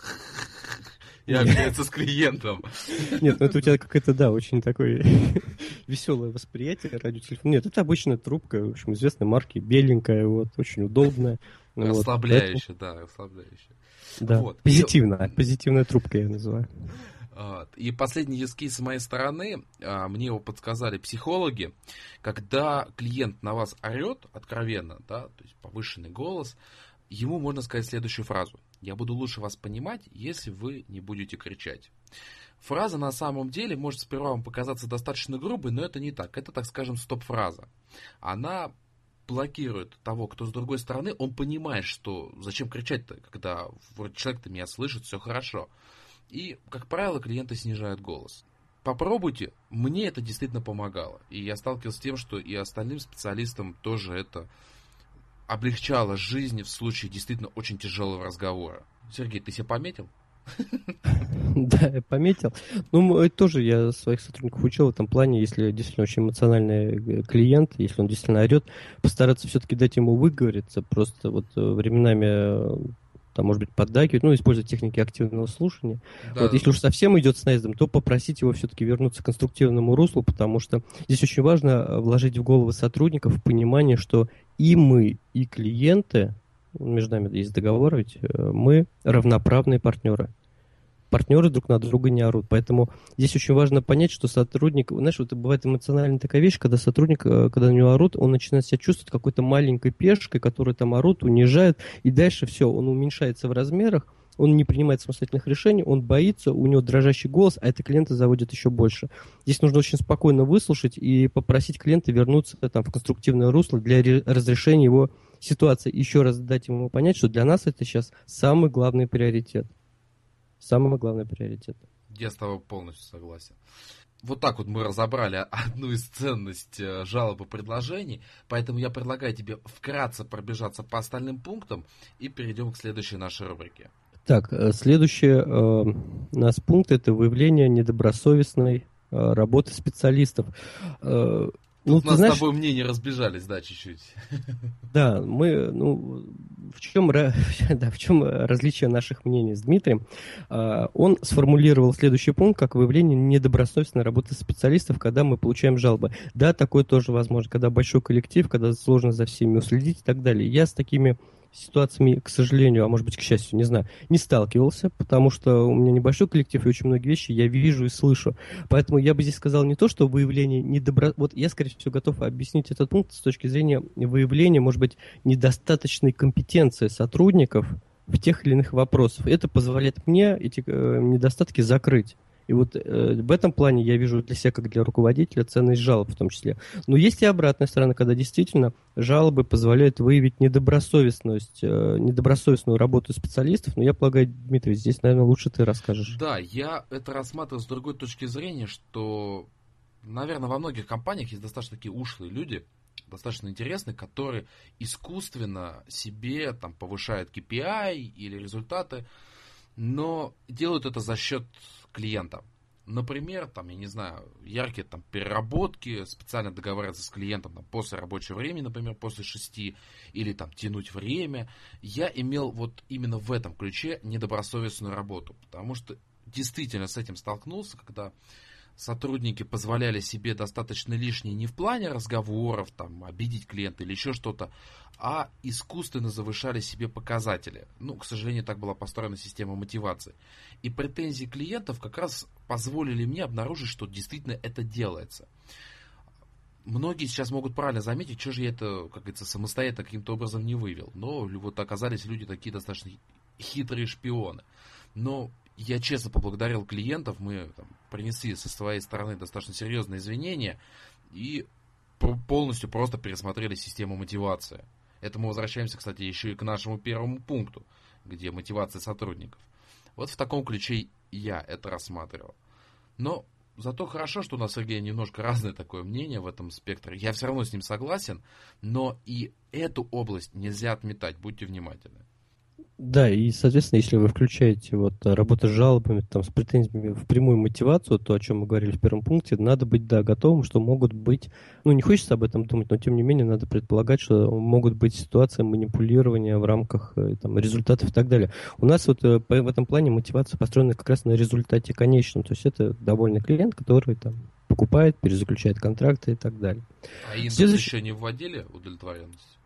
и общаются с клиентом.
Нет, ну это у тебя какое-то, да, очень такое веселое восприятие радиотелефона. Нет, это обычная трубка, в общем, известной марки, беленькая, вот, очень удобная.
Расслабляющая, вот, да, расслабляющая.
Да, вот. Позитивная, и... позитивная трубка я называю.
И последний use case с моей стороны, мне его подсказали психологи, когда клиент на вас орет откровенно, да, то есть повышенный голос, ему можно сказать следующую фразу: «Я буду лучше вас понимать, если вы не будете кричать». Фраза на самом деле может сперва вам показаться достаточно грубой, но это не так. Это, так скажем, стоп-фраза. Она блокирует того, кто с другой стороны, он понимает, что зачем кричать-то, когда человек-то меня слышит, все хорошо. И, как правило, клиенты снижают голос. Попробуйте, мне это действительно помогало. И я сталкивался с тем, что и остальным специалистам тоже это облегчало жизнь в случае действительно очень тяжелого разговора. Сергей, ты себе пометил?
Да, я пометил. Ну, это тоже я своих сотрудников учил в этом плане, если действительно очень эмоциональный клиент, если он действительно орет, постараться все-таки дать ему выговориться, просто вот временами, там, может быть, поддакивать, ну, использовать техники активного слушания.
Да,
Вот,
да,
если
да.
уж совсем идет с наездом, то попросить его все-таки вернуться к конструктивному руслу, потому что здесь очень важно вложить в головы сотрудников понимание, что и мы, и клиенты, между нами есть договор, ведь мы равноправные партнеры. Партнеры друг на друга не орут. Поэтому здесь очень важно понять, что сотрудник, знаешь, вот бывает эмоциональная такая вещь, когда сотрудник, когда на него орут, он начинает себя чувствовать какой-то маленькой пешкой, которая там орут, унижает, и дальше все, он уменьшается в размерах, он не принимает самостоятельных решений, он боится, у него дрожащий голос, а это клиента заводит еще больше. Здесь нужно очень спокойно выслушать и попросить клиента вернуться там, в конструктивное русло для ре- разрешения его ситуации. Еще раз дать ему понять, что для нас это сейчас самый главный приоритет. Самый главный приоритет.
Я с тобой полностью согласен. Вот так вот мы разобрали одну из ценностей жалоб и предложений, поэтому я предлагаю тебе вкратце пробежаться по остальным пунктам и перейдем к следующей нашей рубрике.
Так, следующий э, у нас пункт – это выявление недобросовестной э, работы специалистов. Э,
Тут
ну,
у нас
знаешь,
с тобой мнения разбежались, да, чуть-чуть.
Да, мы, ну, в чем, да, в чем различие наших мнений с Дмитрием? Он сформулировал следующий пункт, как выявление недобросовестной работы специалистов, когда мы получаем жалобы. Да, такое тоже возможно, когда большой коллектив, когда сложно за всеми уследить и так далее. Я с такими ситуациями, к сожалению, а может быть, к счастью, не знаю, не сталкивался, потому что у меня небольшой коллектив, и очень многие вещи я вижу и слышу. Поэтому я бы здесь сказал не то, что выявление недобро... Вот я, скорее всего, готов объяснить этот пункт с точки зрения выявления, может быть, недостаточной компетенции сотрудников в тех или иных вопросах. Это позволяет мне эти э, недостатки закрыть. И вот э, в этом плане я вижу для себя, как для руководителя, ценность жалоб в том числе. Но есть и обратная сторона, когда действительно жалобы позволяют выявить недобросовестность, э, недобросовестную работу специалистов. Но я полагаю, Дмитрий, здесь, наверное, лучше ты расскажешь.
Да, я это рассматриваю с другой точки зрения, что, наверное, во многих компаниях есть достаточно такие ушлые люди, достаточно интересные, которые искусственно себе там повышают кей пи ай или результаты, но делают это за счет клиента. Например, там, я не знаю, яркие там переработки, специально договариваться с клиентом там, после рабочего времени, например, после шести, или там тянуть время. Я имел вот именно в этом ключе недобросовестную работу, потому что действительно с этим столкнулся, когда сотрудники позволяли себе достаточно лишнее не в плане разговоров, там, обидеть клиента или еще что-то, а искусственно завышали себе показатели. Ну, к сожалению, так была построена система мотивации. И претензии клиентов как раз позволили мне обнаружить, что действительно это делается. Многие сейчас могут правильно заметить, что же я это, как говорится, самостоятельно каким-то образом не вывел. Но вот оказались люди такие достаточно хитрые шпионы. Но я честно поблагодарил клиентов, мы там, принесли со своей стороны достаточно серьезные извинения и полностью просто пересмотрели систему мотивации. Это мы возвращаемся, кстати, еще и к нашему первому пункту, где мотивация сотрудников. Вот в таком ключе я это рассматривал. Но зато хорошо, что у нас с Сергеем немножко разное такое мнение в этом спектре. Я все равно с ним согласен, но и эту область нельзя отметать, будьте внимательны.
Да, и, соответственно, если вы включаете вот работу с жалобами, там, с претензиями в прямую мотивацию, то, о чем мы говорили в первом пункте, надо быть, да, готовым, что могут быть, ну, не хочется об этом думать, но, тем не менее, надо предполагать, что могут быть ситуации манипулирования в рамках там, результатов и так далее. У нас вот в этом плане мотивация построена как раз на результате конечном, то есть это довольный клиент, который там покупает, перезаключает контракты и так далее.
А индекс
Следующий...
еще не вводили, удовлетворенность?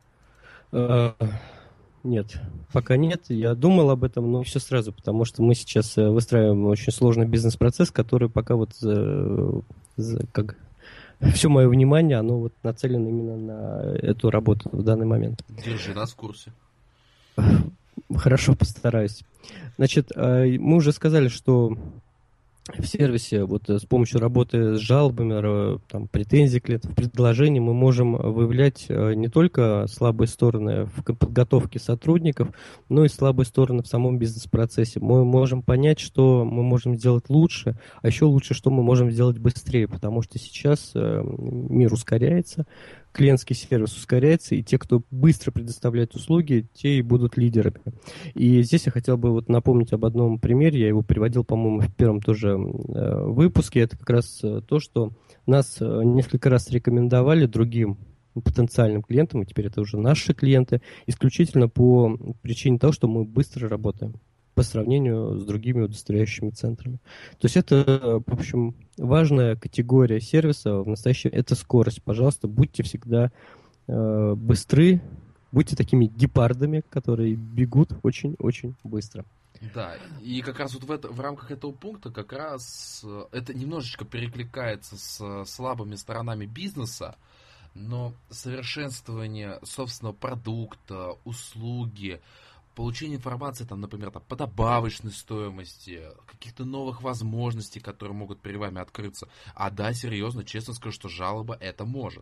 Нет, пока нет. Я думал об этом, но все сразу, потому что мы сейчас выстраиваем очень сложный бизнес-процесс, который пока вот за, за, как все мое внимание, оно вот нацелено именно на эту работу в данный момент.
Держи нас в курсе.
Хорошо, постараюсь. Значит, мы уже сказали, что в сервисе вот с помощью работы с жалобами, там, претензий клиентов, предложений мы можем выявлять не только слабые стороны в подготовке сотрудников, но и слабые стороны в самом бизнес-процессе. Мы можем понять, что мы можем сделать лучше, а еще лучше, что мы можем сделать быстрее, потому что сейчас мир ускоряется, клиентский сервис ускоряется, и те, кто быстро предоставляет услуги, те и будут лидерами. И здесь я хотел бы вот напомнить об одном примере, я его приводил, по-моему, в первом тоже э, выпуске. Это как раз э, то, что нас э, несколько раз рекомендовали другим потенциальным клиентам, и теперь это уже наши клиенты, исключительно по причине того, что мы быстро работаем по сравнению с другими удостоверяющими центрами. То есть это, в общем, важная категория сервиса в настоящем, это скорость. Пожалуйста, будьте всегда э, быстры, будьте такими гепардами, которые бегут очень-очень быстро.
Да, и как раз вот в, это, в рамках этого пункта как раз это немножечко перекликается с слабыми сторонами бизнеса, но совершенствование собственного продукта, услуги, получение информации, там, например, там, по добавочной стоимости, каких-то новых возможностей, которые могут перед вами открыться. А да, серьезно, честно скажу, что жалоба это может.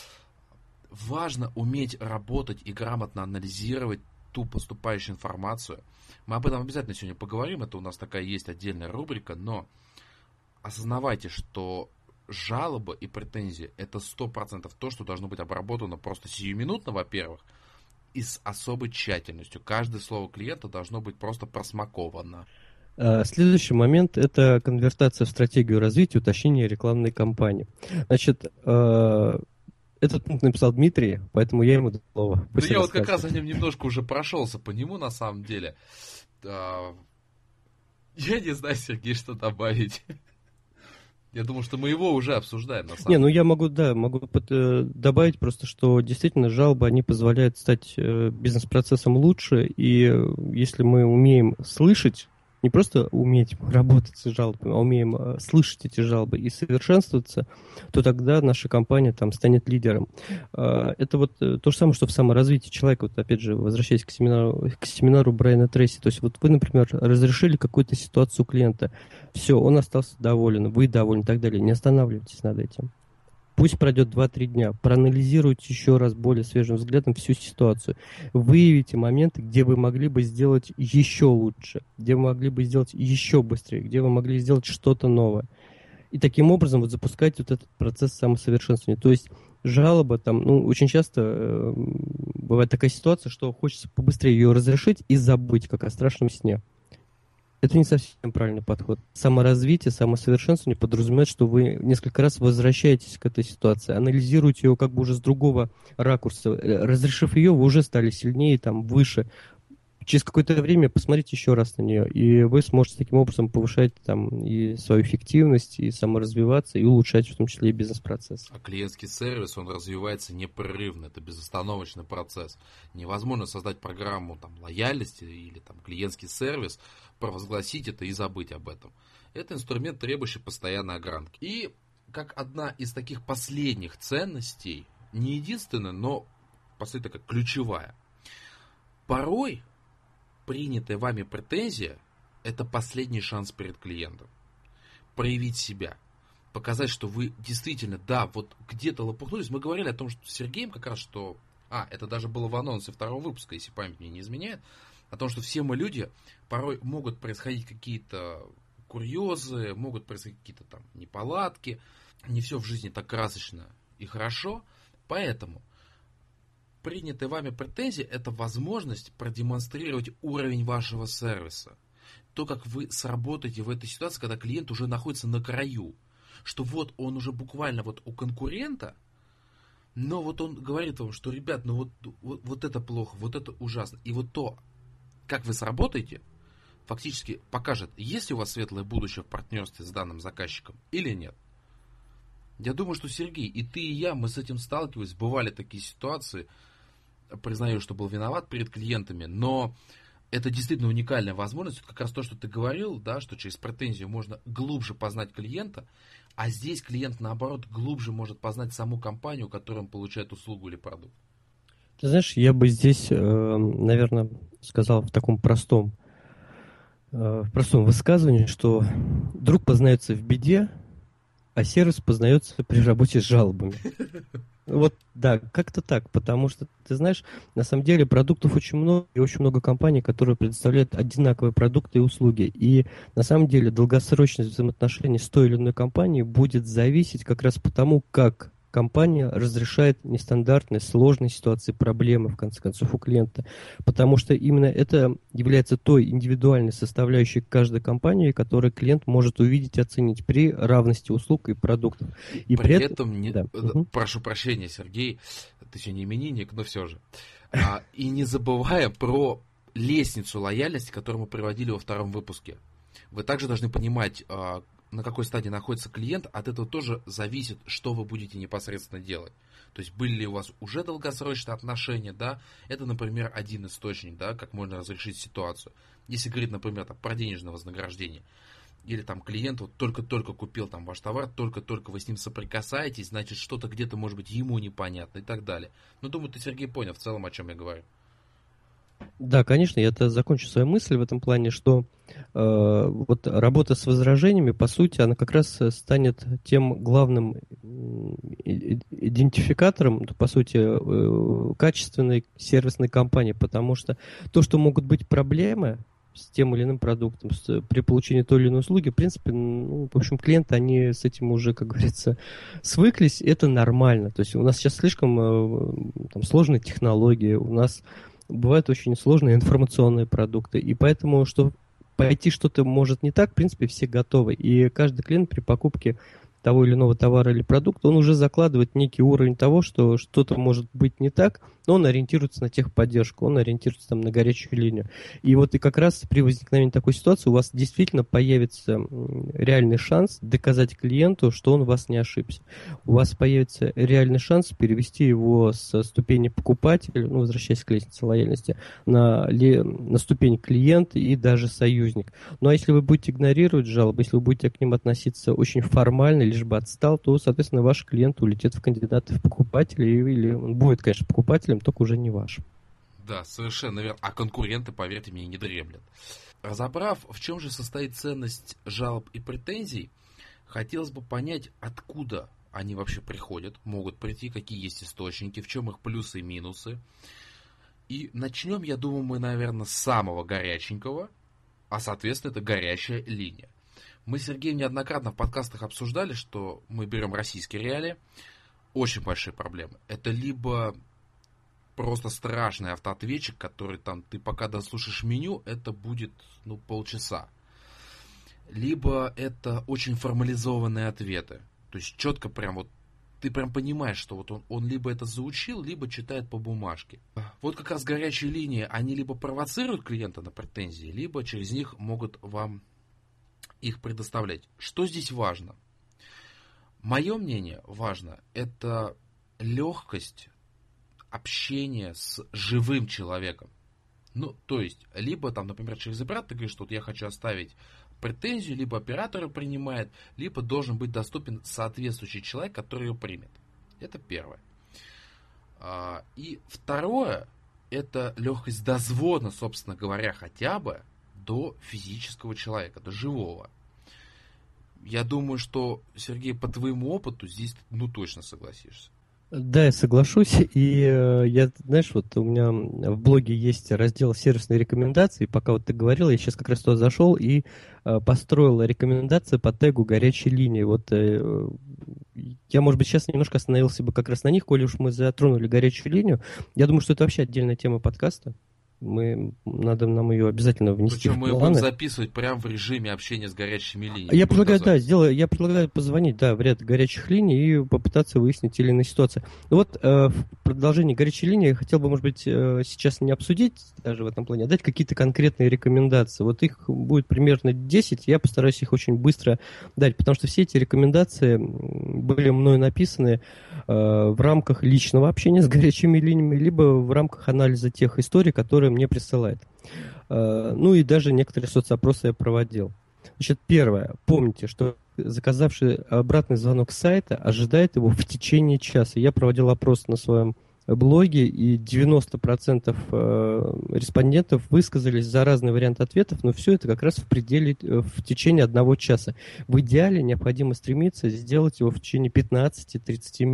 Важно уметь работать и грамотно анализировать ту поступающую информацию. Мы об этом обязательно сегодня поговорим, это у нас такая есть отдельная рубрика, но осознавайте, что жалоба и претензии это сто процентов то, что должно быть обработано просто сиюминутно, во-первых, и с особой тщательностью. Каждое слово клиента должно быть просто просмаковано.
Следующий момент – это конвертация в стратегию развития, уточнение рекламной кампании. Значит, этот пункт написал Дмитрий, поэтому я ему дал слово.
Ну, я вот как раз о нем немножко уже прошелся по нему, на самом деле. Я не знаю, Сергей, что добавить. Я думаю, что мы его уже обсуждаем, на самом
Не,
деле.
ну я могу, да, могу добавить просто, что действительно жалобы, они позволяют стать бизнес-процессом лучше, и если мы умеем слышать, не просто уметь работать с жалобами, а умеем слышать эти жалобы и совершенствоваться, то тогда наша компания там станет лидером. Это вот то же самое, что в саморазвитии человека. Вот опять же, возвращаясь к семинару, к семинару Брайана Трейси. То есть вот вы, например, разрешили какую-то ситуацию клиента. Все, он остался доволен, вы довольны и так далее. Не останавливайтесь над этим. Пусть пройдет два-три дня, проанализируйте еще раз более свежим взглядом всю ситуацию. Выявите моменты, где вы могли бы сделать еще лучше, где вы могли бы сделать еще быстрее, где вы могли сделать что-то новое. И таким образом вот запускайте вот этот процесс самосовершенствования. То есть жалоба там, ну, очень часто э, бывает такая ситуация, что хочется побыстрее ее разрешить и забыть, как о страшном сне. Это не совсем правильный подход. Саморазвитие, самосовершенствование подразумевает, что вы несколько раз возвращаетесь к этой ситуации, анализируете ее как бы уже с другого ракурса. Разрешив ее, вы уже стали сильнее, там, выше. Через какое-то время посмотрите еще раз на нее, и вы сможете таким образом повышать там и свою эффективность, и саморазвиваться, и улучшать в том числе и бизнес-процесс.
А клиентский сервис, он развивается непрерывно, это безостановочный процесс. Невозможно создать программу там, лояльности или там, клиентский сервис, провозгласить это и забыть об этом. Это инструмент, требующий постоянной огранки. И как одна из таких последних ценностей, не единственная, но по сути такая ключевая, порой принятая вами претензия – это последний шанс перед клиентом. Проявить себя. Показать, что вы действительно, да, вот где-то лопухнулись. Мы говорили о том, что с Сергеем как раз, что... А, это даже было в анонсе второго выпуска, если память мне не изменяет. О том, что все мы люди, порой могут происходить какие-то курьезы, могут происходить какие-то там неполадки. Не все в жизни так красочно и хорошо. Поэтому... принятая вами претензия – это возможность продемонстрировать уровень вашего сервиса. То, как вы сработаете в этой ситуации, когда клиент уже находится на краю. Что вот он уже буквально вот у конкурента, но вот он говорит вам, что, ребят, ну вот, вот, вот это плохо, вот это ужасно. И вот то, как вы сработаете, фактически покажет, есть ли у вас светлое будущее в партнерстве с данным заказчиком или нет. Я думаю, что, Сергей, и ты, и я, мы с этим сталкивались, бывали такие ситуации. Признаю, что был виноват перед клиентами, но это действительно уникальная возможность. Это как раз то, что ты говорил, да, что через претензию можно глубже познать клиента, а здесь клиент, наоборот, глубже может познать саму компанию, у которой он получает услугу или продукт.
Ты знаешь, я бы здесь, наверное, сказал в таком простом, в простом высказывании, что друг познается в беде, а сервис познается при работе с жалобами. Вот, да, как-то так, потому что, ты знаешь, на самом деле продуктов очень много, и очень много компаний, которые предоставляют одинаковые продукты и услуги. И на самом деле долгосрочность взаимоотношений с той или иной компанией будет зависеть как раз потому, как компания разрешает нестандартные, сложные ситуации, проблемы, в конце концов, у клиента. Потому что именно это является той индивидуальной составляющей каждой компании, которую клиент может увидеть и оценить при равности услуг и продуктов. И
при,
при
этом,
этом
не,
да.
прошу прощения, Сергей, ты еще не именинник, но все же. А, и не забывая про лестницу лояльности, которую мы приводили во втором выпуске. Вы также должны понимать, на какой стадии находится клиент, от этого тоже зависит, что вы будете непосредственно делать. То есть, были ли у вас уже долгосрочные отношения, да, это, например, один источник, да, как можно разрешить ситуацию. Если говорить, например, там, про денежное вознаграждение, или там клиент вот только-только купил там ваш товар, только-только вы с ним соприкасаетесь, значит, что-то где-то, может быть, ему непонятно и так далее. Но думаю, ты, Сергей, понял в целом, о чем я говорю.
Да, конечно, я-то закончу свою мысль в этом плане, что э, вот работа с возражениями, по сути, она как раз станет тем главным идентификатором, по сути, э, качественной сервисной компании, потому что то, что могут быть проблемы с тем или иным продуктом, с, при получении той или иной услуги, в принципе, ну, в общем, клиенты, они с этим уже, как говорится, свыклись, это нормально. То есть у нас сейчас слишком э, там, сложные технологии, у нас бывают очень сложные информационные продукты, и поэтому, что пойти что-то может не так, в принципе, все готовы. И каждый клиент при покупке того или иного товара или продукта, он уже закладывает некий уровень того, что что-то может быть не так, но он ориентируется на техподдержку, он ориентируется там на горячую линию. И вот и как раз при возникновении такой ситуации у вас действительно появится реальный шанс доказать клиенту, что он у вас не ошибся. У вас появится реальный шанс перевести его со ступени покупателя, ну, возвращаясь к лестнице лояльности, на, на ступень клиент и даже союзник. Ну, а если вы будете игнорировать жалобы, если вы будете к ним относиться очень формально, лишь бы отстал, то, соответственно, ваш клиент улетит в кандидаты в покупатели, или он будет, конечно, покупателем, только уже не ваш.
Да, совершенно верно. А конкуренты, поверьте мне, не дремлят. Разобрав, в чем же состоит ценность жалоб и претензий, хотелось бы понять, откуда они вообще приходят, могут прийти, какие есть источники, в чем их плюсы и минусы. И начнем, я думаю, мы, наверное, с самого горяченького, а, соответственно, это горячая линия. Мы с Сергеем неоднократно в подкастах обсуждали, что мы берем российские реалии, очень большие проблемы. Это либо просто страшный автоответчик, который там, ты пока дослушаешь меню, это будет, ну, полчаса. Либо это очень формализованные ответы. То есть четко прям вот, ты прям понимаешь, что вот он, он либо это заучил, либо читает по бумажке. Вот как раз горячие линии, они либо провоцируют клиента на претензии, либо через них могут вам их предоставлять. Что здесь важно? Мое мнение важно, это легкость общения с живым человеком. Ну, то есть, либо там, например, через оператор ты говоришь, что вот я хочу оставить претензию, либо оператор принимает, либо должен быть доступен соответствующий человек, который ее примет. Это первое. И второе, это легкость дозвона, собственно говоря, хотя бы до физического человека, до живого. Я думаю, что, Сергей, по твоему опыту здесь, ну, точно согласишься.
Да, я соглашусь. И э, я, знаешь, вот у меня в блоге есть раздел сервисные рекомендации. Пока вот ты говорил, я сейчас как раз туда зашел и э, построил рекомендации по тегу горячей линии. Вот э, я, может быть, сейчас немножко остановился бы как раз на них, коли уж мы затронули горячую линию. Я думаю, что это вообще отдельная тема подкаста. Мы, надо нам ее обязательно внести.
Причем
в
мы
планы.
будем записывать прямо в режиме общения с горячими линиями.
Я предлагаю, да, сделаю, я предлагаю позвонить, да, в ряд горячих линий и попытаться выяснить те или иные ситуации. Ну вот, э, в продолжении горячей линии я хотел бы, может быть, э, сейчас не обсудить даже в этом плане, а дать какие-то конкретные рекомендации. Вот их будет примерно десять, я постараюсь их очень быстро дать, потому что все эти рекомендации были мною написаны э, в рамках личного общения с горячими линиями, либо в рамках анализа тех историй, которые мне присылают. Ну и даже некоторые соцопросы я проводил. Значит, первое. Помните, что заказавший обратный звонок с сайта ожидает его в течение часа. Я проводил опрос на своем блоге, и девяносто процентов респондентов высказались за разные варианты ответов, но все это как раз в пределе, в течение одного часа. В идеале необходимо стремиться сделать его в течение пятнадцати-тридцати минут.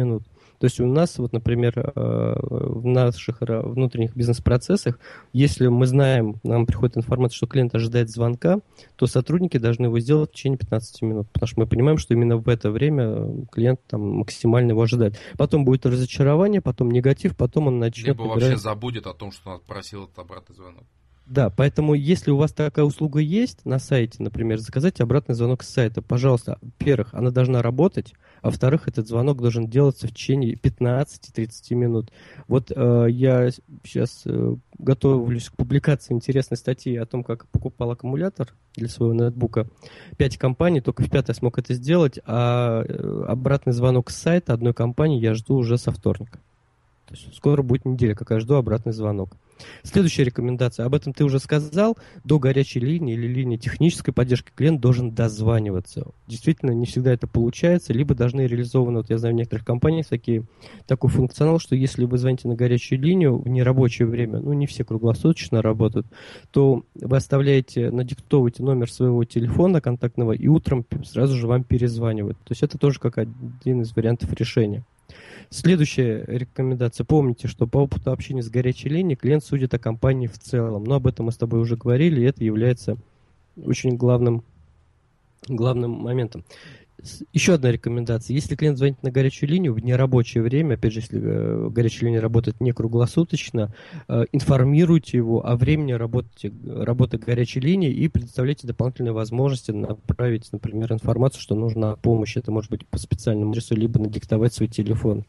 То есть у нас, вот, например, в наших внутренних бизнес-процессах, если мы знаем, нам приходит информация, что клиент ожидает звонка, то сотрудники должны его сделать в течение пятнадцати минут, потому что мы понимаем, что именно в это время клиент там максимально его ожидает. Потом будет разочарование, потом негатив, потом он начнет...
Либо
набирать...
вообще забудет о том, что он просил этот обратный звонок.
Да, поэтому если у вас такая услуга есть на сайте, например, заказать обратный звонок с сайта, пожалуйста, во-первых, она должна работать, а во-вторых, этот звонок должен делаться в течение пятнадцати-тридцати минут. Вот э, я сейчас э, готовлюсь к публикации интересной статьи о том, как покупал аккумулятор для своего ноутбука. Пять компаний, только в пятой я смог это сделать, а э, обратный звонок с сайта одной компании я жду уже со вторника. То есть скоро будет неделя, как я жду обратный звонок. Следующая рекомендация, об этом ты уже сказал, до горячей линии или линии технической поддержки клиент должен дозваниваться. Действительно, не всегда это получается, либо должны реализованы, вот я знаю в некоторых компаниях такие, такой функционал, что если вы звоните на горячую линию в нерабочее время, ну не все круглосуточно работают, то вы оставляете, надиктовываете номер своего телефона контактного и утром сразу же вам перезванивают. То есть это тоже как один из вариантов решения. Следующая рекомендация. Помните, что по опыту общения с горячей линией клиент судит о компании в целом. Но об этом мы с тобой уже говорили, и это является очень главным, главным моментом. Еще одна рекомендация. Если клиент звонит на горячую линию в нерабочее время, опять же, если горячая линия работает не круглосуточно, информируйте его о времени работы, работы горячей линии и предоставляйте дополнительные возможности направить, например, информацию, что нужна помощь. Это может быть по специальному адресу, либо надиктовать свой телефон.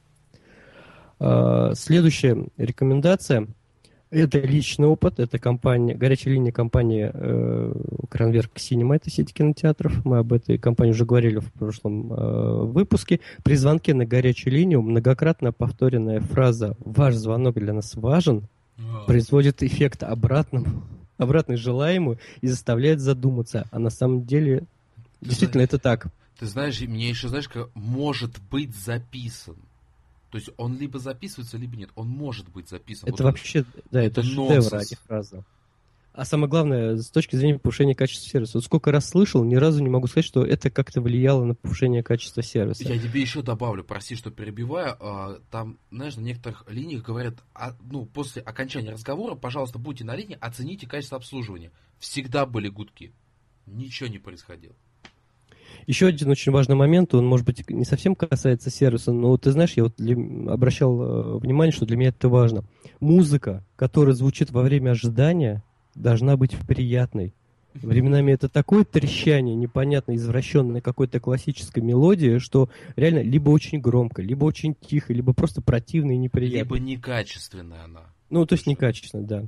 Следующая рекомендация. Это личный опыт, это компания, горячая линия компании э, Кранверк Cinema, это сеть кинотеатров. Мы об этой компании уже говорили в прошлом э, выпуске. При звонке на горячую линию многократно повторенная фраза «Ваш звонок для нас важен» производит эффект обратным, обратный желаемому и заставляет задуматься. А на самом деле, ты действительно, знаешь, это так.
Ты знаешь, мне еще, знаешь, как может быть записан. То есть он либо записывается, либо нет. Он может быть записан.
Это
вот
вообще, да, это, это шедевр, а не фраза. А самое главное, с точки зрения повышения качества сервиса. Вот сколько раз слышал, ни разу не могу сказать, что это как-то влияло на повышение качества сервиса.
Я тебе еще добавлю, прости, что перебиваю. Там, знаешь, на некоторых линиях говорят, ну, после окончания разговора, пожалуйста, будьте на линии, оцените качество обслуживания. Всегда были гудки. Ничего не происходило.
Еще один очень важный момент, он, может быть, не совсем касается сервиса, но ты знаешь, я вот для, обращал э, внимание, что для меня это важно. Музыка, которая звучит во время ожидания, должна быть приятной. Временами это такое трещание, непонятно извращенное какой-то классической мелодии, что реально либо очень громко, либо очень тихо, либо просто противно и неприятно.
Либо некачественная она.
Ну, то есть некачественно, да.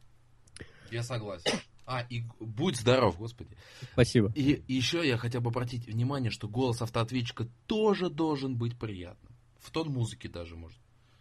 Я согласен. А, и будь здоров, господи.
Спасибо.
И, и еще я хотел бы обратить внимание, что голос автоответчика тоже должен быть приятным. В тон музыки даже может.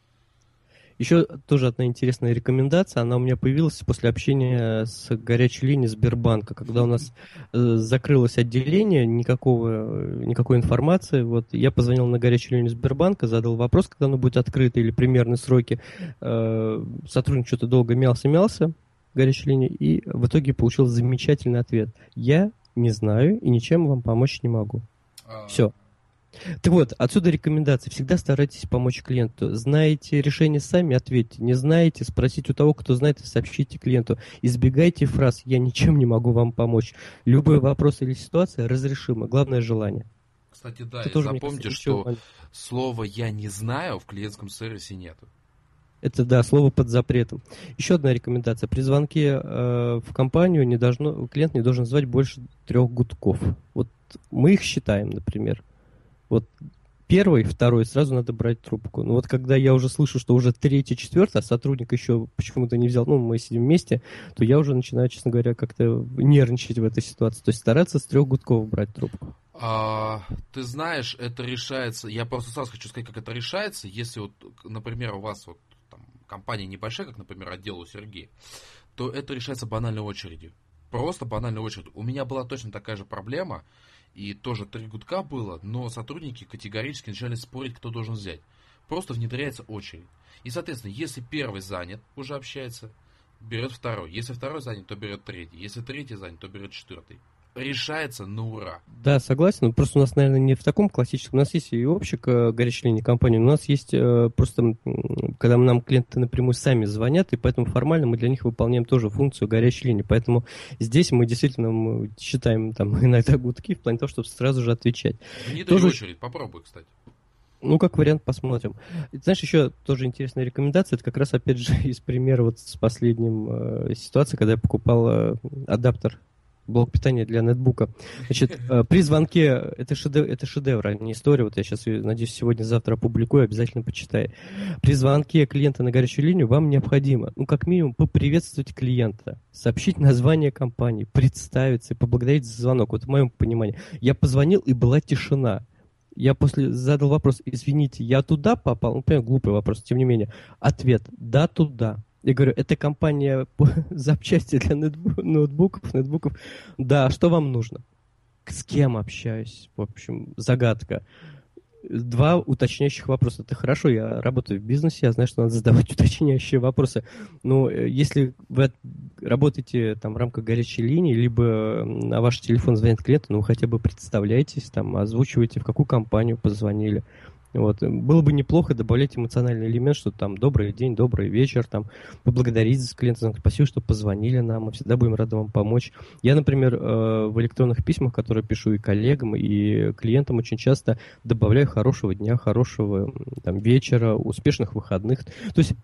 Еще тоже одна интересная рекомендация, она у меня появилась после общения с горячей линией Сбербанка, когда у нас э, закрылось отделение, никакого, никакой информации. Вот, я позвонил на горячую линию Сбербанка, задал вопрос, когда оно будет открыто или примерные сроки. Э, сотрудник что-то долго мялся-мялся, горячей линии, и в итоге получил замечательный ответ. Я не знаю и ничем вам помочь не могу. А... Все. Так вот, отсюда рекомендация. Всегда старайтесь помочь клиенту. Знаете решение сами, ответьте. Не знаете, спросите у того, кто знает, и сообщите клиенту. Избегайте фраз «я ничем не могу вам помочь». Любой вопрос или ситуация разрешима. Главное желание.
Кстати, да, и запомните, что момент. Слова «я не знаю» в клиентском сервисе нету.
Это, да, слово под запретом. Еще одна рекомендация. При звонке э, в компанию не должно, клиент не должен звать больше трех гудков. Вот мы их считаем, например. Вот первый, второй, сразу надо брать трубку. Но вот когда я уже слышу, что уже третий, четвертый, а сотрудник еще почему-то не взял, ну, мы сидим вместе, то я уже начинаю, честно говоря, как-то нервничать в этой ситуации. То есть стараться с трех гудков брать трубку.
А, ты знаешь, это решается, я просто сразу хочу сказать, как это решается, если вот, например, у вас вот компания небольшая, как, например, отдел у Сергея, то это решается банальной очередью. Просто банальной очередью. У меня была точно такая же проблема, и тоже три гудка было, но сотрудники категорически начали спорить, кто должен взять. Просто внедряется очередь. И, соответственно, если первый занят, уже общается, берет второй. Если второй занят, то берет третий. Если третий занят, то берет четвертый. решается на ура.
Да, согласен. Просто у нас, наверное, не в таком классическом. У нас есть и общик э, горячей линии компании, но у нас есть э, просто, когда нам клиенты напрямую сами звонят, и поэтому формально мы для них выполняем тоже функцию горячей линии. Поэтому здесь мы действительно мы считаем там иногда гудки в плане того, чтобы сразу же отвечать.
Внутри
тоже...
очередь, попробуй, кстати.
Ну, как вариант, посмотрим. И, знаешь, еще тоже интересная рекомендация, это как раз, опять же, из примера вот с последним э, ситуации, когда я покупал э, адаптер, блок питания для нетбука. Значит, э, при звонке, это шедевр, это шедевр, а не история, вот я сейчас, надеюсь, сегодня-завтра опубликую, обязательно почитай. При звонке клиента на горячую линию вам необходимо, ну, как минимум, поприветствовать клиента, сообщить название компании, представиться и поблагодарить за звонок. Вот в моем понимании. Я позвонил, и была тишина. Я после задал вопрос, извините, я туда попал? Ну, понимаю, глупый вопрос, тем не менее. Ответ, да, туда. Я говорю, это компания по запчасти для нетбу- ноутбуков, нетбуков. Да, что вам нужно? С кем общаюсь? В общем, загадка. Два уточняющих вопроса. Это хорошо, я работаю в бизнесе, я знаю, что надо задавать уточняющие вопросы. Но если вы работаете там в рамках горячей линии, либо на ваш телефон звонит клиент, ну, хотя бы представляйтесь, там, озвучивайте, в какую компанию позвонили. Вот. Было бы неплохо добавлять эмоциональный элемент, что там добрый день, добрый вечер, там, поблагодарить за клиента, спасибо, что позвонили нам, мы всегда будем рады вам помочь. Я, например, в электронных письмах, которые пишу и коллегам, и клиентам, очень часто добавляю хорошего дня, хорошего там, вечера, успешных выходных. То есть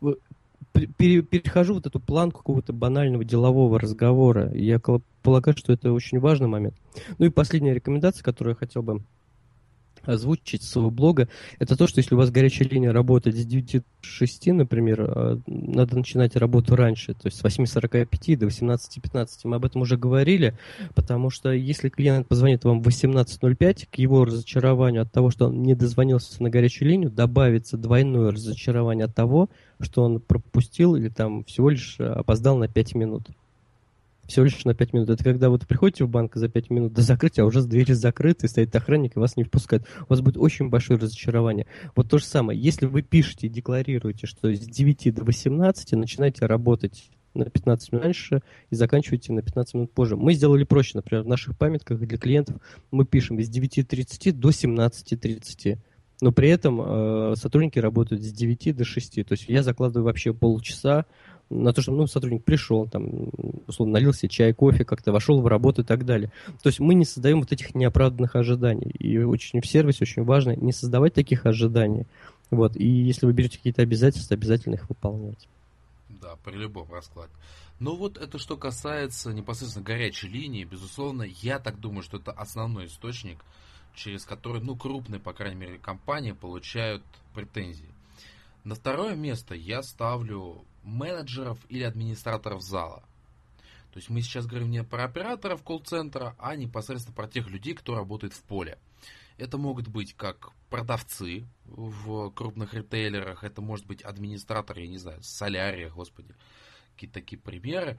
перехожу вот эту планку какого-то банального делового разговора. И я полагаю, что это очень важный момент. Ну и последняя рекомендация, которую я хотел бы озвучить с своего блога, это то, что если у вас горячая линия работает с девяти до шести, например, надо начинать работу раньше, то есть с восьми сорока пяти до восемнадцати пятнадцати. Мы об этом уже говорили, потому что если клиент позвонит вам в восемнадцать ноль пять, к его разочарованию от того, что он не дозвонился на горячую линию, добавится двойное разочарование от того, что он пропустил или там всего лишь опоздал на пять минут. Всего лишь на пять минут. Это когда вы приходите в банк за пять минут до закрытия, а уже двери закрыты, стоит охранник и вас не впускает. У вас будет очень большое разочарование. Вот то же самое. Если вы пишете и декларируете, что с девяти до восемнадцати начинаете работать на пятнадцать минут раньше и заканчиваете на пятнадцать минут позже. Мы сделали проще. Например, в наших памятках для клиентов мы пишем с девяти тридцати до семнадцати тридцати. Но при этом э, сотрудники работают с девяти до шести. То есть я закладываю вообще полчаса на то, что ну, сотрудник пришел, там, условно, налил себе чай, кофе, как-то вошел в работу и так далее. То есть мы не создаем вот этих неоправданных ожиданий. И очень в сервисе очень важно не создавать таких ожиданий. Вот. И если вы берете какие-то обязательства, обязательно их выполнять.
Да, при любом раскладе. Но вот это что касается непосредственно горячей линии, безусловно, я так думаю, что это основной источник, через который, ну, крупные, по крайней мере, компании получают претензии. На второе место я ставлю менеджеров или администраторов зала. То есть мы сейчас говорим не про операторов колл-центра, а непосредственно про тех людей, кто работает в поле. Это могут быть как продавцы в крупных ритейлерах, это может быть администратор, я не знаю, солярия, господи, какие-то такие примеры.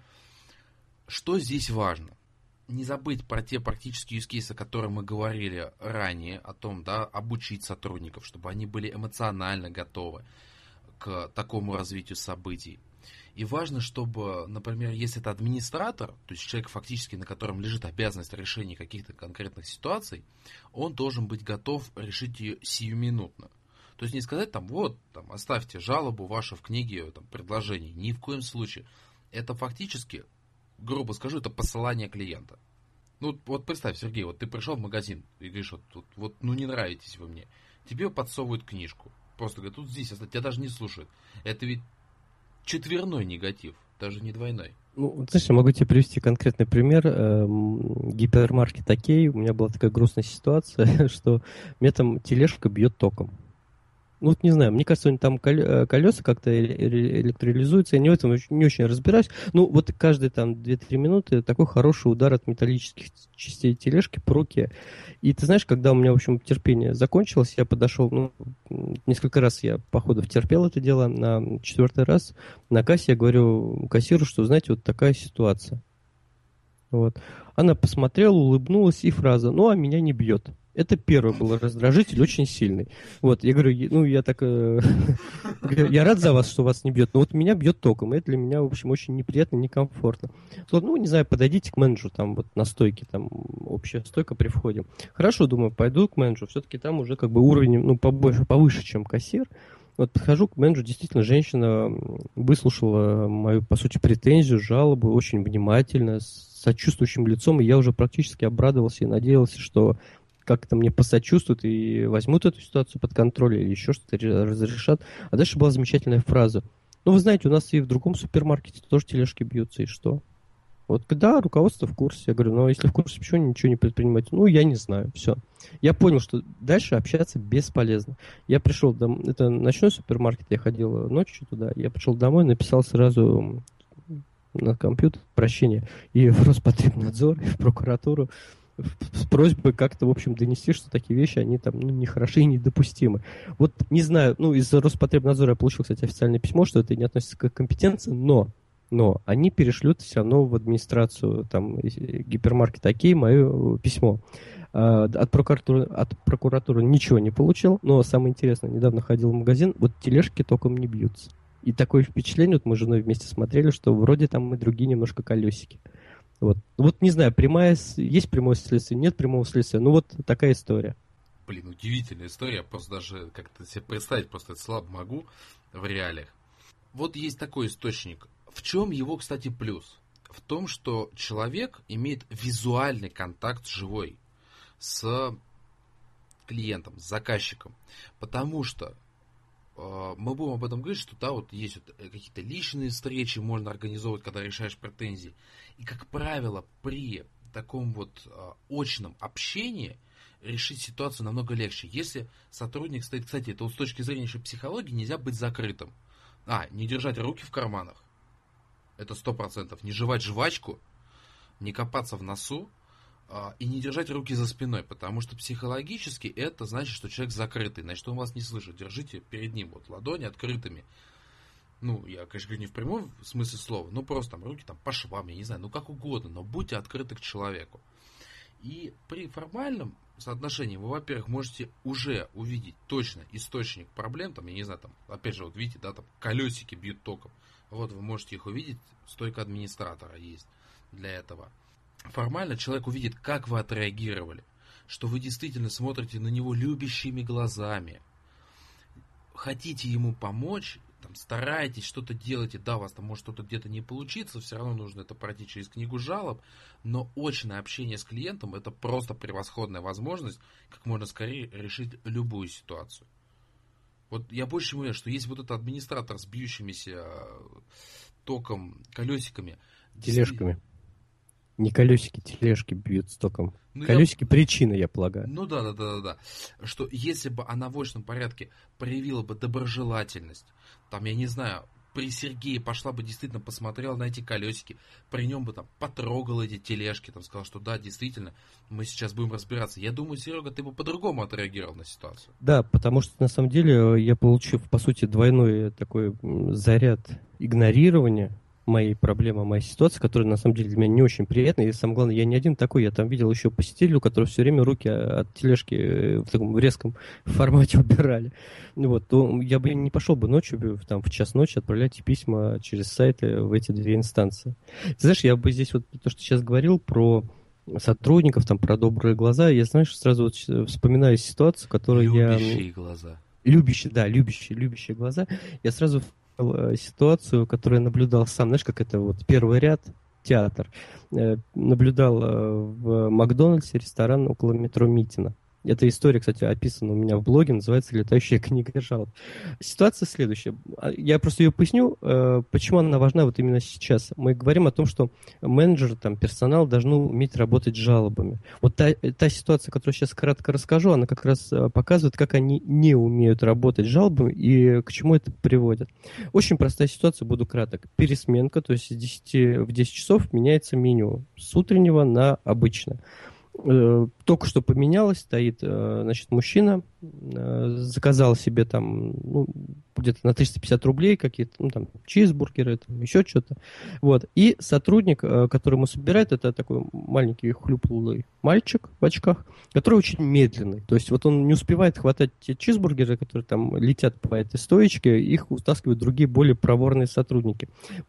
Что здесь важно? Не забыть про те практические use cases, о которых мы говорили ранее, о том, да, обучить сотрудников, чтобы они были эмоционально готовы к такому развитию событий. И важно, чтобы, например, если это администратор, то есть человек фактически, на котором лежит обязанность решения каких-то конкретных ситуаций, он должен быть готов решить ее сиюминутно. То есть не сказать там, вот, там, оставьте жалобу вашу в книге там, предложений. Ни в коем случае. Это фактически, грубо скажу, это посылание клиента. Ну, вот представь, Сергей, вот ты пришел в магазин и говоришь, вот, вот, вот ну не нравитесь вы мне. Тебе подсовывают книжку. Просто говорят, тут здесь, тебя даже не слушают. Это ведь четверной негатив, даже не двойной.
Ну, знаешь, я могу тебе привести конкретный пример. Гипермаркет Окей. У меня была такая грустная ситуация, что мне там тележка бьет током. Ну, вот не знаю, мне кажется, у них там колеса как-то электролизуются, я не в этом не очень разбираюсь. Ну, вот каждые там две-три минуты такой хороший удар от металлических частей тележки по руке. И ты знаешь, когда у меня, в общем, терпение закончилось, я подошел, ну, несколько раз я, походу, втерпел это дело, на четвертый раз на кассе я говорю кассиру, что, знаете, вот такая ситуация. Вот. Она посмотрела, улыбнулась, и фраза, ну, а меня не бьет. Это первый был раздражитель, очень сильный. Вот, я говорю, ну, я так... Э, Я рад за вас, что вас не бьет, но вот меня бьет током, и это для меня, в общем, очень неприятно, некомфортно. Ну, не знаю, подойдите к менеджеру, там, вот на стойке, там, общая стойка при входе. Хорошо, думаю, пойду к менеджеру, все-таки там уже как бы уровень, ну, побольше, повыше, чем кассир. Вот подхожу к менеджеру, действительно, женщина выслушала мою, по сути, претензию, жалобу, очень внимательно, с сочувствующим лицом, и я уже практически обрадовался и надеялся, что как-то мне посочувствуют и возьмут эту ситуацию под контроль или еще что-то разрешат. А дальше была замечательная фраза. Ну, вы знаете, у нас и в другом супермаркете тоже тележки бьются, и что? Вот, да, руководство в курсе. Я говорю, ну, если в курсе, почему ничего не предпринимать? Ну, я не знаю, все. Я понял, что дальше общаться бесполезно. Я пришел домой, это ночной супермаркет, я ходил ночью туда, я пришел домой, написал сразу на компьютер прощение и в Роспотребнадзор, и в прокуратуру, с просьбой как-то, в общем, донести, что такие вещи, они там, ну, нехороши и недопустимы. Вот, не знаю, ну, из Роспотребнадзора я получил, кстати, официальное письмо, что это не относится к компетенции, но, но они перешлют все равно в администрацию, там, гипермаркет «Окей» мое письмо. От прокуратуры, от прокуратуры ничего не получил, но самое интересное, недавно ходил в магазин, вот тележки током не бьются. И такое впечатление, вот мы с женой вместе смотрели, что вроде там и другие немножко колесики. Вот. Вот не знаю, прямая, есть прямое следствие, нет прямого следствия. Ну вот такая история.
Блин, удивительная история. Я просто даже как-то себе представить просто это слабо могу в реалиях. Вот есть такой источник. В чем его, кстати, плюс? В том, что человек имеет визуальный контакт живой с клиентом, с заказчиком. Потому что э, мы будем об этом говорить, что да, вот есть вот какие-то личные встречи можно организовывать, когда решаешь претензии. И, как правило, при таком вот э, очном общении решить ситуацию намного легче. Если сотрудник стоит, кстати, это вот с точки зрения еще психологии, нельзя быть закрытым. А, не держать руки в карманах. Это сто процентов. Не жевать жвачку, не копаться в носу а, и не держать руки за спиной. Потому что психологически это значит, что человек закрытый. Значит, он вас не слышит. Держите перед ним вот ладони открытыми. Ну, я, конечно, говорю не в прямом смысле слова, но просто там руки там по швам, я не знаю, ну как угодно, но будьте открыты к человеку. И при формальном соотношении вы, во-первых, можете уже увидеть точно источник проблем, там, я не знаю, там, опять же, вот видите, да, там колесики бьют током. Вот вы можете их увидеть, стойка администратора есть для этого. Формально человек увидит, как вы отреагировали, что вы действительно смотрите на него любящими глазами, хотите ему помочь, там, стараетесь, что-то делаете, да, у вас там может что-то где-то не получиться, все равно нужно это пройти через книгу жалоб, но очное общение с клиентом это просто превосходная возможность как можно скорее решить любую ситуацию. Вот я больше чем уверен, что есть вот этот администратор с бьющимися током, колесиками.
Тележками. Не колесики, тележки бьют током. Ну, колесики я... причина, я полагаю.
Ну да, да, да, да, да. Что если бы она в очном порядке проявила бы доброжелательность, там, я не знаю, при Сергее пошла бы действительно посмотрела на эти колесики, при нем бы там потрогала эти тележки, там сказала, что да, действительно, мы сейчас будем разбираться. Я думаю, Серега, ты бы по-другому отреагировал на ситуацию.
Да, потому что на самом деле я получил, по сути, двойной такой заряд игнорирования моей проблемы, моей ситуации, которая на самом деле для меня не очень приятная. И самое главное, я не один такой, я там видел еще посетителей, у которых все время руки от тележки в таком резком формате убирали. Вот, то я бы не пошел бы ночью, там, в час ночи отправлять письма через сайты в эти две инстанции. Ты знаешь, я бы здесь вот то, что сейчас говорил про сотрудников, там, про добрые глаза, я, знаешь, сразу вот вспоминаю ситуацию, которую я...
Любящие глаза.
Любящие, да, любящие, любящие глаза. Я сразу ситуацию, которую я наблюдал сам, знаешь, как это вот первый ряд, театр, э, наблюдал э, в Макдональдсе ресторан около метро Митина. Эта история, кстати, описана у меня в блоге, называется «Летающая книга жалоб». Ситуация следующая. Я просто ее поясню, почему она важна вот именно сейчас. Мы говорим о том, что менеджер, там, персонал должны уметь работать с жалобами. Вот та, та ситуация, которую сейчас кратко расскажу, она как раз показывает, как они не умеют работать с жалобами и к чему это приводит. Очень простая ситуация, буду краток. Пересменка, то есть с десяти в десять часов меняется меню с утреннего на обычное. Только что поменялось, стоит, значит, мужчина, заказал себе там, ну, где-то на триста пятьдесят рублей какие-то, ну, там, чизбургеры, там, еще что-то. Вот. И сотрудник, который ему собирает, это такой маленький хлюплый мальчик в очках, который очень медленный. То есть вот он не успевает хватать те чизбургеры, которые там летят по этой стоечке, их утаскивают другие более проворные сотрудники.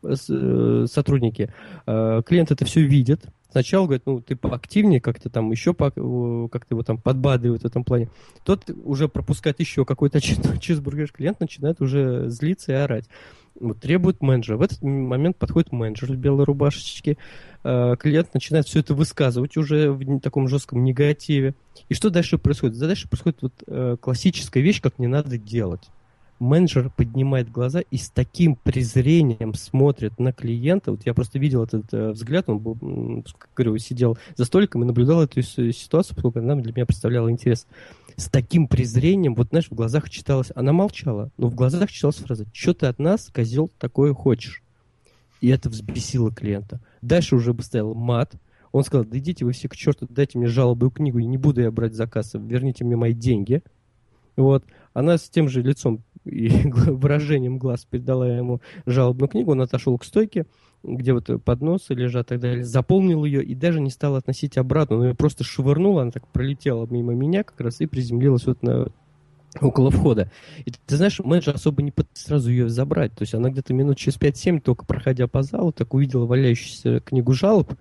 Сотрудники. Клиент это все видит. Сначала говорит, ну, ты поактивнее, как-то там еще как-то его там подбадривает в этом плане. Тот уже пропускает еще какой-то чизбургер, клиент начинает уже злиться и орать. Вот, требует менеджера. В этот момент подходит менеджер в белой рубашечке. Клиент начинает все это высказывать уже в таком жестком негативе. И что дальше происходит? Дальше происходит вот классическая вещь, как не надо делать. Менеджер поднимает глаза и с таким презрением смотрит на клиента. Вот я просто видел этот э, взгляд, он был, как говорю, сидел за столиком и наблюдал эту ситуацию, поскольку она для меня представляла интерес. С таким презрением, вот знаешь, в глазах читалось, она молчала, но в глазах читалась фраза: «Что ты от нас, козел, такое хочешь?» И это взбесило клиента. Дальше уже бы стоял мат. Он сказал: да идите вы все к черту, дайте мне жалобную книгу, и не буду я брать заказ, верните мне мои деньги. Вот. Она с тем же лицом и выражением глаз передала ему жалобную книгу, он отошел к стойке, где вот подносы лежат и так далее, заполнил ее и даже не стал относить обратно, но ее просто швырнул, она так пролетела мимо меня как раз и приземлилась вот на, около входа. И ты знаешь, менеджер особо не пытался сразу ее забрать, то есть она где-то минут через пять-семь, только проходя по залу, так увидела валяющуюся книгу жалоб,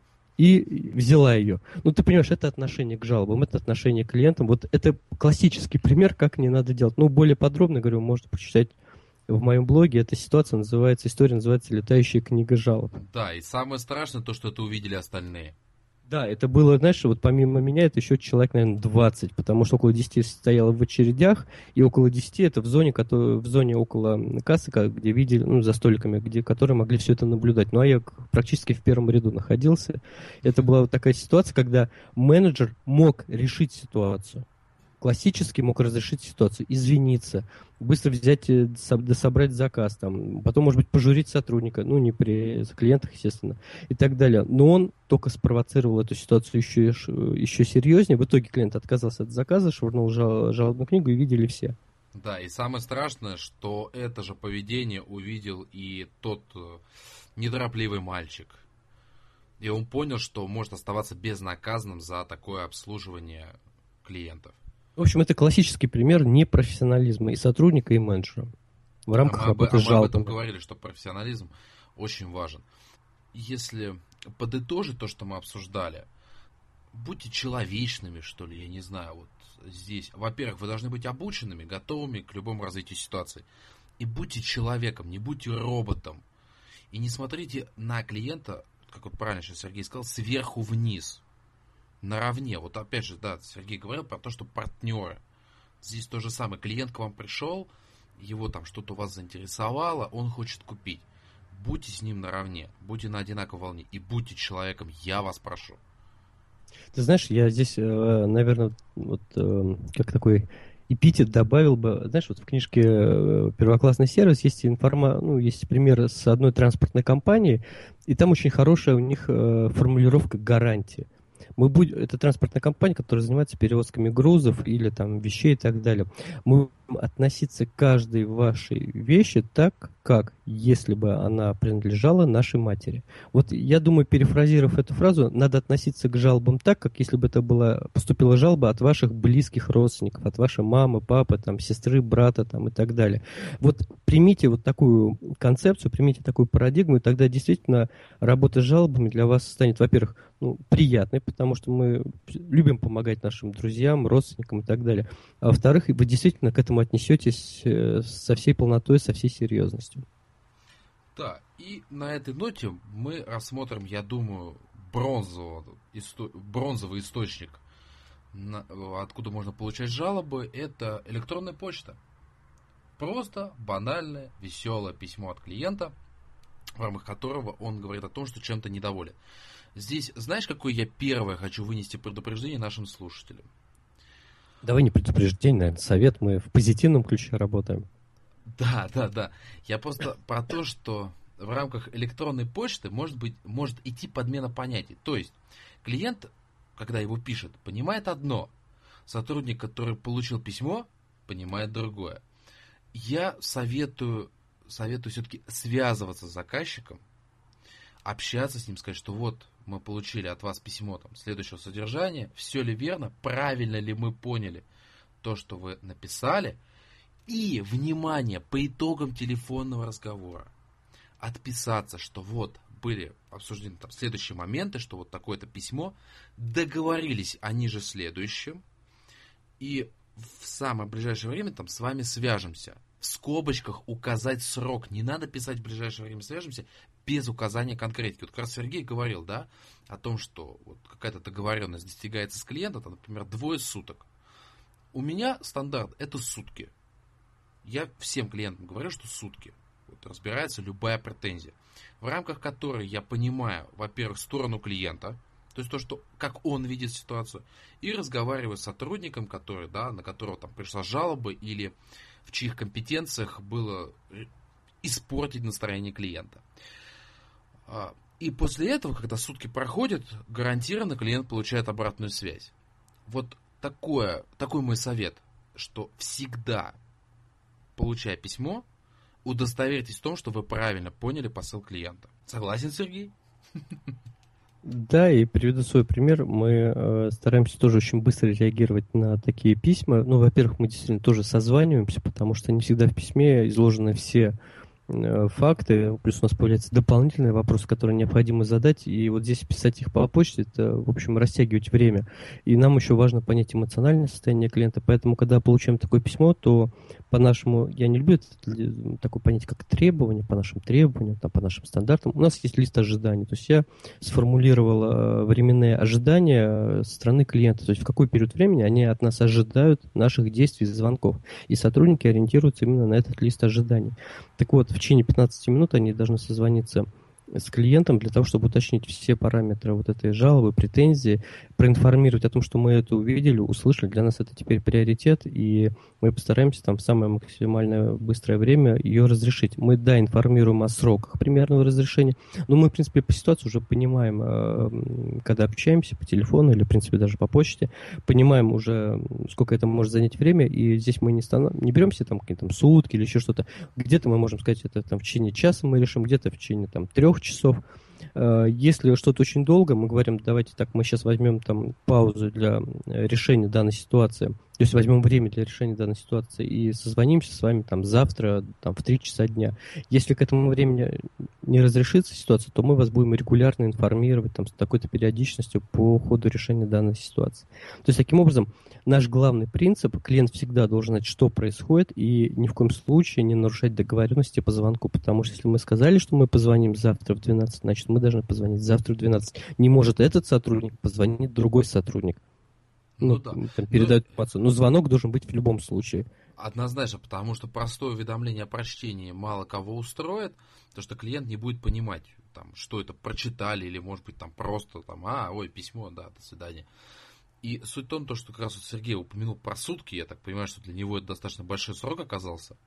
и взяла ее. Ну, ты понимаешь, это отношение к жалобам, это отношение к клиентам. Вот это классический пример, как не надо делать. Ну, более подробно, говорю, можно почитать в моем блоге. Эта ситуация называется, история называется «Летающая книга жалоб».
Да, и самое страшное то, что это увидели остальные.
Да, это было, знаешь, вот помимо меня, это еще человек, наверное, двадцать, потому что около десяти стояло в очередях, и около десяти это в зоне, который, в зоне около кассы, где видели, ну, за столиками, где, которые могли все это наблюдать. Ну, а я практически в первом ряду находился. Это была вот такая ситуация, когда менеджер мог решить ситуацию. Классически мог разрешить ситуацию, извиниться, быстро взять, собрать заказ, там, потом, может быть, пожурить сотрудника, ну, не при клиентах, естественно, и так далее. Но он только спровоцировал эту ситуацию еще, еще серьезнее. В итоге клиент отказался от заказа, швырнул жал, жалобную книгу, и видели все.
Да, и самое страшное, что это же поведение увидел и тот неторопливый мальчик. И он понял, что может оставаться безнаказанным за такое обслуживание клиентов.
В общем, это классический пример непрофессионализма и сотрудника, и менеджера в рамках
а мы,
работы
а
с жалобами.
Мы об этом говорили, что профессионализм очень важен. Если подытожить то, что мы обсуждали, будьте человечными, что ли, я не знаю, вот здесь. Во-первых, вы должны быть обученными, готовыми к любому развитию ситуации. И будьте человеком, не будьте роботом. И не смотрите на клиента, как вот правильно сейчас Сергей сказал, сверху вниз. Наравне. Вот опять же, да, Сергей говорил про то, что партнеры. Здесь то же самое. Клиент к вам пришел, его там что-то у вас заинтересовало, он хочет купить. Будьте с ним наравне, будьте на одинаковой волне и будьте человеком, я вас прошу.
Ты знаешь, я здесь, наверное, вот как такой эпитет добавил бы. Знаешь, вот в книжке «Первоклассный сервис» есть информа... ну, есть пример с одной транспортной компанией, и там очень хорошая у них формулировка гарантии. Мы будем, это транспортная компания, которая занимается перевозками грузов или там вещей и так далее. Мы будем относиться к каждой вашей вещи так, как если бы она принадлежала нашей матери. Вот я думаю, перефразировав эту фразу, надо относиться к жалобам так, как если бы это была, поступила жалоба от ваших близких родственников, от вашей мамы, папы, там, сестры, брата там, и так далее. Вот примите вот такую концепцию, примите такую парадигму, и тогда действительно работа с жалобами для вас станет, во-первых, ну, приятной, потому что мы любим помогать нашим друзьям, родственникам и так далее. А во-вторых, вы действительно к этому отнесетесь со всей полнотой, со всей серьезностью.
Да, и на этой ноте мы рассмотрим, я думаю, бронзового, исто, бронзовый источник, на, откуда можно получать жалобы, это электронная почта. Просто банальное, веселое письмо от клиента, в рамках которого он говорит о том, что чем-то недоволен. Здесь, знаешь, какое я первое хочу вынести предупреждение нашим слушателям?
Давай не предупреждение, наверное, совет. Мы в позитивном ключе работаем.
Да, да, да. Я просто про то, что в рамках электронной почты может быть, может идти подмена понятий. То есть клиент, когда его пишет, понимает одно. Сотрудник, который получил письмо, понимает другое. я советую, советую все-таки связываться с заказчиком, общаться с ним, сказать, что вот мы получили от вас письмо там, следующего содержания, все ли верно, правильно ли мы поняли то, что вы написали, и, внимание, по итогам телефонного разговора отписаться, что вот были обсуждены там следующие моменты, что вот такое-то письмо, договорились они же следующим, и в самое ближайшее время там с вами свяжемся. В скобочках указать срок. Не надо писать в ближайшее время свяжемся без указания конкретики. Вот как раз Сергей говорил, да, о том, что вот какая-то договоренность достигается с клиентом, там, например, двое суток. У меня стандарт это сутки. Я всем клиентам говорю, что сутки. Вот разбирается любая претензия, в рамках которой я понимаю, во-первых, сторону клиента, то есть то, что, как он видит ситуацию, и разговариваю с сотрудником, который, да, на которого там пришла жалоба или в чьих компетенциях было испортить настроение клиента. И после этого, когда сутки проходят, гарантированно клиент получает обратную связь. Вот такое, такой мой совет, что всегда, получая письмо, удостоверьтесь в том, что вы правильно поняли посыл клиента. Согласен, Сергей?
Да, и приведу свой пример. Мы э, стараемся тоже очень быстро реагировать на такие письма. Ну, во-первых, мы действительно тоже созваниваемся, потому что не всегда в письме изложены все э, факты. Плюс у нас появляются дополнительные вопросы, которые необходимо задать. И вот здесь писать их по почте, это, в общем, растягивать время. И нам еще важно понять эмоциональное состояние клиента. Поэтому, когда получаем такое письмо, то по-нашему, я не люблю это, такое понятие, как требование, по нашим требованиям, там, по нашим стандартам. У нас есть лист ожиданий. То есть я сформулировал э, временные ожидания со стороны клиента. То есть в какой период времени они от нас ожидают наших действий, звонков. И сотрудники ориентируются именно на этот лист ожиданий. Так вот, в течение пятнадцати минут они должны созвониться с клиентом для того, чтобы уточнить все параметры вот этой жалобы, претензии, проинформировать о том, что мы это увидели, услышали. Для нас это теперь приоритет, и мы постараемся там в самое максимальное быстрое время ее разрешить. Мы, да, информируем о сроках примерного разрешения, но мы, в принципе, по ситуации уже понимаем, когда общаемся по телефону или, в принципе, даже по почте, понимаем уже, сколько это может занять время, и здесь мы не, станов... не беремся там какие-то там сутки или еще что-то. Где-то мы можем сказать, это там в течение часа мы решим, где-то в течение там трех часов. Если что-то очень долго, мы говорим, давайте так, мы сейчас возьмем там паузу для решения данной ситуации, то есть возьмем время для решения данной ситуации и созвонимся с вами там завтра там, в три часа дня. Если к этому времени не разрешится ситуация, то мы вас будем регулярно информировать там, с такой-то периодичностью по ходу решения данной ситуации. То есть таким образом наш главный принцип, клиент всегда должен знать, что происходит, и ни в коем случае не нарушать договоренности по звонку, потому что если мы сказали, что мы позвоним завтра в двенадцать, значит мы должны позвонить завтра в двенадцать. Не может этот сотрудник, позвонит другой сотрудник. Ну, ну да. Там, передают информацию. Но звонок должен быть в любом случае.
Однозначно, потому что простое уведомление о прочтении мало кого устроит, то что клиент не будет понимать, там, что это прочитали, или может быть там просто там, а, ой, письмо, да, до свидания. И суть в том, что как раз вот Сергей упомянул про сутки, я так понимаю, что для него это достаточно большой срок оказался.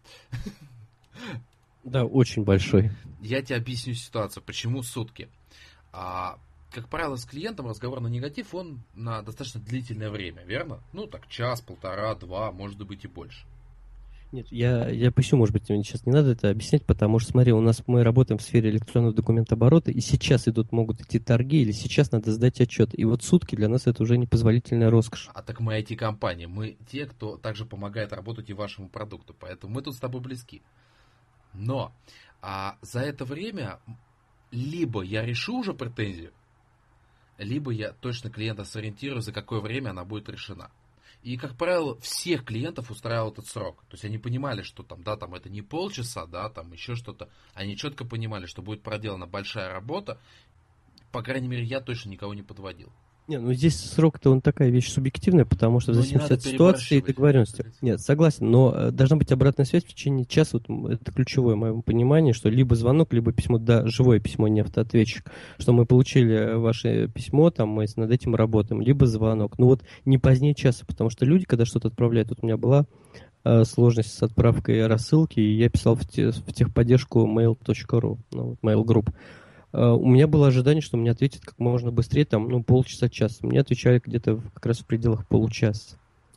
Да, очень большой.
Я тебе объясню ситуацию, почему сутки. А, как правило, с клиентом разговор на негатив, он на достаточно длительное время, верно? Ну, так, час, полтора, два, может быть и больше.
Нет, я, я поясню, может быть, мне сейчас не надо это объяснять, потому что, смотри, у нас мы работаем в сфере электронного документооборота, и сейчас идут, могут идти торги, или сейчас надо сдать отчет. И вот сутки для нас это уже непозволительная роскошь.
А так мы ай ти-компания, мы те, кто также помогает работать и вашему продукту, поэтому мы тут с тобой близки. Но а за это время либо я решу уже претензию, либо я точно клиента сориентирую, за какое время она будет решена. И, как правило, всех клиентов устраивал этот срок. То есть они понимали, что там, да, там это не полчаса, да, там еще что-то. Они четко понимали, что будет проделана большая работа. По крайней мере, я точно никого не подводил.
Не, ну здесь срок-то он такая вещь субъективная, потому что в зависимости от ситуации и договоренности. Нет, согласен, но э, должна быть обратная связь в течение часа. Вот, это ключевое в моем понимании, что либо звонок, либо письмо, да, живое письмо, не автоответчик, что мы получили ваше письмо, там мы над этим работаем, либо звонок. Ну вот не позднее часа, потому что люди, когда что-то отправляют, вот у меня была э, сложность с отправкой рассылки, и я писал в, те, в техподдержку mail точка ру, ну, Mail Group. Uh, у меня было ожидание, что мне ответят как можно быстрее, там, ну, полчаса-час. Мне отвечали где-то как раз в пределах получаса.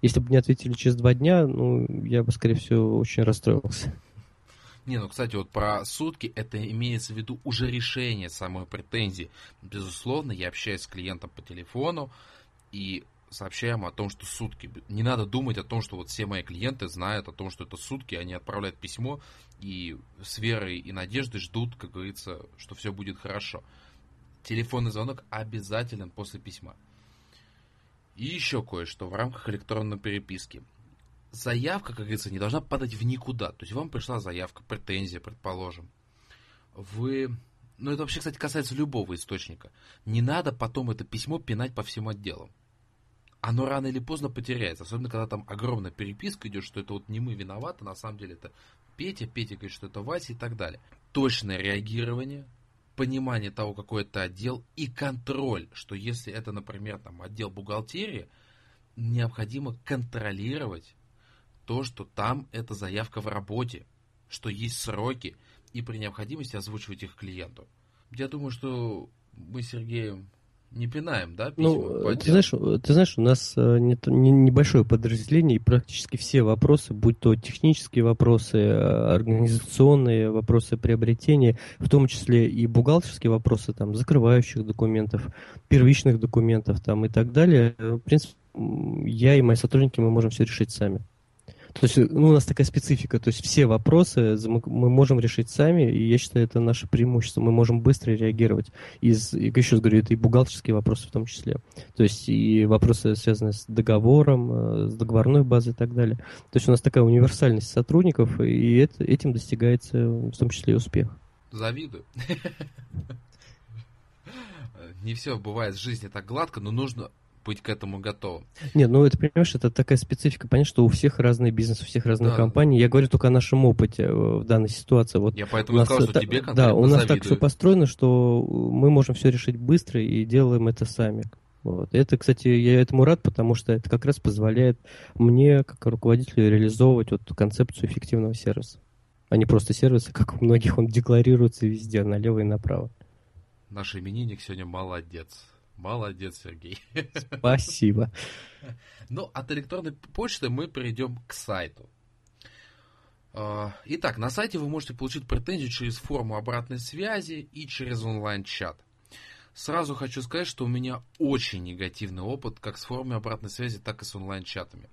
Если бы не ответили через два дня, ну, я бы, скорее всего, очень расстроился.
Не, ну, кстати, вот про сутки это имеется в виду уже решение самой претензии. Безусловно, я общаюсь с клиентом по телефону и сообщаю ему о том, что сутки. Не надо думать о том, что вот все мои клиенты знают о том, что это сутки, они отправляют письмо и с верой и надеждой ждут, как говорится, что все будет хорошо. Телефонный звонок обязателен после письма. И еще кое-что в рамках электронной переписки. Заявка, как говорится, не должна падать в никуда. То есть вам пришла заявка, претензия, предположим. Вы... Ну, это вообще, кстати, касается любого источника. Не надо потом это письмо пинать по всем отделам. Оно рано или поздно потеряется. Особенно, когда там огромная переписка идет, что это вот не мы виноваты, на самом деле это Петя, Петя говорит, что это Вася и так далее. Точное реагирование, понимание того, какой это отдел, и контроль, что если это, например, там, отдел бухгалтерии, необходимо контролировать то, что там эта заявка в работе, что есть сроки, и при необходимости озвучивать их клиенту. Я думаю, что мы с Сергеем не пинаем, да, письма
Ну,
по
ты знаешь, ты знаешь, у нас э, не, не- небольшое подразделение, и практически все вопросы, будь то технические вопросы, э, организационные вопросы приобретения, в том числе и бухгалтерские вопросы, там, закрывающих документов, первичных документов, там, и так далее, э, в принципе, м, я и мои сотрудники, мы можем все решить сами. То есть ну, у нас такая специфика, то есть все вопросы мы, мы можем решить сами, и я считаю, это наше преимущество, мы можем быстро реагировать. Из, и, еще раз говорю, это и бухгалтерские вопросы в том числе. То есть и вопросы, связанные с договором, э, с договорной базой и так далее. То есть у нас такая универсальность сотрудников, и это, этим достигается в том числе и успех.
Завидую. Не все бывает в жизни так гладко, но нужно быть к этому готовым.
Нет, ну это, понимаешь, это такая специфика. Понятно, что у всех разный бизнес, у всех разные
Да,
компании.
да.
Я говорю только о нашем опыте в данной ситуации. Вот
Я поэтому и сказал, что
та,
тебе конкретно
да, у нас
завидую.
так все построено, что мы можем все решить быстро и делаем это сами. Вот. Это, кстати, я этому рад, потому что это как раз позволяет мне, как руководителю, реализовывать вот концепцию эффективного сервиса. А не просто сервиса, как у многих он декларируется везде, налево и направо.
Наш именинник сегодня молодец. Молодец, Сергей.
Спасибо.
Ну, от электронной почты мы перейдем к сайту. Итак, на сайте вы можете получить претензию через форму обратной связи и через онлайн-чат. Сразу хочу сказать, что у меня очень негативный опыт как с формой обратной связи, так и с онлайн-чатами.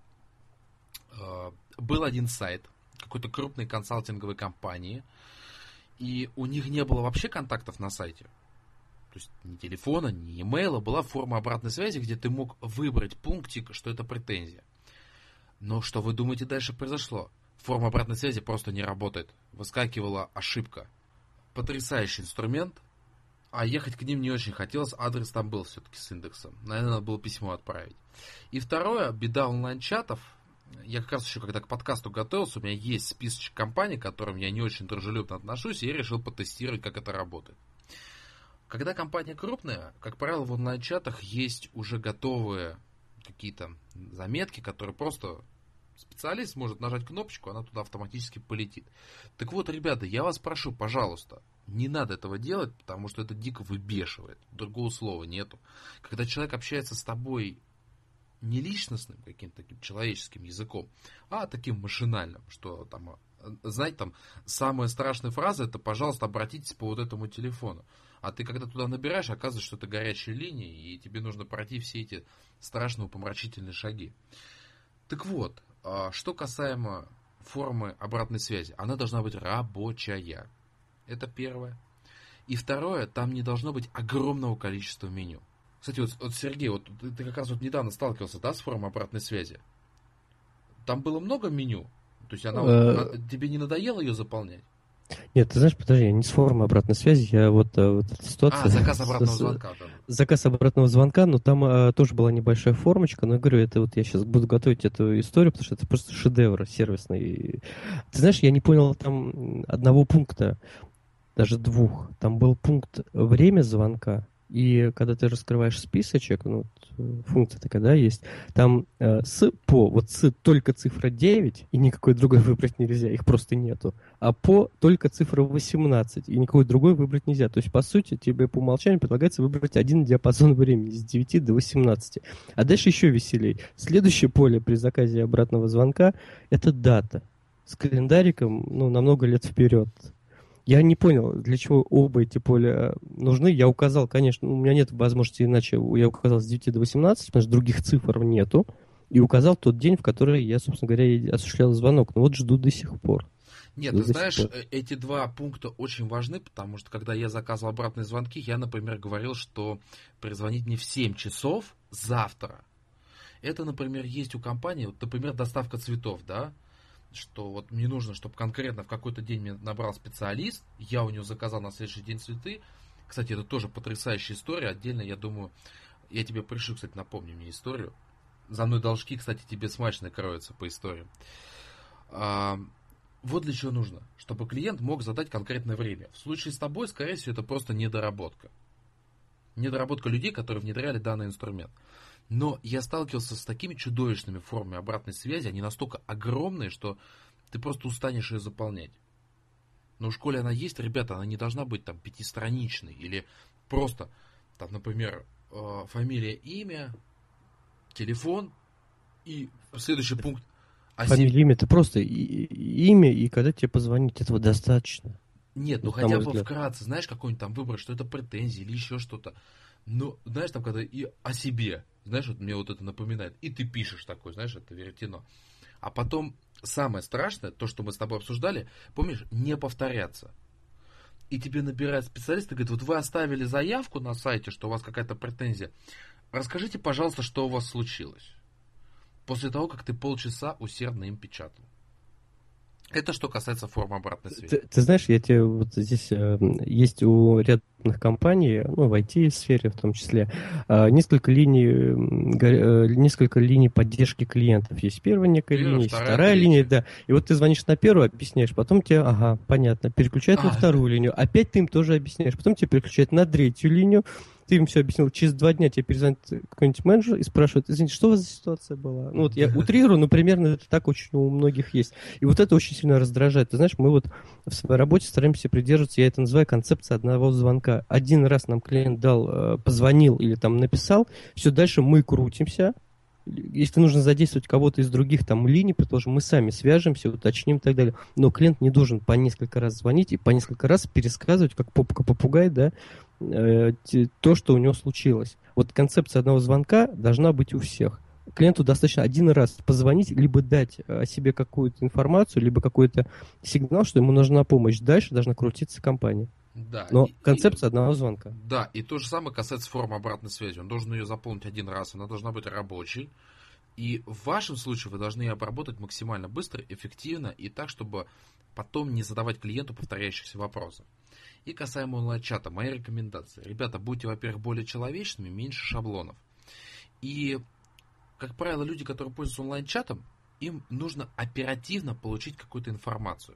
Был один сайт какой-то крупной консалтинговой компании, и у них не было вообще контактов на сайте. То есть ни телефона, ни имейла, была форма обратной связи, где ты мог выбрать пунктик, что это претензия. Но что вы думаете дальше произошло? Форма обратной связи просто не работает. Выскакивала ошибка. Потрясающий инструмент, а ехать к ним не очень хотелось, адрес там был все-таки с индексом. Наверное, надо было письмо отправить. И второе, беда онлайн-чатов. Я как раз еще, когда к подкасту готовился, у меня есть списочек компаний, к которым я не очень дружелюбно отношусь, и я решил потестировать, как это работает. Когда компания крупная, как правило, в онлайн-чатах есть уже готовые какие-то заметки, которые просто специалист может нажать кнопочку, она туда автоматически полетит. Так вот, ребята, я вас прошу, пожалуйста, не надо этого делать, потому что это дико выбешивает. Другого слова нету. Когда человек общается с тобой не личностным каким-то таким человеческим языком, а таким машинальным, что там, знаете, там самая страшная фраза это, пожалуйста, обратитесь по вот этому телефону. А ты когда туда набираешь, оказывается, что это горячая линия, и тебе нужно пройти все эти страшные упомрачительные шаги. Так вот, что касаемо формы обратной связи, она должна быть рабочая. Это первое. И второе, там не должно быть огромного количества меню. Кстати, вот, вот Сергей, вот ты, ты как раз вот недавно сталкивался, да, с формой обратной связи? Там было много меню? То есть она, вот, тебе не надоело ее заполнять?
Нет, ты знаешь, подожди, не с формы обратной связи, я вот, вот эта ситуация...
А, заказ обратного с, звонка. Да.
Заказ обратного звонка, но там а, тоже была небольшая формочка, но я говорю, это вот я сейчас буду готовить эту историю, потому что это просто шедевр сервисный. Ты знаешь, я не понял там одного пункта, даже двух. Там был пункт время звонка И когда ты раскрываешь списочек, ну, вот, функция такая, да, есть, там э, с, по, вот с только цифра девять, и никакой другой выбрать нельзя, их просто нету. А по только цифра восемнадцать, и никакой другой выбрать нельзя. То есть, по сути, тебе по умолчанию предлагается выбрать один диапазон времени с девяти до восемнадцати. А дальше еще веселей. Следующее поле при заказе обратного звонка – это дата с календариком, ну, на много лет вперед. Я не понял, для чего оба эти поля нужны. Я указал, конечно, у меня нет возможности иначе. Я указал с девяти до восемнадцати, потому что других цифр нету. И указал тот день, в который я, собственно говоря, и осуществлял звонок. Но вот жду до сих пор.
Нет,
жду
ты знаешь, эти два пункта очень важны, потому что когда я заказывал обратные звонки, я, например, говорил, что перезвонить мне в семь часов завтра. Это, например, есть у компании, вот, например, доставка цветов, да, что вот мне нужно, чтобы конкретно в какой-то день мне набрал специалист, я у него заказал на следующий день цветы. Кстати, это тоже потрясающая история. Отдельно, я думаю, я тебе пришлю, кстати, напомни мне историю. За мной должки, кстати, тебе смачно кроются по истории. А, вот для чего нужно. Чтобы клиент мог задать конкретное время. В случае с тобой, скорее всего, это просто недоработка. Недоработка людей, которые внедряли данный инструмент. Но я сталкивался с такими чудовищными формами обратной связи, они настолько огромные, что ты просто устанешь ее заполнять. Но в школе она есть, ребята, она не должна быть там пятистраничной, или просто, там, например, фамилия, имя, телефон, и следующий пункт.
Фамилия, имя, это просто имя, и когда тебе позвонить, этого достаточно.
Нет, ну хотя бы вкратце, знаешь, какой-нибудь там выбор, что это претензии или еще что-то. Ну, знаешь, там, когда и о себе, знаешь, вот мне вот это напоминает, и ты пишешь такой, знаешь, это веретено. А потом самое страшное, то, что мы с тобой обсуждали, помнишь, не повторяться. И тебе набирает специалист и говорит, вот вы оставили заявку на сайте, что у вас какая-то претензия. Расскажите, пожалуйста, что у вас случилось. После того, как ты полчаса усердно им печатал. Это что касается формы обратной связи.
Ты, ты знаешь, я тебе вот здесь э, есть у рядных компаний, ну, в ай ти-сфере в том числе, э, несколько линий, э, несколько линий поддержки клиентов. Есть первая некая Первая, линия, вторая, вторая линия, да. И вот ты звонишь на первую, объясняешь, потом тебе, ага, понятно, переключают а, на вторую да. линию, опять ты им тоже объясняешь, потом тебя переключают на третью линию, ты им все объяснил, через два дня тебе перезвонит какой-нибудь менеджер и спрашивает, извините, что у вас за ситуация была? Ну вот я утрирую, но примерно это так очень у многих есть. И вот это очень сильно раздражает. Ты знаешь, мы вот в своей работе стараемся придерживаться, я это называю концепцией одного звонка. Один раз нам клиент дал, позвонил или там написал, все, дальше мы крутимся. Если нужно задействовать кого-то из других там линий, предположим, мы сами свяжемся, уточним и так далее. Но клиент не должен по несколько раз звонить и по несколько раз пересказывать, как попугай, да, э, то, что у него случилось. Вот концепция одного звонка должна быть у всех. Клиенту достаточно один раз позвонить, либо дать о себе какую-то информацию, либо какой-то сигнал, что ему нужна помощь. Дальше должна крутиться компания.
Да,
Но
и,
концепция
и,
одного звонка.
Да, и то же самое касается формы обратной связи. Он должен ее заполнить один раз, она должна быть рабочей. И в вашем случае вы должны ее обработать максимально быстро, эффективно и так, чтобы потом не задавать клиенту повторяющихся вопросов. И касаемо онлайн-чата, мои рекомендации. Ребята, будьте, во-первых, более человечными, меньше шаблонов. И, как правило, люди, которые пользуются онлайн-чатом, им нужно оперативно получить какую-то информацию.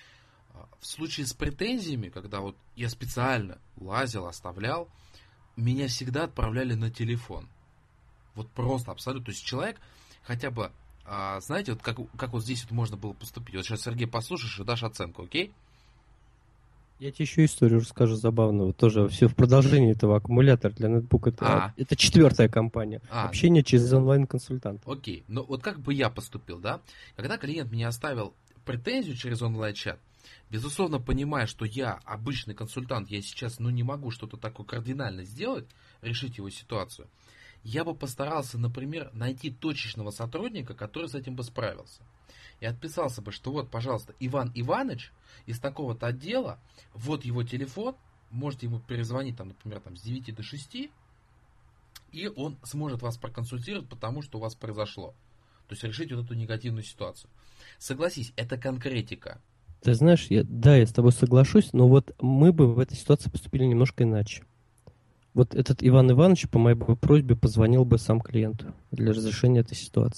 В случае с претензиями, когда вот я специально лазил, оставлял, меня всегда отправляли на телефон. Вот просто абсолютно. То есть человек хотя бы, а, знаете, вот как, как вот здесь вот можно было поступить. Вот сейчас, Сергей, послушаешь и дашь оценку, окей?
Я тебе еще историю расскажу забавную. Тоже все в продолжении этого аккумулятора для ноутбука. Это, а. это четвертая компания. А. Общение через онлайн-консультанта.
Окей. Ну вот как бы я поступил, да? Когда клиент мне оставил претензию через онлайн-чат, безусловно, понимая, что я обычный консультант, я сейчас ну, не могу что-то такое кардинально сделать, решить его ситуацию, я бы постарался, например, найти точечного сотрудника, который с этим бы справился. И отписался бы, что вот, пожалуйста, Иван Иванович из такого-то отдела, вот его телефон, можете ему перезвонить, там, например, там, с девяти до шести, и он сможет вас проконсультировать по тому, что у вас произошло. То есть решить вот эту негативную ситуацию. Согласись, это конкретика.
Ты знаешь, я, да, я с тобой соглашусь, но вот мы бы в этой ситуации поступили немножко иначе. Вот этот Иван Иванович по моей просьбе позвонил бы сам клиенту для разрешения этой ситуации.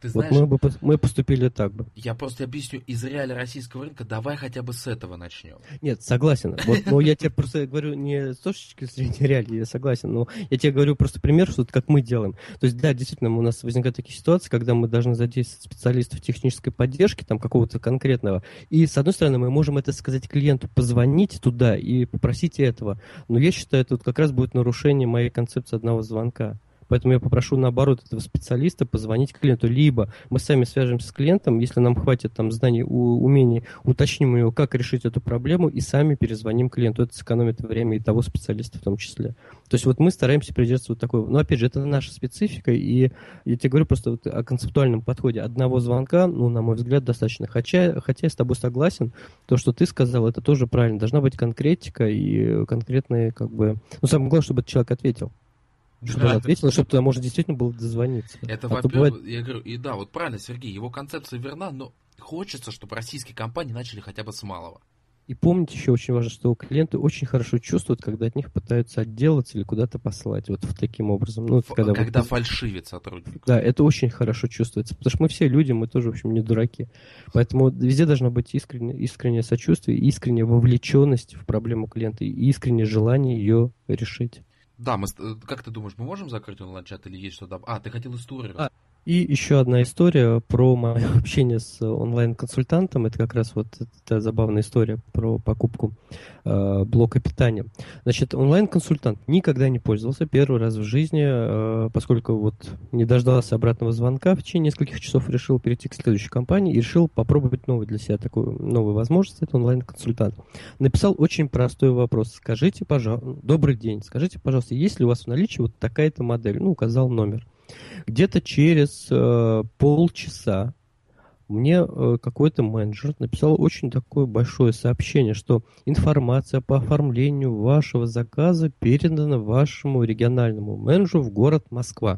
Ты
Вот
знаешь,
мы бы пос- мы поступили так бы.
я просто объясню из реалий российского рынка, давай хотя бы с этого начнем.
Нет, согласен. Вот, но я тебе просто говорю не с точки зрения реалий, я согласен, но я тебе говорю просто пример, что как мы делаем. То есть, да, действительно, у нас возникают такие ситуации, когда мы должны задействовать специалистов технической поддержки, там, какого-то конкретного. И, с одной стороны, мы можем это сказать клиенту, позвонить туда и попросить этого. Но я считаю, это вот как раз будет нарушение моей концепции одного звонка. Поэтому я попрошу, наоборот, этого специалиста позвонить клиенту. Либо мы сами свяжемся с клиентом, если нам хватит там знаний, у, умений, уточним у него, как решить эту проблему, и сами перезвоним клиенту. Это сэкономит время и того специалиста в том числе. То есть вот мы стараемся придерживаться вот такой. Но опять же, это наша специфика, и я тебе говорю просто вот о концептуальном подходе. Одного звонка, ну, на мой взгляд, достаточно. Хотя, хотя я с тобой согласен, то, что ты сказал, это тоже правильно. Должна быть конкретика и конкретные, как бы... Ну, самое главное, чтобы этот человек ответил. Чтобы он ответил, чтобы туда можно действительно было дозвониться.
Это,
а
во-первых,
бывает...
я говорю, и да, вот правильно, Сергей, его концепция верна, но хочется, чтобы российские компании начали хотя бы с малого.
И помните еще очень важно, что клиенты очень хорошо чувствуют, когда от них пытаются отделаться или куда-то послать. Вот таким образом. Ну,
Ф-
когда
когда
вот...
фальшивит сотрудник.
Да, это очень хорошо чувствуется. Потому что мы все люди, мы тоже, в общем, не дураки. Поэтому везде должно быть искреннее, искреннее сочувствие, искренняя вовлеченность в проблему клиента и искреннее желание ее решить.
Да, мы, с- э, как ты думаешь, мы можем закрыть онлайн-чат или есть что-то? А, ты хотел историю.
А, и еще одна история про мое общение с онлайн-консультантом. Это как раз вот эта забавная история про покупку э, блока питания. Значит, онлайн-консультант никогда не пользовался первый раз в жизни, э, поскольку вот не дождался обратного звонка, в течение нескольких часов решил перейти к следующей компании и решил попробовать новый для себя такую новую возможность. Это онлайн-консультант. Написал очень простой вопрос. Скажите, пожалуйста, добрый день, скажите, пожалуйста, есть ли у вас в наличии вот такая-то модель? Ну, указал номер. Где-то через э, полчаса мне э, какой-то менеджер написал очень такое большое сообщение, что информация по оформлению вашего заказа передана вашему региональному менеджеру в город Москва.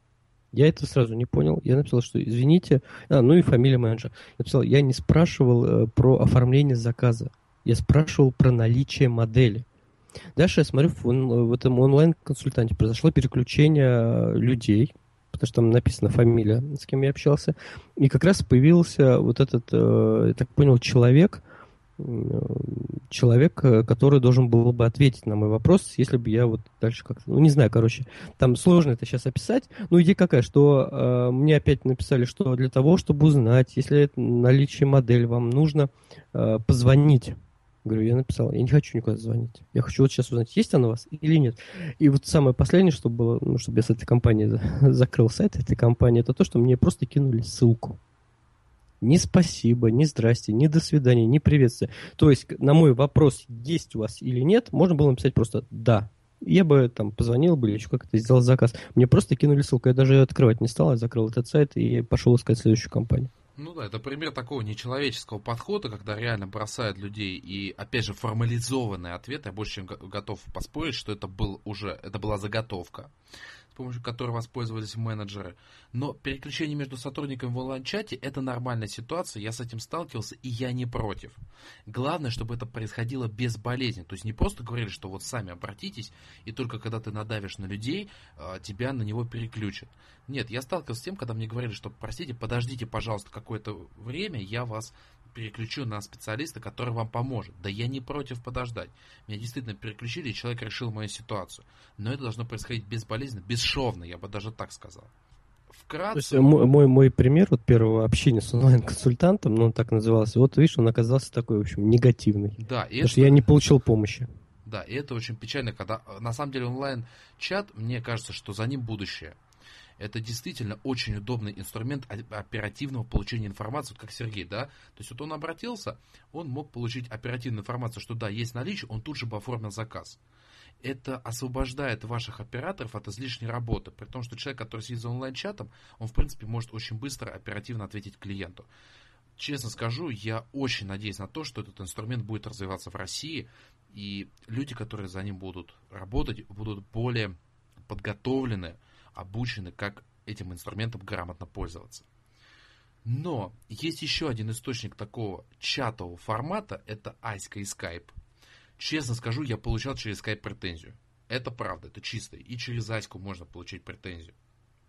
Я это сразу не понял. Я написал, что извините, а, ну и фамилия менеджера. Я написал, я не спрашивал э, про оформление заказа. Я спрашивал про наличие модели. Дальше я смотрю, в, он, в этом онлайн-консультанте произошло переключение людей, потому что там написана фамилия, с кем я общался. И как раз появился вот этот, э, я так понял, человек, э, человек, который должен был бы ответить на мой вопрос, если бы я вот дальше как-то... Ну, не знаю, короче, там сложно это сейчас описать. Ну, идея какая, что э, мне опять написали, что для того, чтобы узнать, если это наличие модели, вам нужно э, позвонить. Говорю, я написал, я не хочу никуда звонить. Я хочу вот сейчас узнать, есть она у вас или нет. И вот самое последнее, что было, ну, чтобы я с этой компанией закрыл сайт этой компании, это то, что мне просто кинули ссылку. Ни спасибо, ни здрасте, ни до свидания, ни приветствия. То есть на мой вопрос, есть у вас или нет, можно было написать просто «да». Я бы там позвонил бы или еще как-то сделал заказ. Мне просто кинули ссылку. Я даже ее открывать не стал, я закрыл этот сайт и пошел искать следующую компанию.
Ну да, это пример такого нечеловеческого подхода, когда реально бросают людей, и опять же формализованный ответ, я больше чем готов поспорить, что это был уже, это была заготовка, с помощью которой воспользовались менеджеры. Но переключение между сотрудниками в онлайн-чате это нормальная ситуация, я с этим сталкивался, и я не против. Главное, чтобы это происходило без болезни. То есть не просто говорили, что вот сами обратитесь, и только когда ты надавишь на людей, тебя на него переключат. Нет, я сталкивался с тем, когда мне говорили, что простите, подождите, пожалуйста, какое-то время, я вас переключу на специалиста, который вам поможет. Да я не против подождать. Меня действительно переключили, и человек решил мою ситуацию. Но это должно происходить безболезненно, бесшовно, я бы даже так сказал. Вкратце...
То есть мой, мой, мой пример вот первого общения с онлайн-консультантом, ну он так назывался, вот видишь, он оказался такой, в общем, негативный.
Да, и
потому
это...
что я не получил помощи.
Да, и это очень печально, когда на самом деле онлайн-чат, мне кажется, что за ним будущее. Это действительно очень удобный инструмент оперативного получения информации, вот как Сергей, да. То есть вот он обратился, он мог получить оперативную информацию, что да, есть наличие, он тут же бы оформил заказ. Это освобождает ваших операторов от излишней работы, при том, что человек, который сидит за онлайн-чатом, он в принципе может очень быстро, оперативно ответить клиенту. Честно скажу, я очень надеюсь на то, что этот инструмент будет развиваться в России, и люди, которые за ним будут работать, будут более подготовлены, обучены, как этим инструментом грамотно пользоваться. Но есть еще один источник такого чатового формата, это Аська и Skype. Честно скажу, я получал через Skype претензию. Это правда, это чисто. И через Аську можно получить претензию.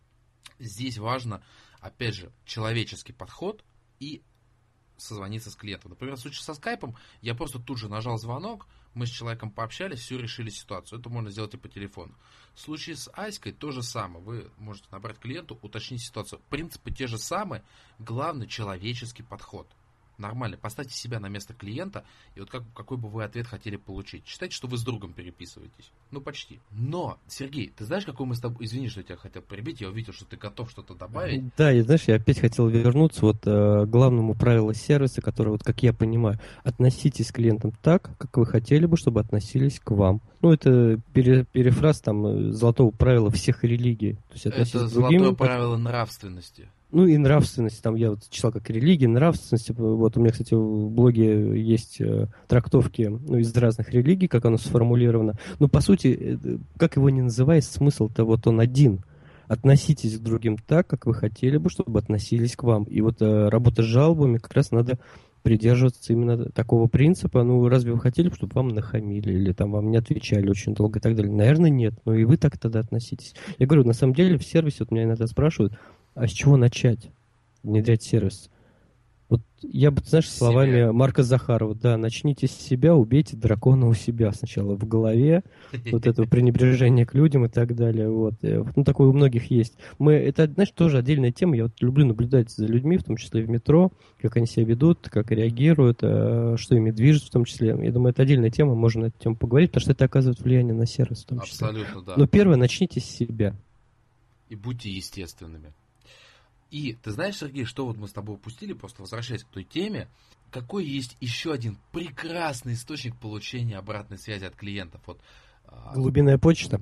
Здесь важно, опять же, человеческий подход и созвониться с клиентом. Например, в случае со скайпом я просто тут же нажал звонок, мы с человеком пообщались, все решили ситуацию. Это можно сделать и по телефону. В случае с Аськой то же самое. Вы можете набрать клиенту, уточнить ситуацию. Принципы те же самые. Главный человеческий подход. Нормально. Поставьте себя на место клиента, и вот как, какой бы вы ответ хотели получить. Считайте, что вы с другом переписываетесь. Ну, почти. Но, Сергей, ты знаешь, какой мы с тобой... Извини, что я тебя хотел перебить. Я увидел, что ты готов что-то добавить.
Да, и знаешь, я опять хотел вернуться вот э, к главному правилу сервиса, которое, вот как я понимаю, относитесь к клиентам так, как вы хотели бы, чтобы относились к вам. Ну, это пере, перефраз там золотого правила всех религий. То есть
Это
к другим,
золотое правило нравственности.
Ну и нравственность, там я вот читал как религия, нравственность, вот у меня, кстати, в блоге есть э, трактовки ну, из разных религий, как оно сформулировано, но по сути, э, как его ни называй, смысл-то вот он один. Относитесь к другим так, как вы хотели бы, чтобы относились к вам. И вот э, работа с жалобами как раз надо придерживаться именно такого принципа. Ну, разве вы хотели бы, чтобы вам нахамили или там вам не отвечали очень долго и так далее? Наверное, нет. Но и вы так тогда относитесь. Я говорю, на самом деле в сервисе, вот меня иногда спрашивают, а с чего начать внедрять сервис? Вот я бы, знаешь, словами себя. Марка Захарова, да, начните с себя, убейте дракона у себя сначала в голове, вот это пренебрежение к людям и так далее, вот. Ну, такое у многих есть. Мы, это, знаешь, тоже отдельная тема, я вот люблю наблюдать за людьми, в том числе и в метро, как они себя ведут, как реагируют, что ими движет в том числе. Я думаю, это отдельная тема, можно на эту тему поговорить, потому что это оказывает влияние на сервис в том числе.
Абсолютно, да.
Но первое, начните с себя.
И будьте естественными. И ты знаешь, Сергей, что вот мы с тобой упустили, просто возвращаясь к той теме, какой есть еще один прекрасный источник получения обратной связи от клиентов. Вот,
глубинная почта.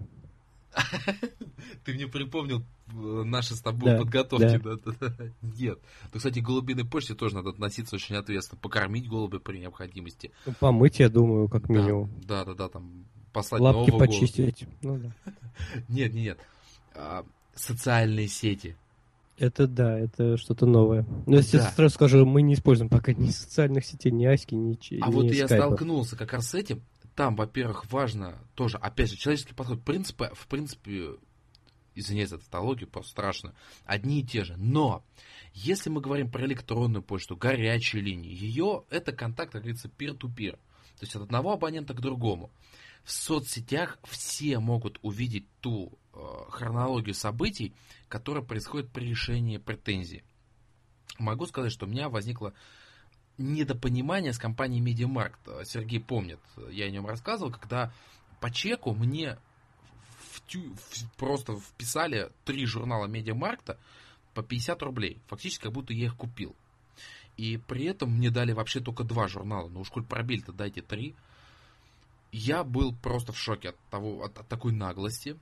Ты мне припомнил наши с тобой подготовки. Нет. То, кстати, к голубиной почте тоже надо относиться очень ответственно. Покормить голубя при необходимости.
Помыть, я думаю, как минимум.
Да, да, да, там послать
лапки
нового
почистить.
Нет, нет, нет. Социальные сети.
Это да, это что-то новое. Но если да. сразу скажу, мы не используем пока ни социальных сетей, ни Аськи, ни
А
ни
вот я
скайпа.
столкнулся как раз с этим. Там, во-первых, важно тоже, опять же, человеческий подход. Принципы, в принципе, извиняюсь за тавтологию, просто страшно, одни и те же. Но, если мы говорим про электронную почту, горячие линии, ее, это контакт, как говорится, peer-to-peer. То есть от одного абонента к другому. В соцсетях все могут увидеть ту э, хронологию событий, которая происходит при решении претензий. Могу сказать, что у меня возникло недопонимание с компанией MediaMarkt. Сергей помнит, я о нем рассказывал, когда по чеку мне в тю, в, просто вписали три журнала MediaMarkt по пятьдесят рублей. Фактически, как будто я их купил. И при этом мне дали вообще только два журнала. Ну уж коль пробили-то дайте три. Я был просто в шоке от, того, от, от такой наглости.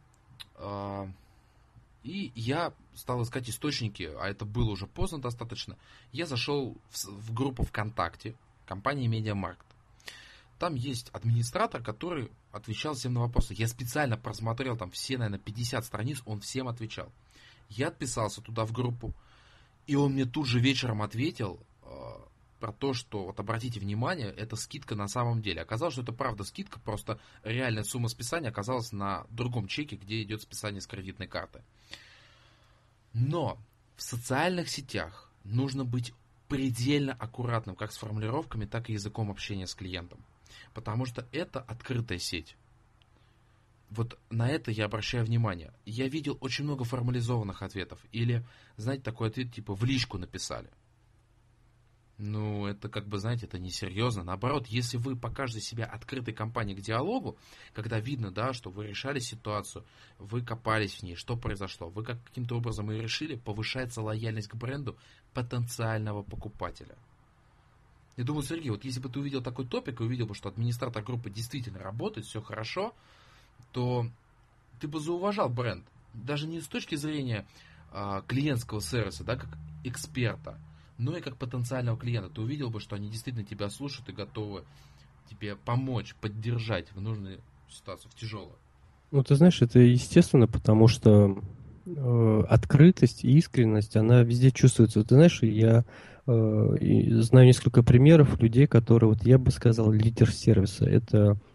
И я стал искать источники, а это было уже поздно достаточно. Я зашел в, в группу ВКонтакте компании MediaMarkt. Там есть администратор, который отвечал всем на вопросы. Я специально просмотрел там все, наверное, пятьдесят страниц, он всем отвечал. Я отписался туда в группу, и он мне тут же вечером ответил про то, что, вот обратите внимание, это скидка на самом деле. Оказалось, что это правда скидка, просто реальная сумма списания оказалась на другом чеке, где идет списание с кредитной карты. Но в социальных сетях нужно быть предельно аккуратным как с формулировками, так и языком общения с клиентом. Потому что это открытая сеть. Вот на это я обращаю внимание. Я видел очень много формализованных ответов. Или, знаете, такой ответ типа «в личку написали». Ну, это как бы, знаете, это несерьезно. Наоборот, если вы покажете себя открытой компанией к диалогу, когда видно, да, что вы решали ситуацию, вы копались в ней, что произошло, вы как, каким-то образом ее решили, повышается лояльность к бренду потенциального покупателя. Я думаю, Сергей, вот если бы ты увидел такой топик и увидел бы, что администратор группы действительно работает, все хорошо, то ты бы зауважал бренд. Даже не с точки зрения а, клиентского сервиса, да, как эксперта, но и как потенциального клиента. Ты увидел бы, что они действительно тебя слушают и готовы тебе помочь, поддержать в нужной ситуации, в тяжелой.
Ну, ты знаешь, это естественно, потому что э, открытость и искренность, она везде чувствуется. Ты знаешь, я э, и знаю несколько примеров людей, которые, вот я бы сказал, лидер сервиса. Это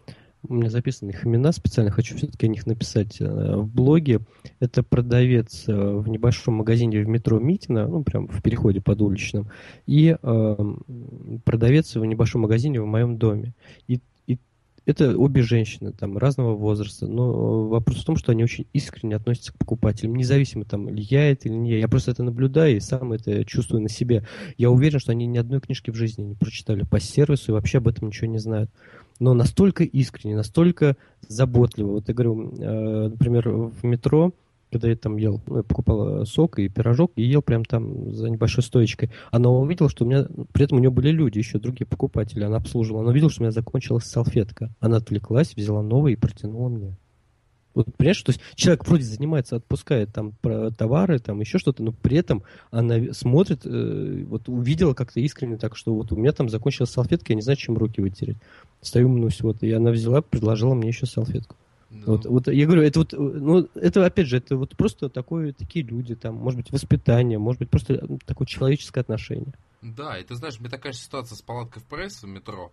у меня записаны их имена специально, хочу все-таки о них написать э, в блоге. Это продавец э, в небольшом магазине в метро Митино, ну, прям в переходе под уличным, и э, продавец в небольшом магазине в моем доме. И, и это обе женщины, там, разного возраста, но вопрос в том, что они очень искренне относятся к покупателям, независимо, там, ли я это или не я. Я просто это наблюдаю и сам это чувствую на себе. Я уверен, что они ни одной книжки в жизни не прочитали по сервису и вообще об этом ничего не знают. Но настолько искренне, настолько заботливо. Вот я говорю, э, например, в метро, когда я там ел, ну, я покупал сок и пирожок, и ел прям там за небольшой стоечкой. Она увидела, что у меня, при этом у нее были люди, еще другие покупатели, она обслуживала. Она увидела, что у меня закончилась салфетка. Она отвлеклась, взяла новую и протянула мне. Вот, понимаешь, то есть человек вроде занимается, отпускает там про товары, там еще что-то, но при этом она смотрит, э, вот увидела как-то искренне так, что вот у меня там закончилась салфетка, я не знаю, чем руки вытереть. Стою, мнусь, вот, и она взяла, предложила мне еще салфетку.
Ну,
Вот, вот я говорю, это вот, ну, это опять же, это вот просто такое, такие люди, там, может быть, воспитание, может быть, просто такое человеческое отношение.
Да, и ты знаешь, мне такая же ситуация с палаткой в пресс в метро.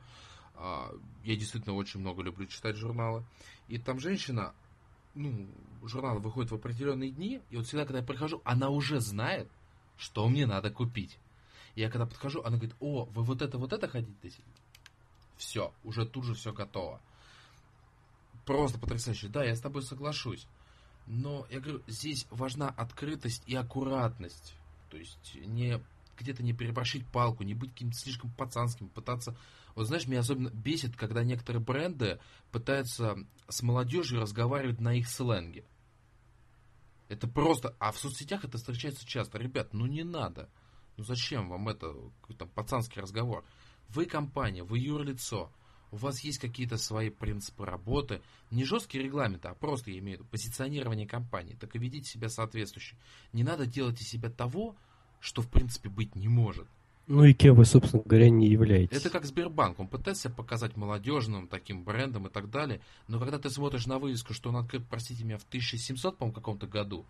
Я действительно очень много люблю читать журналы. И там женщина, ну, журнал выходит в определенные дни, и вот всегда, когда я прихожу, она уже знает, что мне надо купить. И я когда подхожу, она говорит: о, вы вот это, вот это хотите? Все, уже тут же все готово. Просто потрясающе. Да, я с тобой соглашусь. Но, я говорю, здесь важна открытость и аккуратность. То есть, не где-то не переборщить палку, не быть каким-то слишком пацанским, пытаться... Вот знаешь, меня особенно бесит, когда некоторые бренды пытаются с молодежью разговаривать на их сленге. Это просто... А в соцсетях это встречается часто. Ребят, ну не надо. Ну зачем вам это, какой-то пацанский разговор? Вы компания, вы юрлицо. У вас есть какие-то свои принципы работы. Не жесткие регламенты, а просто, я имею в виду, позиционирование компании. Так и ведите себя соответствующе. Не надо делать из себя того, что в принципе быть не может.
Ну и кем вы, собственно говоря, не являетесь.
Это как Сбербанк. Он пытается себя показать молодежным таким брендом и так далее. Но когда ты смотришь на вывеску, что он открыт, простите меня, в тысяча семьсот, по-моему, каком-то году.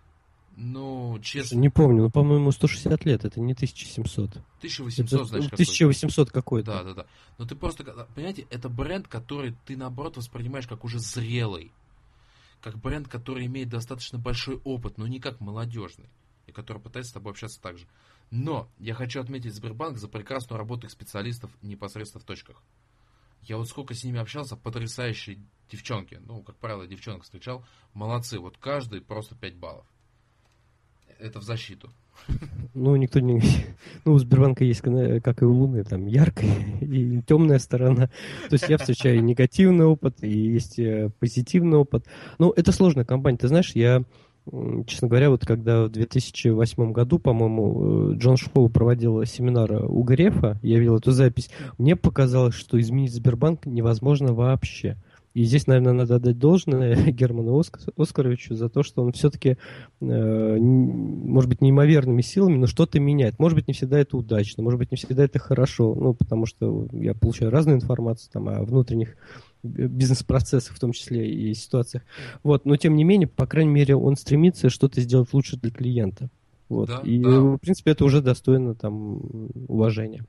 Ну, честно...
Не помню, но, по-моему, сто шестьдесят лет, это не тысяча семьсот.
тысяча восемьсот,
это,
значит,
тысяча восемьсот какой-то.
Да, да, да. Но ты просто, понимаете, это бренд, который ты, наоборот, воспринимаешь как уже зрелый. Как бренд, который имеет достаточно большой опыт, но не как молодежный. И который пытается с тобой общаться так же. Но я хочу отметить Сбербанк за прекрасную работу их специалистов непосредственно в точках. Я вот сколько с ними общался, потрясающие девчонки. Ну, как правило, девчонок встречал. Молодцы. Вот каждый просто пять баллов. Это в защиту.
Ну, никто не... Ну, у Сбербанка есть, как и у Луны, там яркая и темная сторона. То есть я встречаю негативный опыт, и есть позитивный опыт. Ну, это сложная компания. Ты знаешь, я, честно говоря, вот когда в две тысячи восьмом году, по-моему, Джон Шоу проводил семинар у Грефа, я видел эту запись, мне показалось, что изменить Сбербанк невозможно вообще. И здесь, наверное, надо отдать должное Герману Оскаровичу за то, что он все-таки, э, может быть, неимоверными силами, но что-то меняет. Может быть, не всегда это удачно, может быть, не всегда это хорошо, ну, потому что я получаю разную информацию там, о внутренних бизнес-процессах, в том числе и ситуациях. Вот. Но, тем не менее, по крайней мере, он стремится что-то сделать лучше для клиента. Вот.
Да,
и,
да.
в принципе, это уже достойно там уважения.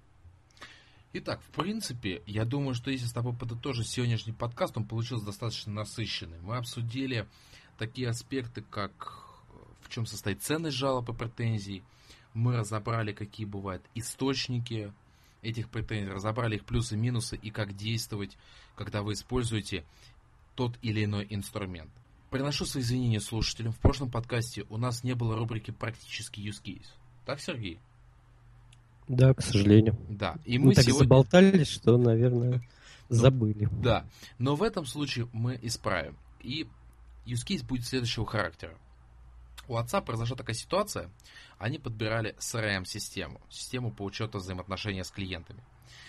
Итак, в принципе, я думаю, что если с тобой подытожить сегодняшний подкаст, он получился достаточно насыщенный. Мы обсудили такие аспекты, как в чем состоит ценность жалоб и претензий. Мы разобрали, какие бывают источники этих претензий, разобрали их плюсы и минусы и как действовать, когда вы используете тот или иной инструмент. Приношу свои извинения слушателям. В прошлом подкасте у нас не было рубрики «Практический use case». Так, Сергей?
Да, к сожалению.
Да. И
мы,
мы
так
сегодня...
заболтались, что, наверное, забыли.
Да. Но в этом случае мы исправим. И use case будет следующего характера. У отца произошла такая ситуация. Они подбирали си ар эм-систему. Систему по учету взаимоотношения с клиентами.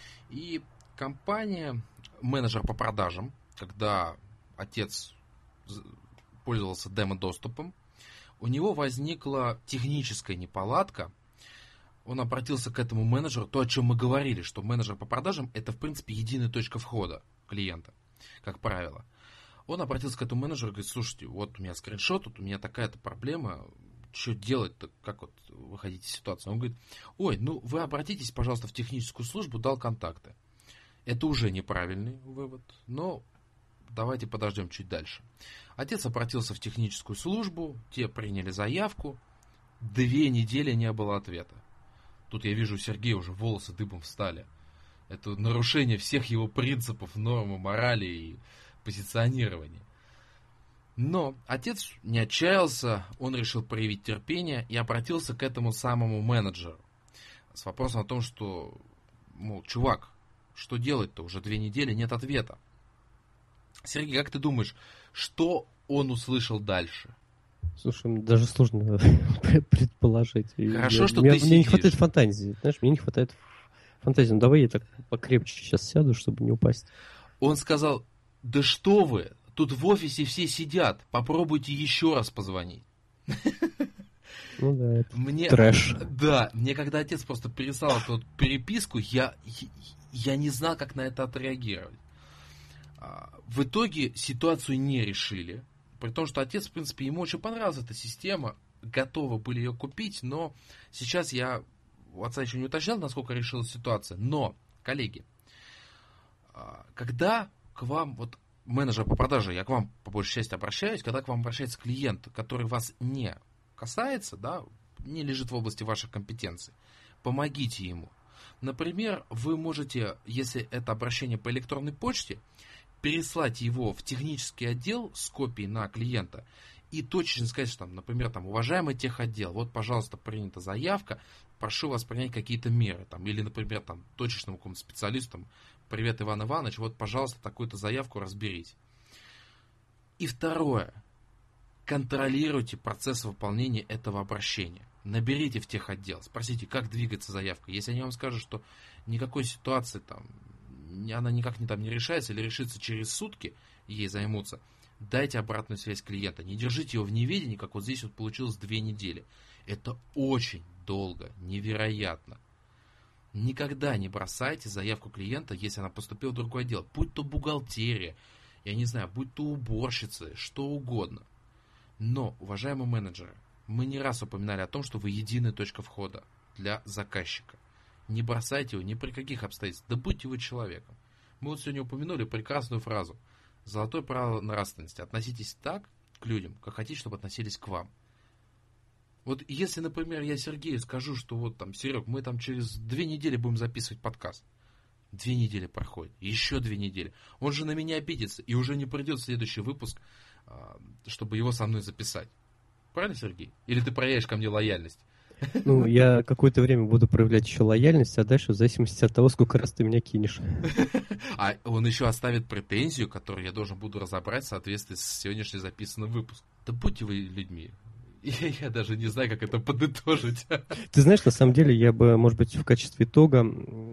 И компания, менеджер по продажам, когда отец пользовался демо-доступом, у него возникла техническая неполадка. Он обратился к этому менеджеру, то, о чем мы говорили, что менеджер по продажам это, в принципе, единая точка входа клиента, как правило. Он обратился к этому менеджеру и говорит: слушайте, вот у меня скриншот, вот у меня такая-то проблема, что делать-то, как вот выходить из ситуации? Он говорит: ой, ну вы обратитесь, пожалуйста, в техническую службу, дал контакты. Это уже неправильный вывод, но давайте подождем чуть дальше. Отец обратился в техническую службу, те приняли заявку, две недели не было ответа. Тут я вижу, у Сергея уже волосы дыбом встали. Это нарушение всех его принципов, нормы, морали и позиционирования. Но отец не отчаялся, он решил проявить терпение и обратился к этому самому менеджеру с вопросом о том, что, мол, чувак, что делать-то? Уже две недели нет ответа. Сергей, как ты думаешь, что он услышал дальше?
Слушай, даже сложно предположить.
Хорошо,
я,
что
мне,
ты
мне
сидишь.
не хватает фантазии. Знаешь, мне не хватает фантазии. Ну, давай я так покрепче сейчас сяду, чтобы не упасть.
Он сказал, да что вы, тут в офисе все сидят, попробуйте еще раз позвонить.
Ну да, это
мне,
трэш.
Да, мне когда отец просто переслал эту переписку, я, я не знал, как на это отреагировать. В итоге ситуацию не решили. При том, что отец, в принципе, ему очень понравилась эта система, готовы были ее купить, но сейчас я у отца еще не уточнял, насколько решилась ситуация. Но, коллеги, когда к вам, вот менеджер по продаже, я к вам по большей части обращаюсь, когда к вам обращается клиент, который вас не касается, да, не лежит в области ваших компетенций, помогите ему. Например, вы можете, если это обращение по электронной почте, переслать его в технический отдел с копией на клиента и точно сказать, что, там, например, там, уважаемый техотдел, вот, пожалуйста, принята заявка, прошу вас принять какие-то меры. Там, или, например, там, точечному какому-то специалисту, там, привет, Иван Иванович, вот, пожалуйста, такую-то заявку разберите. И второе. Контролируйте процесс выполнения этого обращения. Наберите в техотдел, спросите, как двигается заявка. Если они вам скажут, что никакой ситуации там, она никак не, там, не решается или решится через сутки, ей займутся, дайте обратную связь клиента. Не держите его в неведении, как вот здесь вот получилось две недели. Это очень долго, невероятно. Никогда не бросайте заявку клиента, если она поступила в другой отдел. Будь то бухгалтерия, я не знаю, будь то уборщицы, что угодно. Но, уважаемые менеджеры, мы не раз упоминали о том, что вы единая точка входа для заказчика. Не бросайте его ни при каких обстоятельствах, да будьте вы человеком. Мы вот сегодня упомянули прекрасную фразу. Золотое правило нравственности. Относитесь так к людям, как хотите, чтобы относились к вам. Вот если, например, я Сергею скажу, что вот там, Серег, мы там через две недели будем записывать подкаст. Две недели проходит, еще две недели. Он же на меня обидится и уже не придет в следующий выпуск, чтобы его со мной записать. Правильно, Сергей? Или ты проявишь ко мне лояльность?
Ну, я какое-то время буду проявлять еще лояльность, а дальше в зависимости от того, сколько раз ты меня кинешь.
А он еще оставит претензию, которую я должен буду разобрать в соответствии с сегодняшним записанным выпуском. Да будьте вы людьми. Я, я даже не знаю, как это подытожить.
Ты знаешь, на самом деле, я бы, может быть, в качестве итога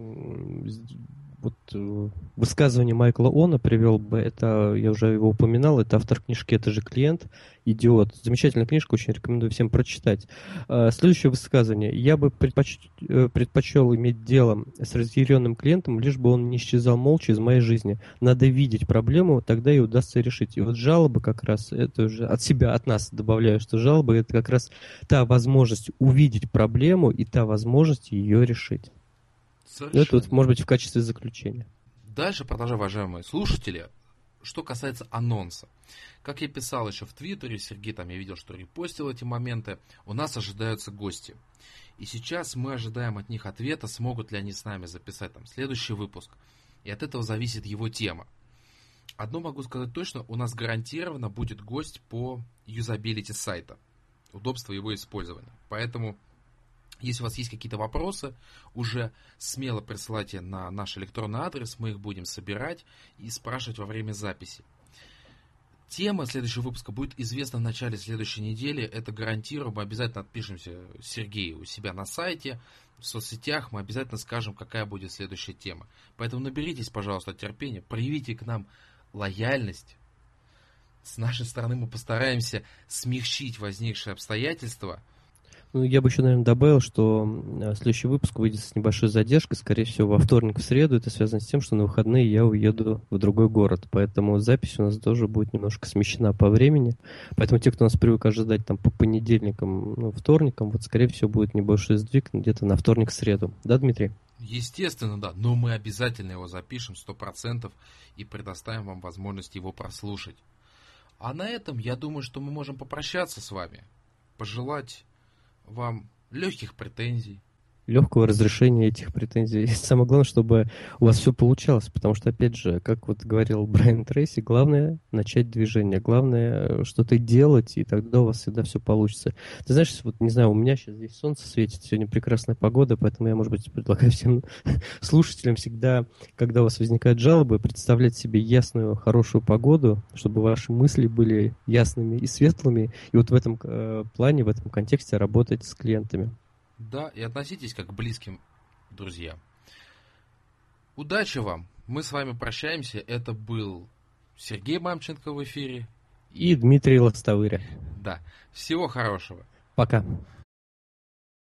вот высказывание Майкла Она привел бы, это, я уже его упоминал, это автор книжки «Это же клиент», «Идиот». Замечательная книжка, очень рекомендую всем прочитать. Следующее высказывание. Я бы предпоч... предпочел иметь дело с разъяренным клиентом, лишь бы он не исчезал молча из моей жизни. Надо видеть проблему, тогда и удастся решить. И вот жалобы как раз, это уже от себя, от нас добавляю, что жалобы это как раз та возможность увидеть проблему и та возможность ее решить. Совершенно. Это вот, может быть, в качестве заключения.
Дальше продолжаю, уважаемые слушатели. Что касается анонса. Как я писал еще в Твиттере, Сергей там, я видел, что репостил эти моменты, у нас ожидаются гости. И сейчас мы ожидаем от них ответа, смогут ли они с нами записать там следующий выпуск. И от этого зависит его тема. Одно могу сказать точно, у нас гарантированно будет гость по юзабилити сайта. Удобство его использования. Поэтому... Если у вас есть какие-то вопросы, уже смело присылайте на наш электронный адрес, мы их будем собирать и спрашивать во время записи. Тема следующего выпуска будет известна в начале следующей недели, это гарантирую, мы обязательно отпишемся Сергею у себя на сайте, в соцсетях, мы обязательно скажем, какая будет следующая тема. Поэтому наберитесь, пожалуйста, терпения, проявите к нам лояльность. С нашей стороны мы постараемся смягчить возникшие обстоятельства.
Ну, я бы еще, наверное, добавил, что следующий выпуск выйдет с небольшой задержкой, скорее всего, во вторник, в среду. Это связано с тем, что на выходные я уеду в другой город, поэтому запись у нас тоже будет немножко смещена по времени. Поэтому те, кто нас привык ожидать там по понедельникам, ну, вторникам, вот, скорее всего, будет небольшой сдвиг где-то на вторник-среду. Да, Дмитрий?
Естественно, да. Но мы обязательно его запишем сто процентов и предоставим вам возможность его прослушать. А на этом, я думаю, что мы можем попрощаться с вами. Пожелать вам легких претензий.
Легкого разрешения этих претензий. И самое главное, чтобы у вас все получалось, потому что, опять же, как вот говорил Брайан Трейси, главное начать движение, главное что-то делать, и тогда у вас всегда все получится. Ты знаешь, вот не знаю, у меня сейчас здесь солнце светит, сегодня прекрасная погода, поэтому я, может быть, предлагаю всем слушателям всегда, когда у вас возникают жалобы, представлять себе ясную, хорошую погоду, чтобы ваши мысли были ясными и светлыми, и вот в этом э, плане, в этом контексте работать с клиентами.
Да, и относитесь как к близким друзьям. Удачи вам. Мы с вами прощаемся. Это был Сергей Мамченко в эфире.
И Дмитрий Лостовыря.
Да. Всего хорошего.
Пока.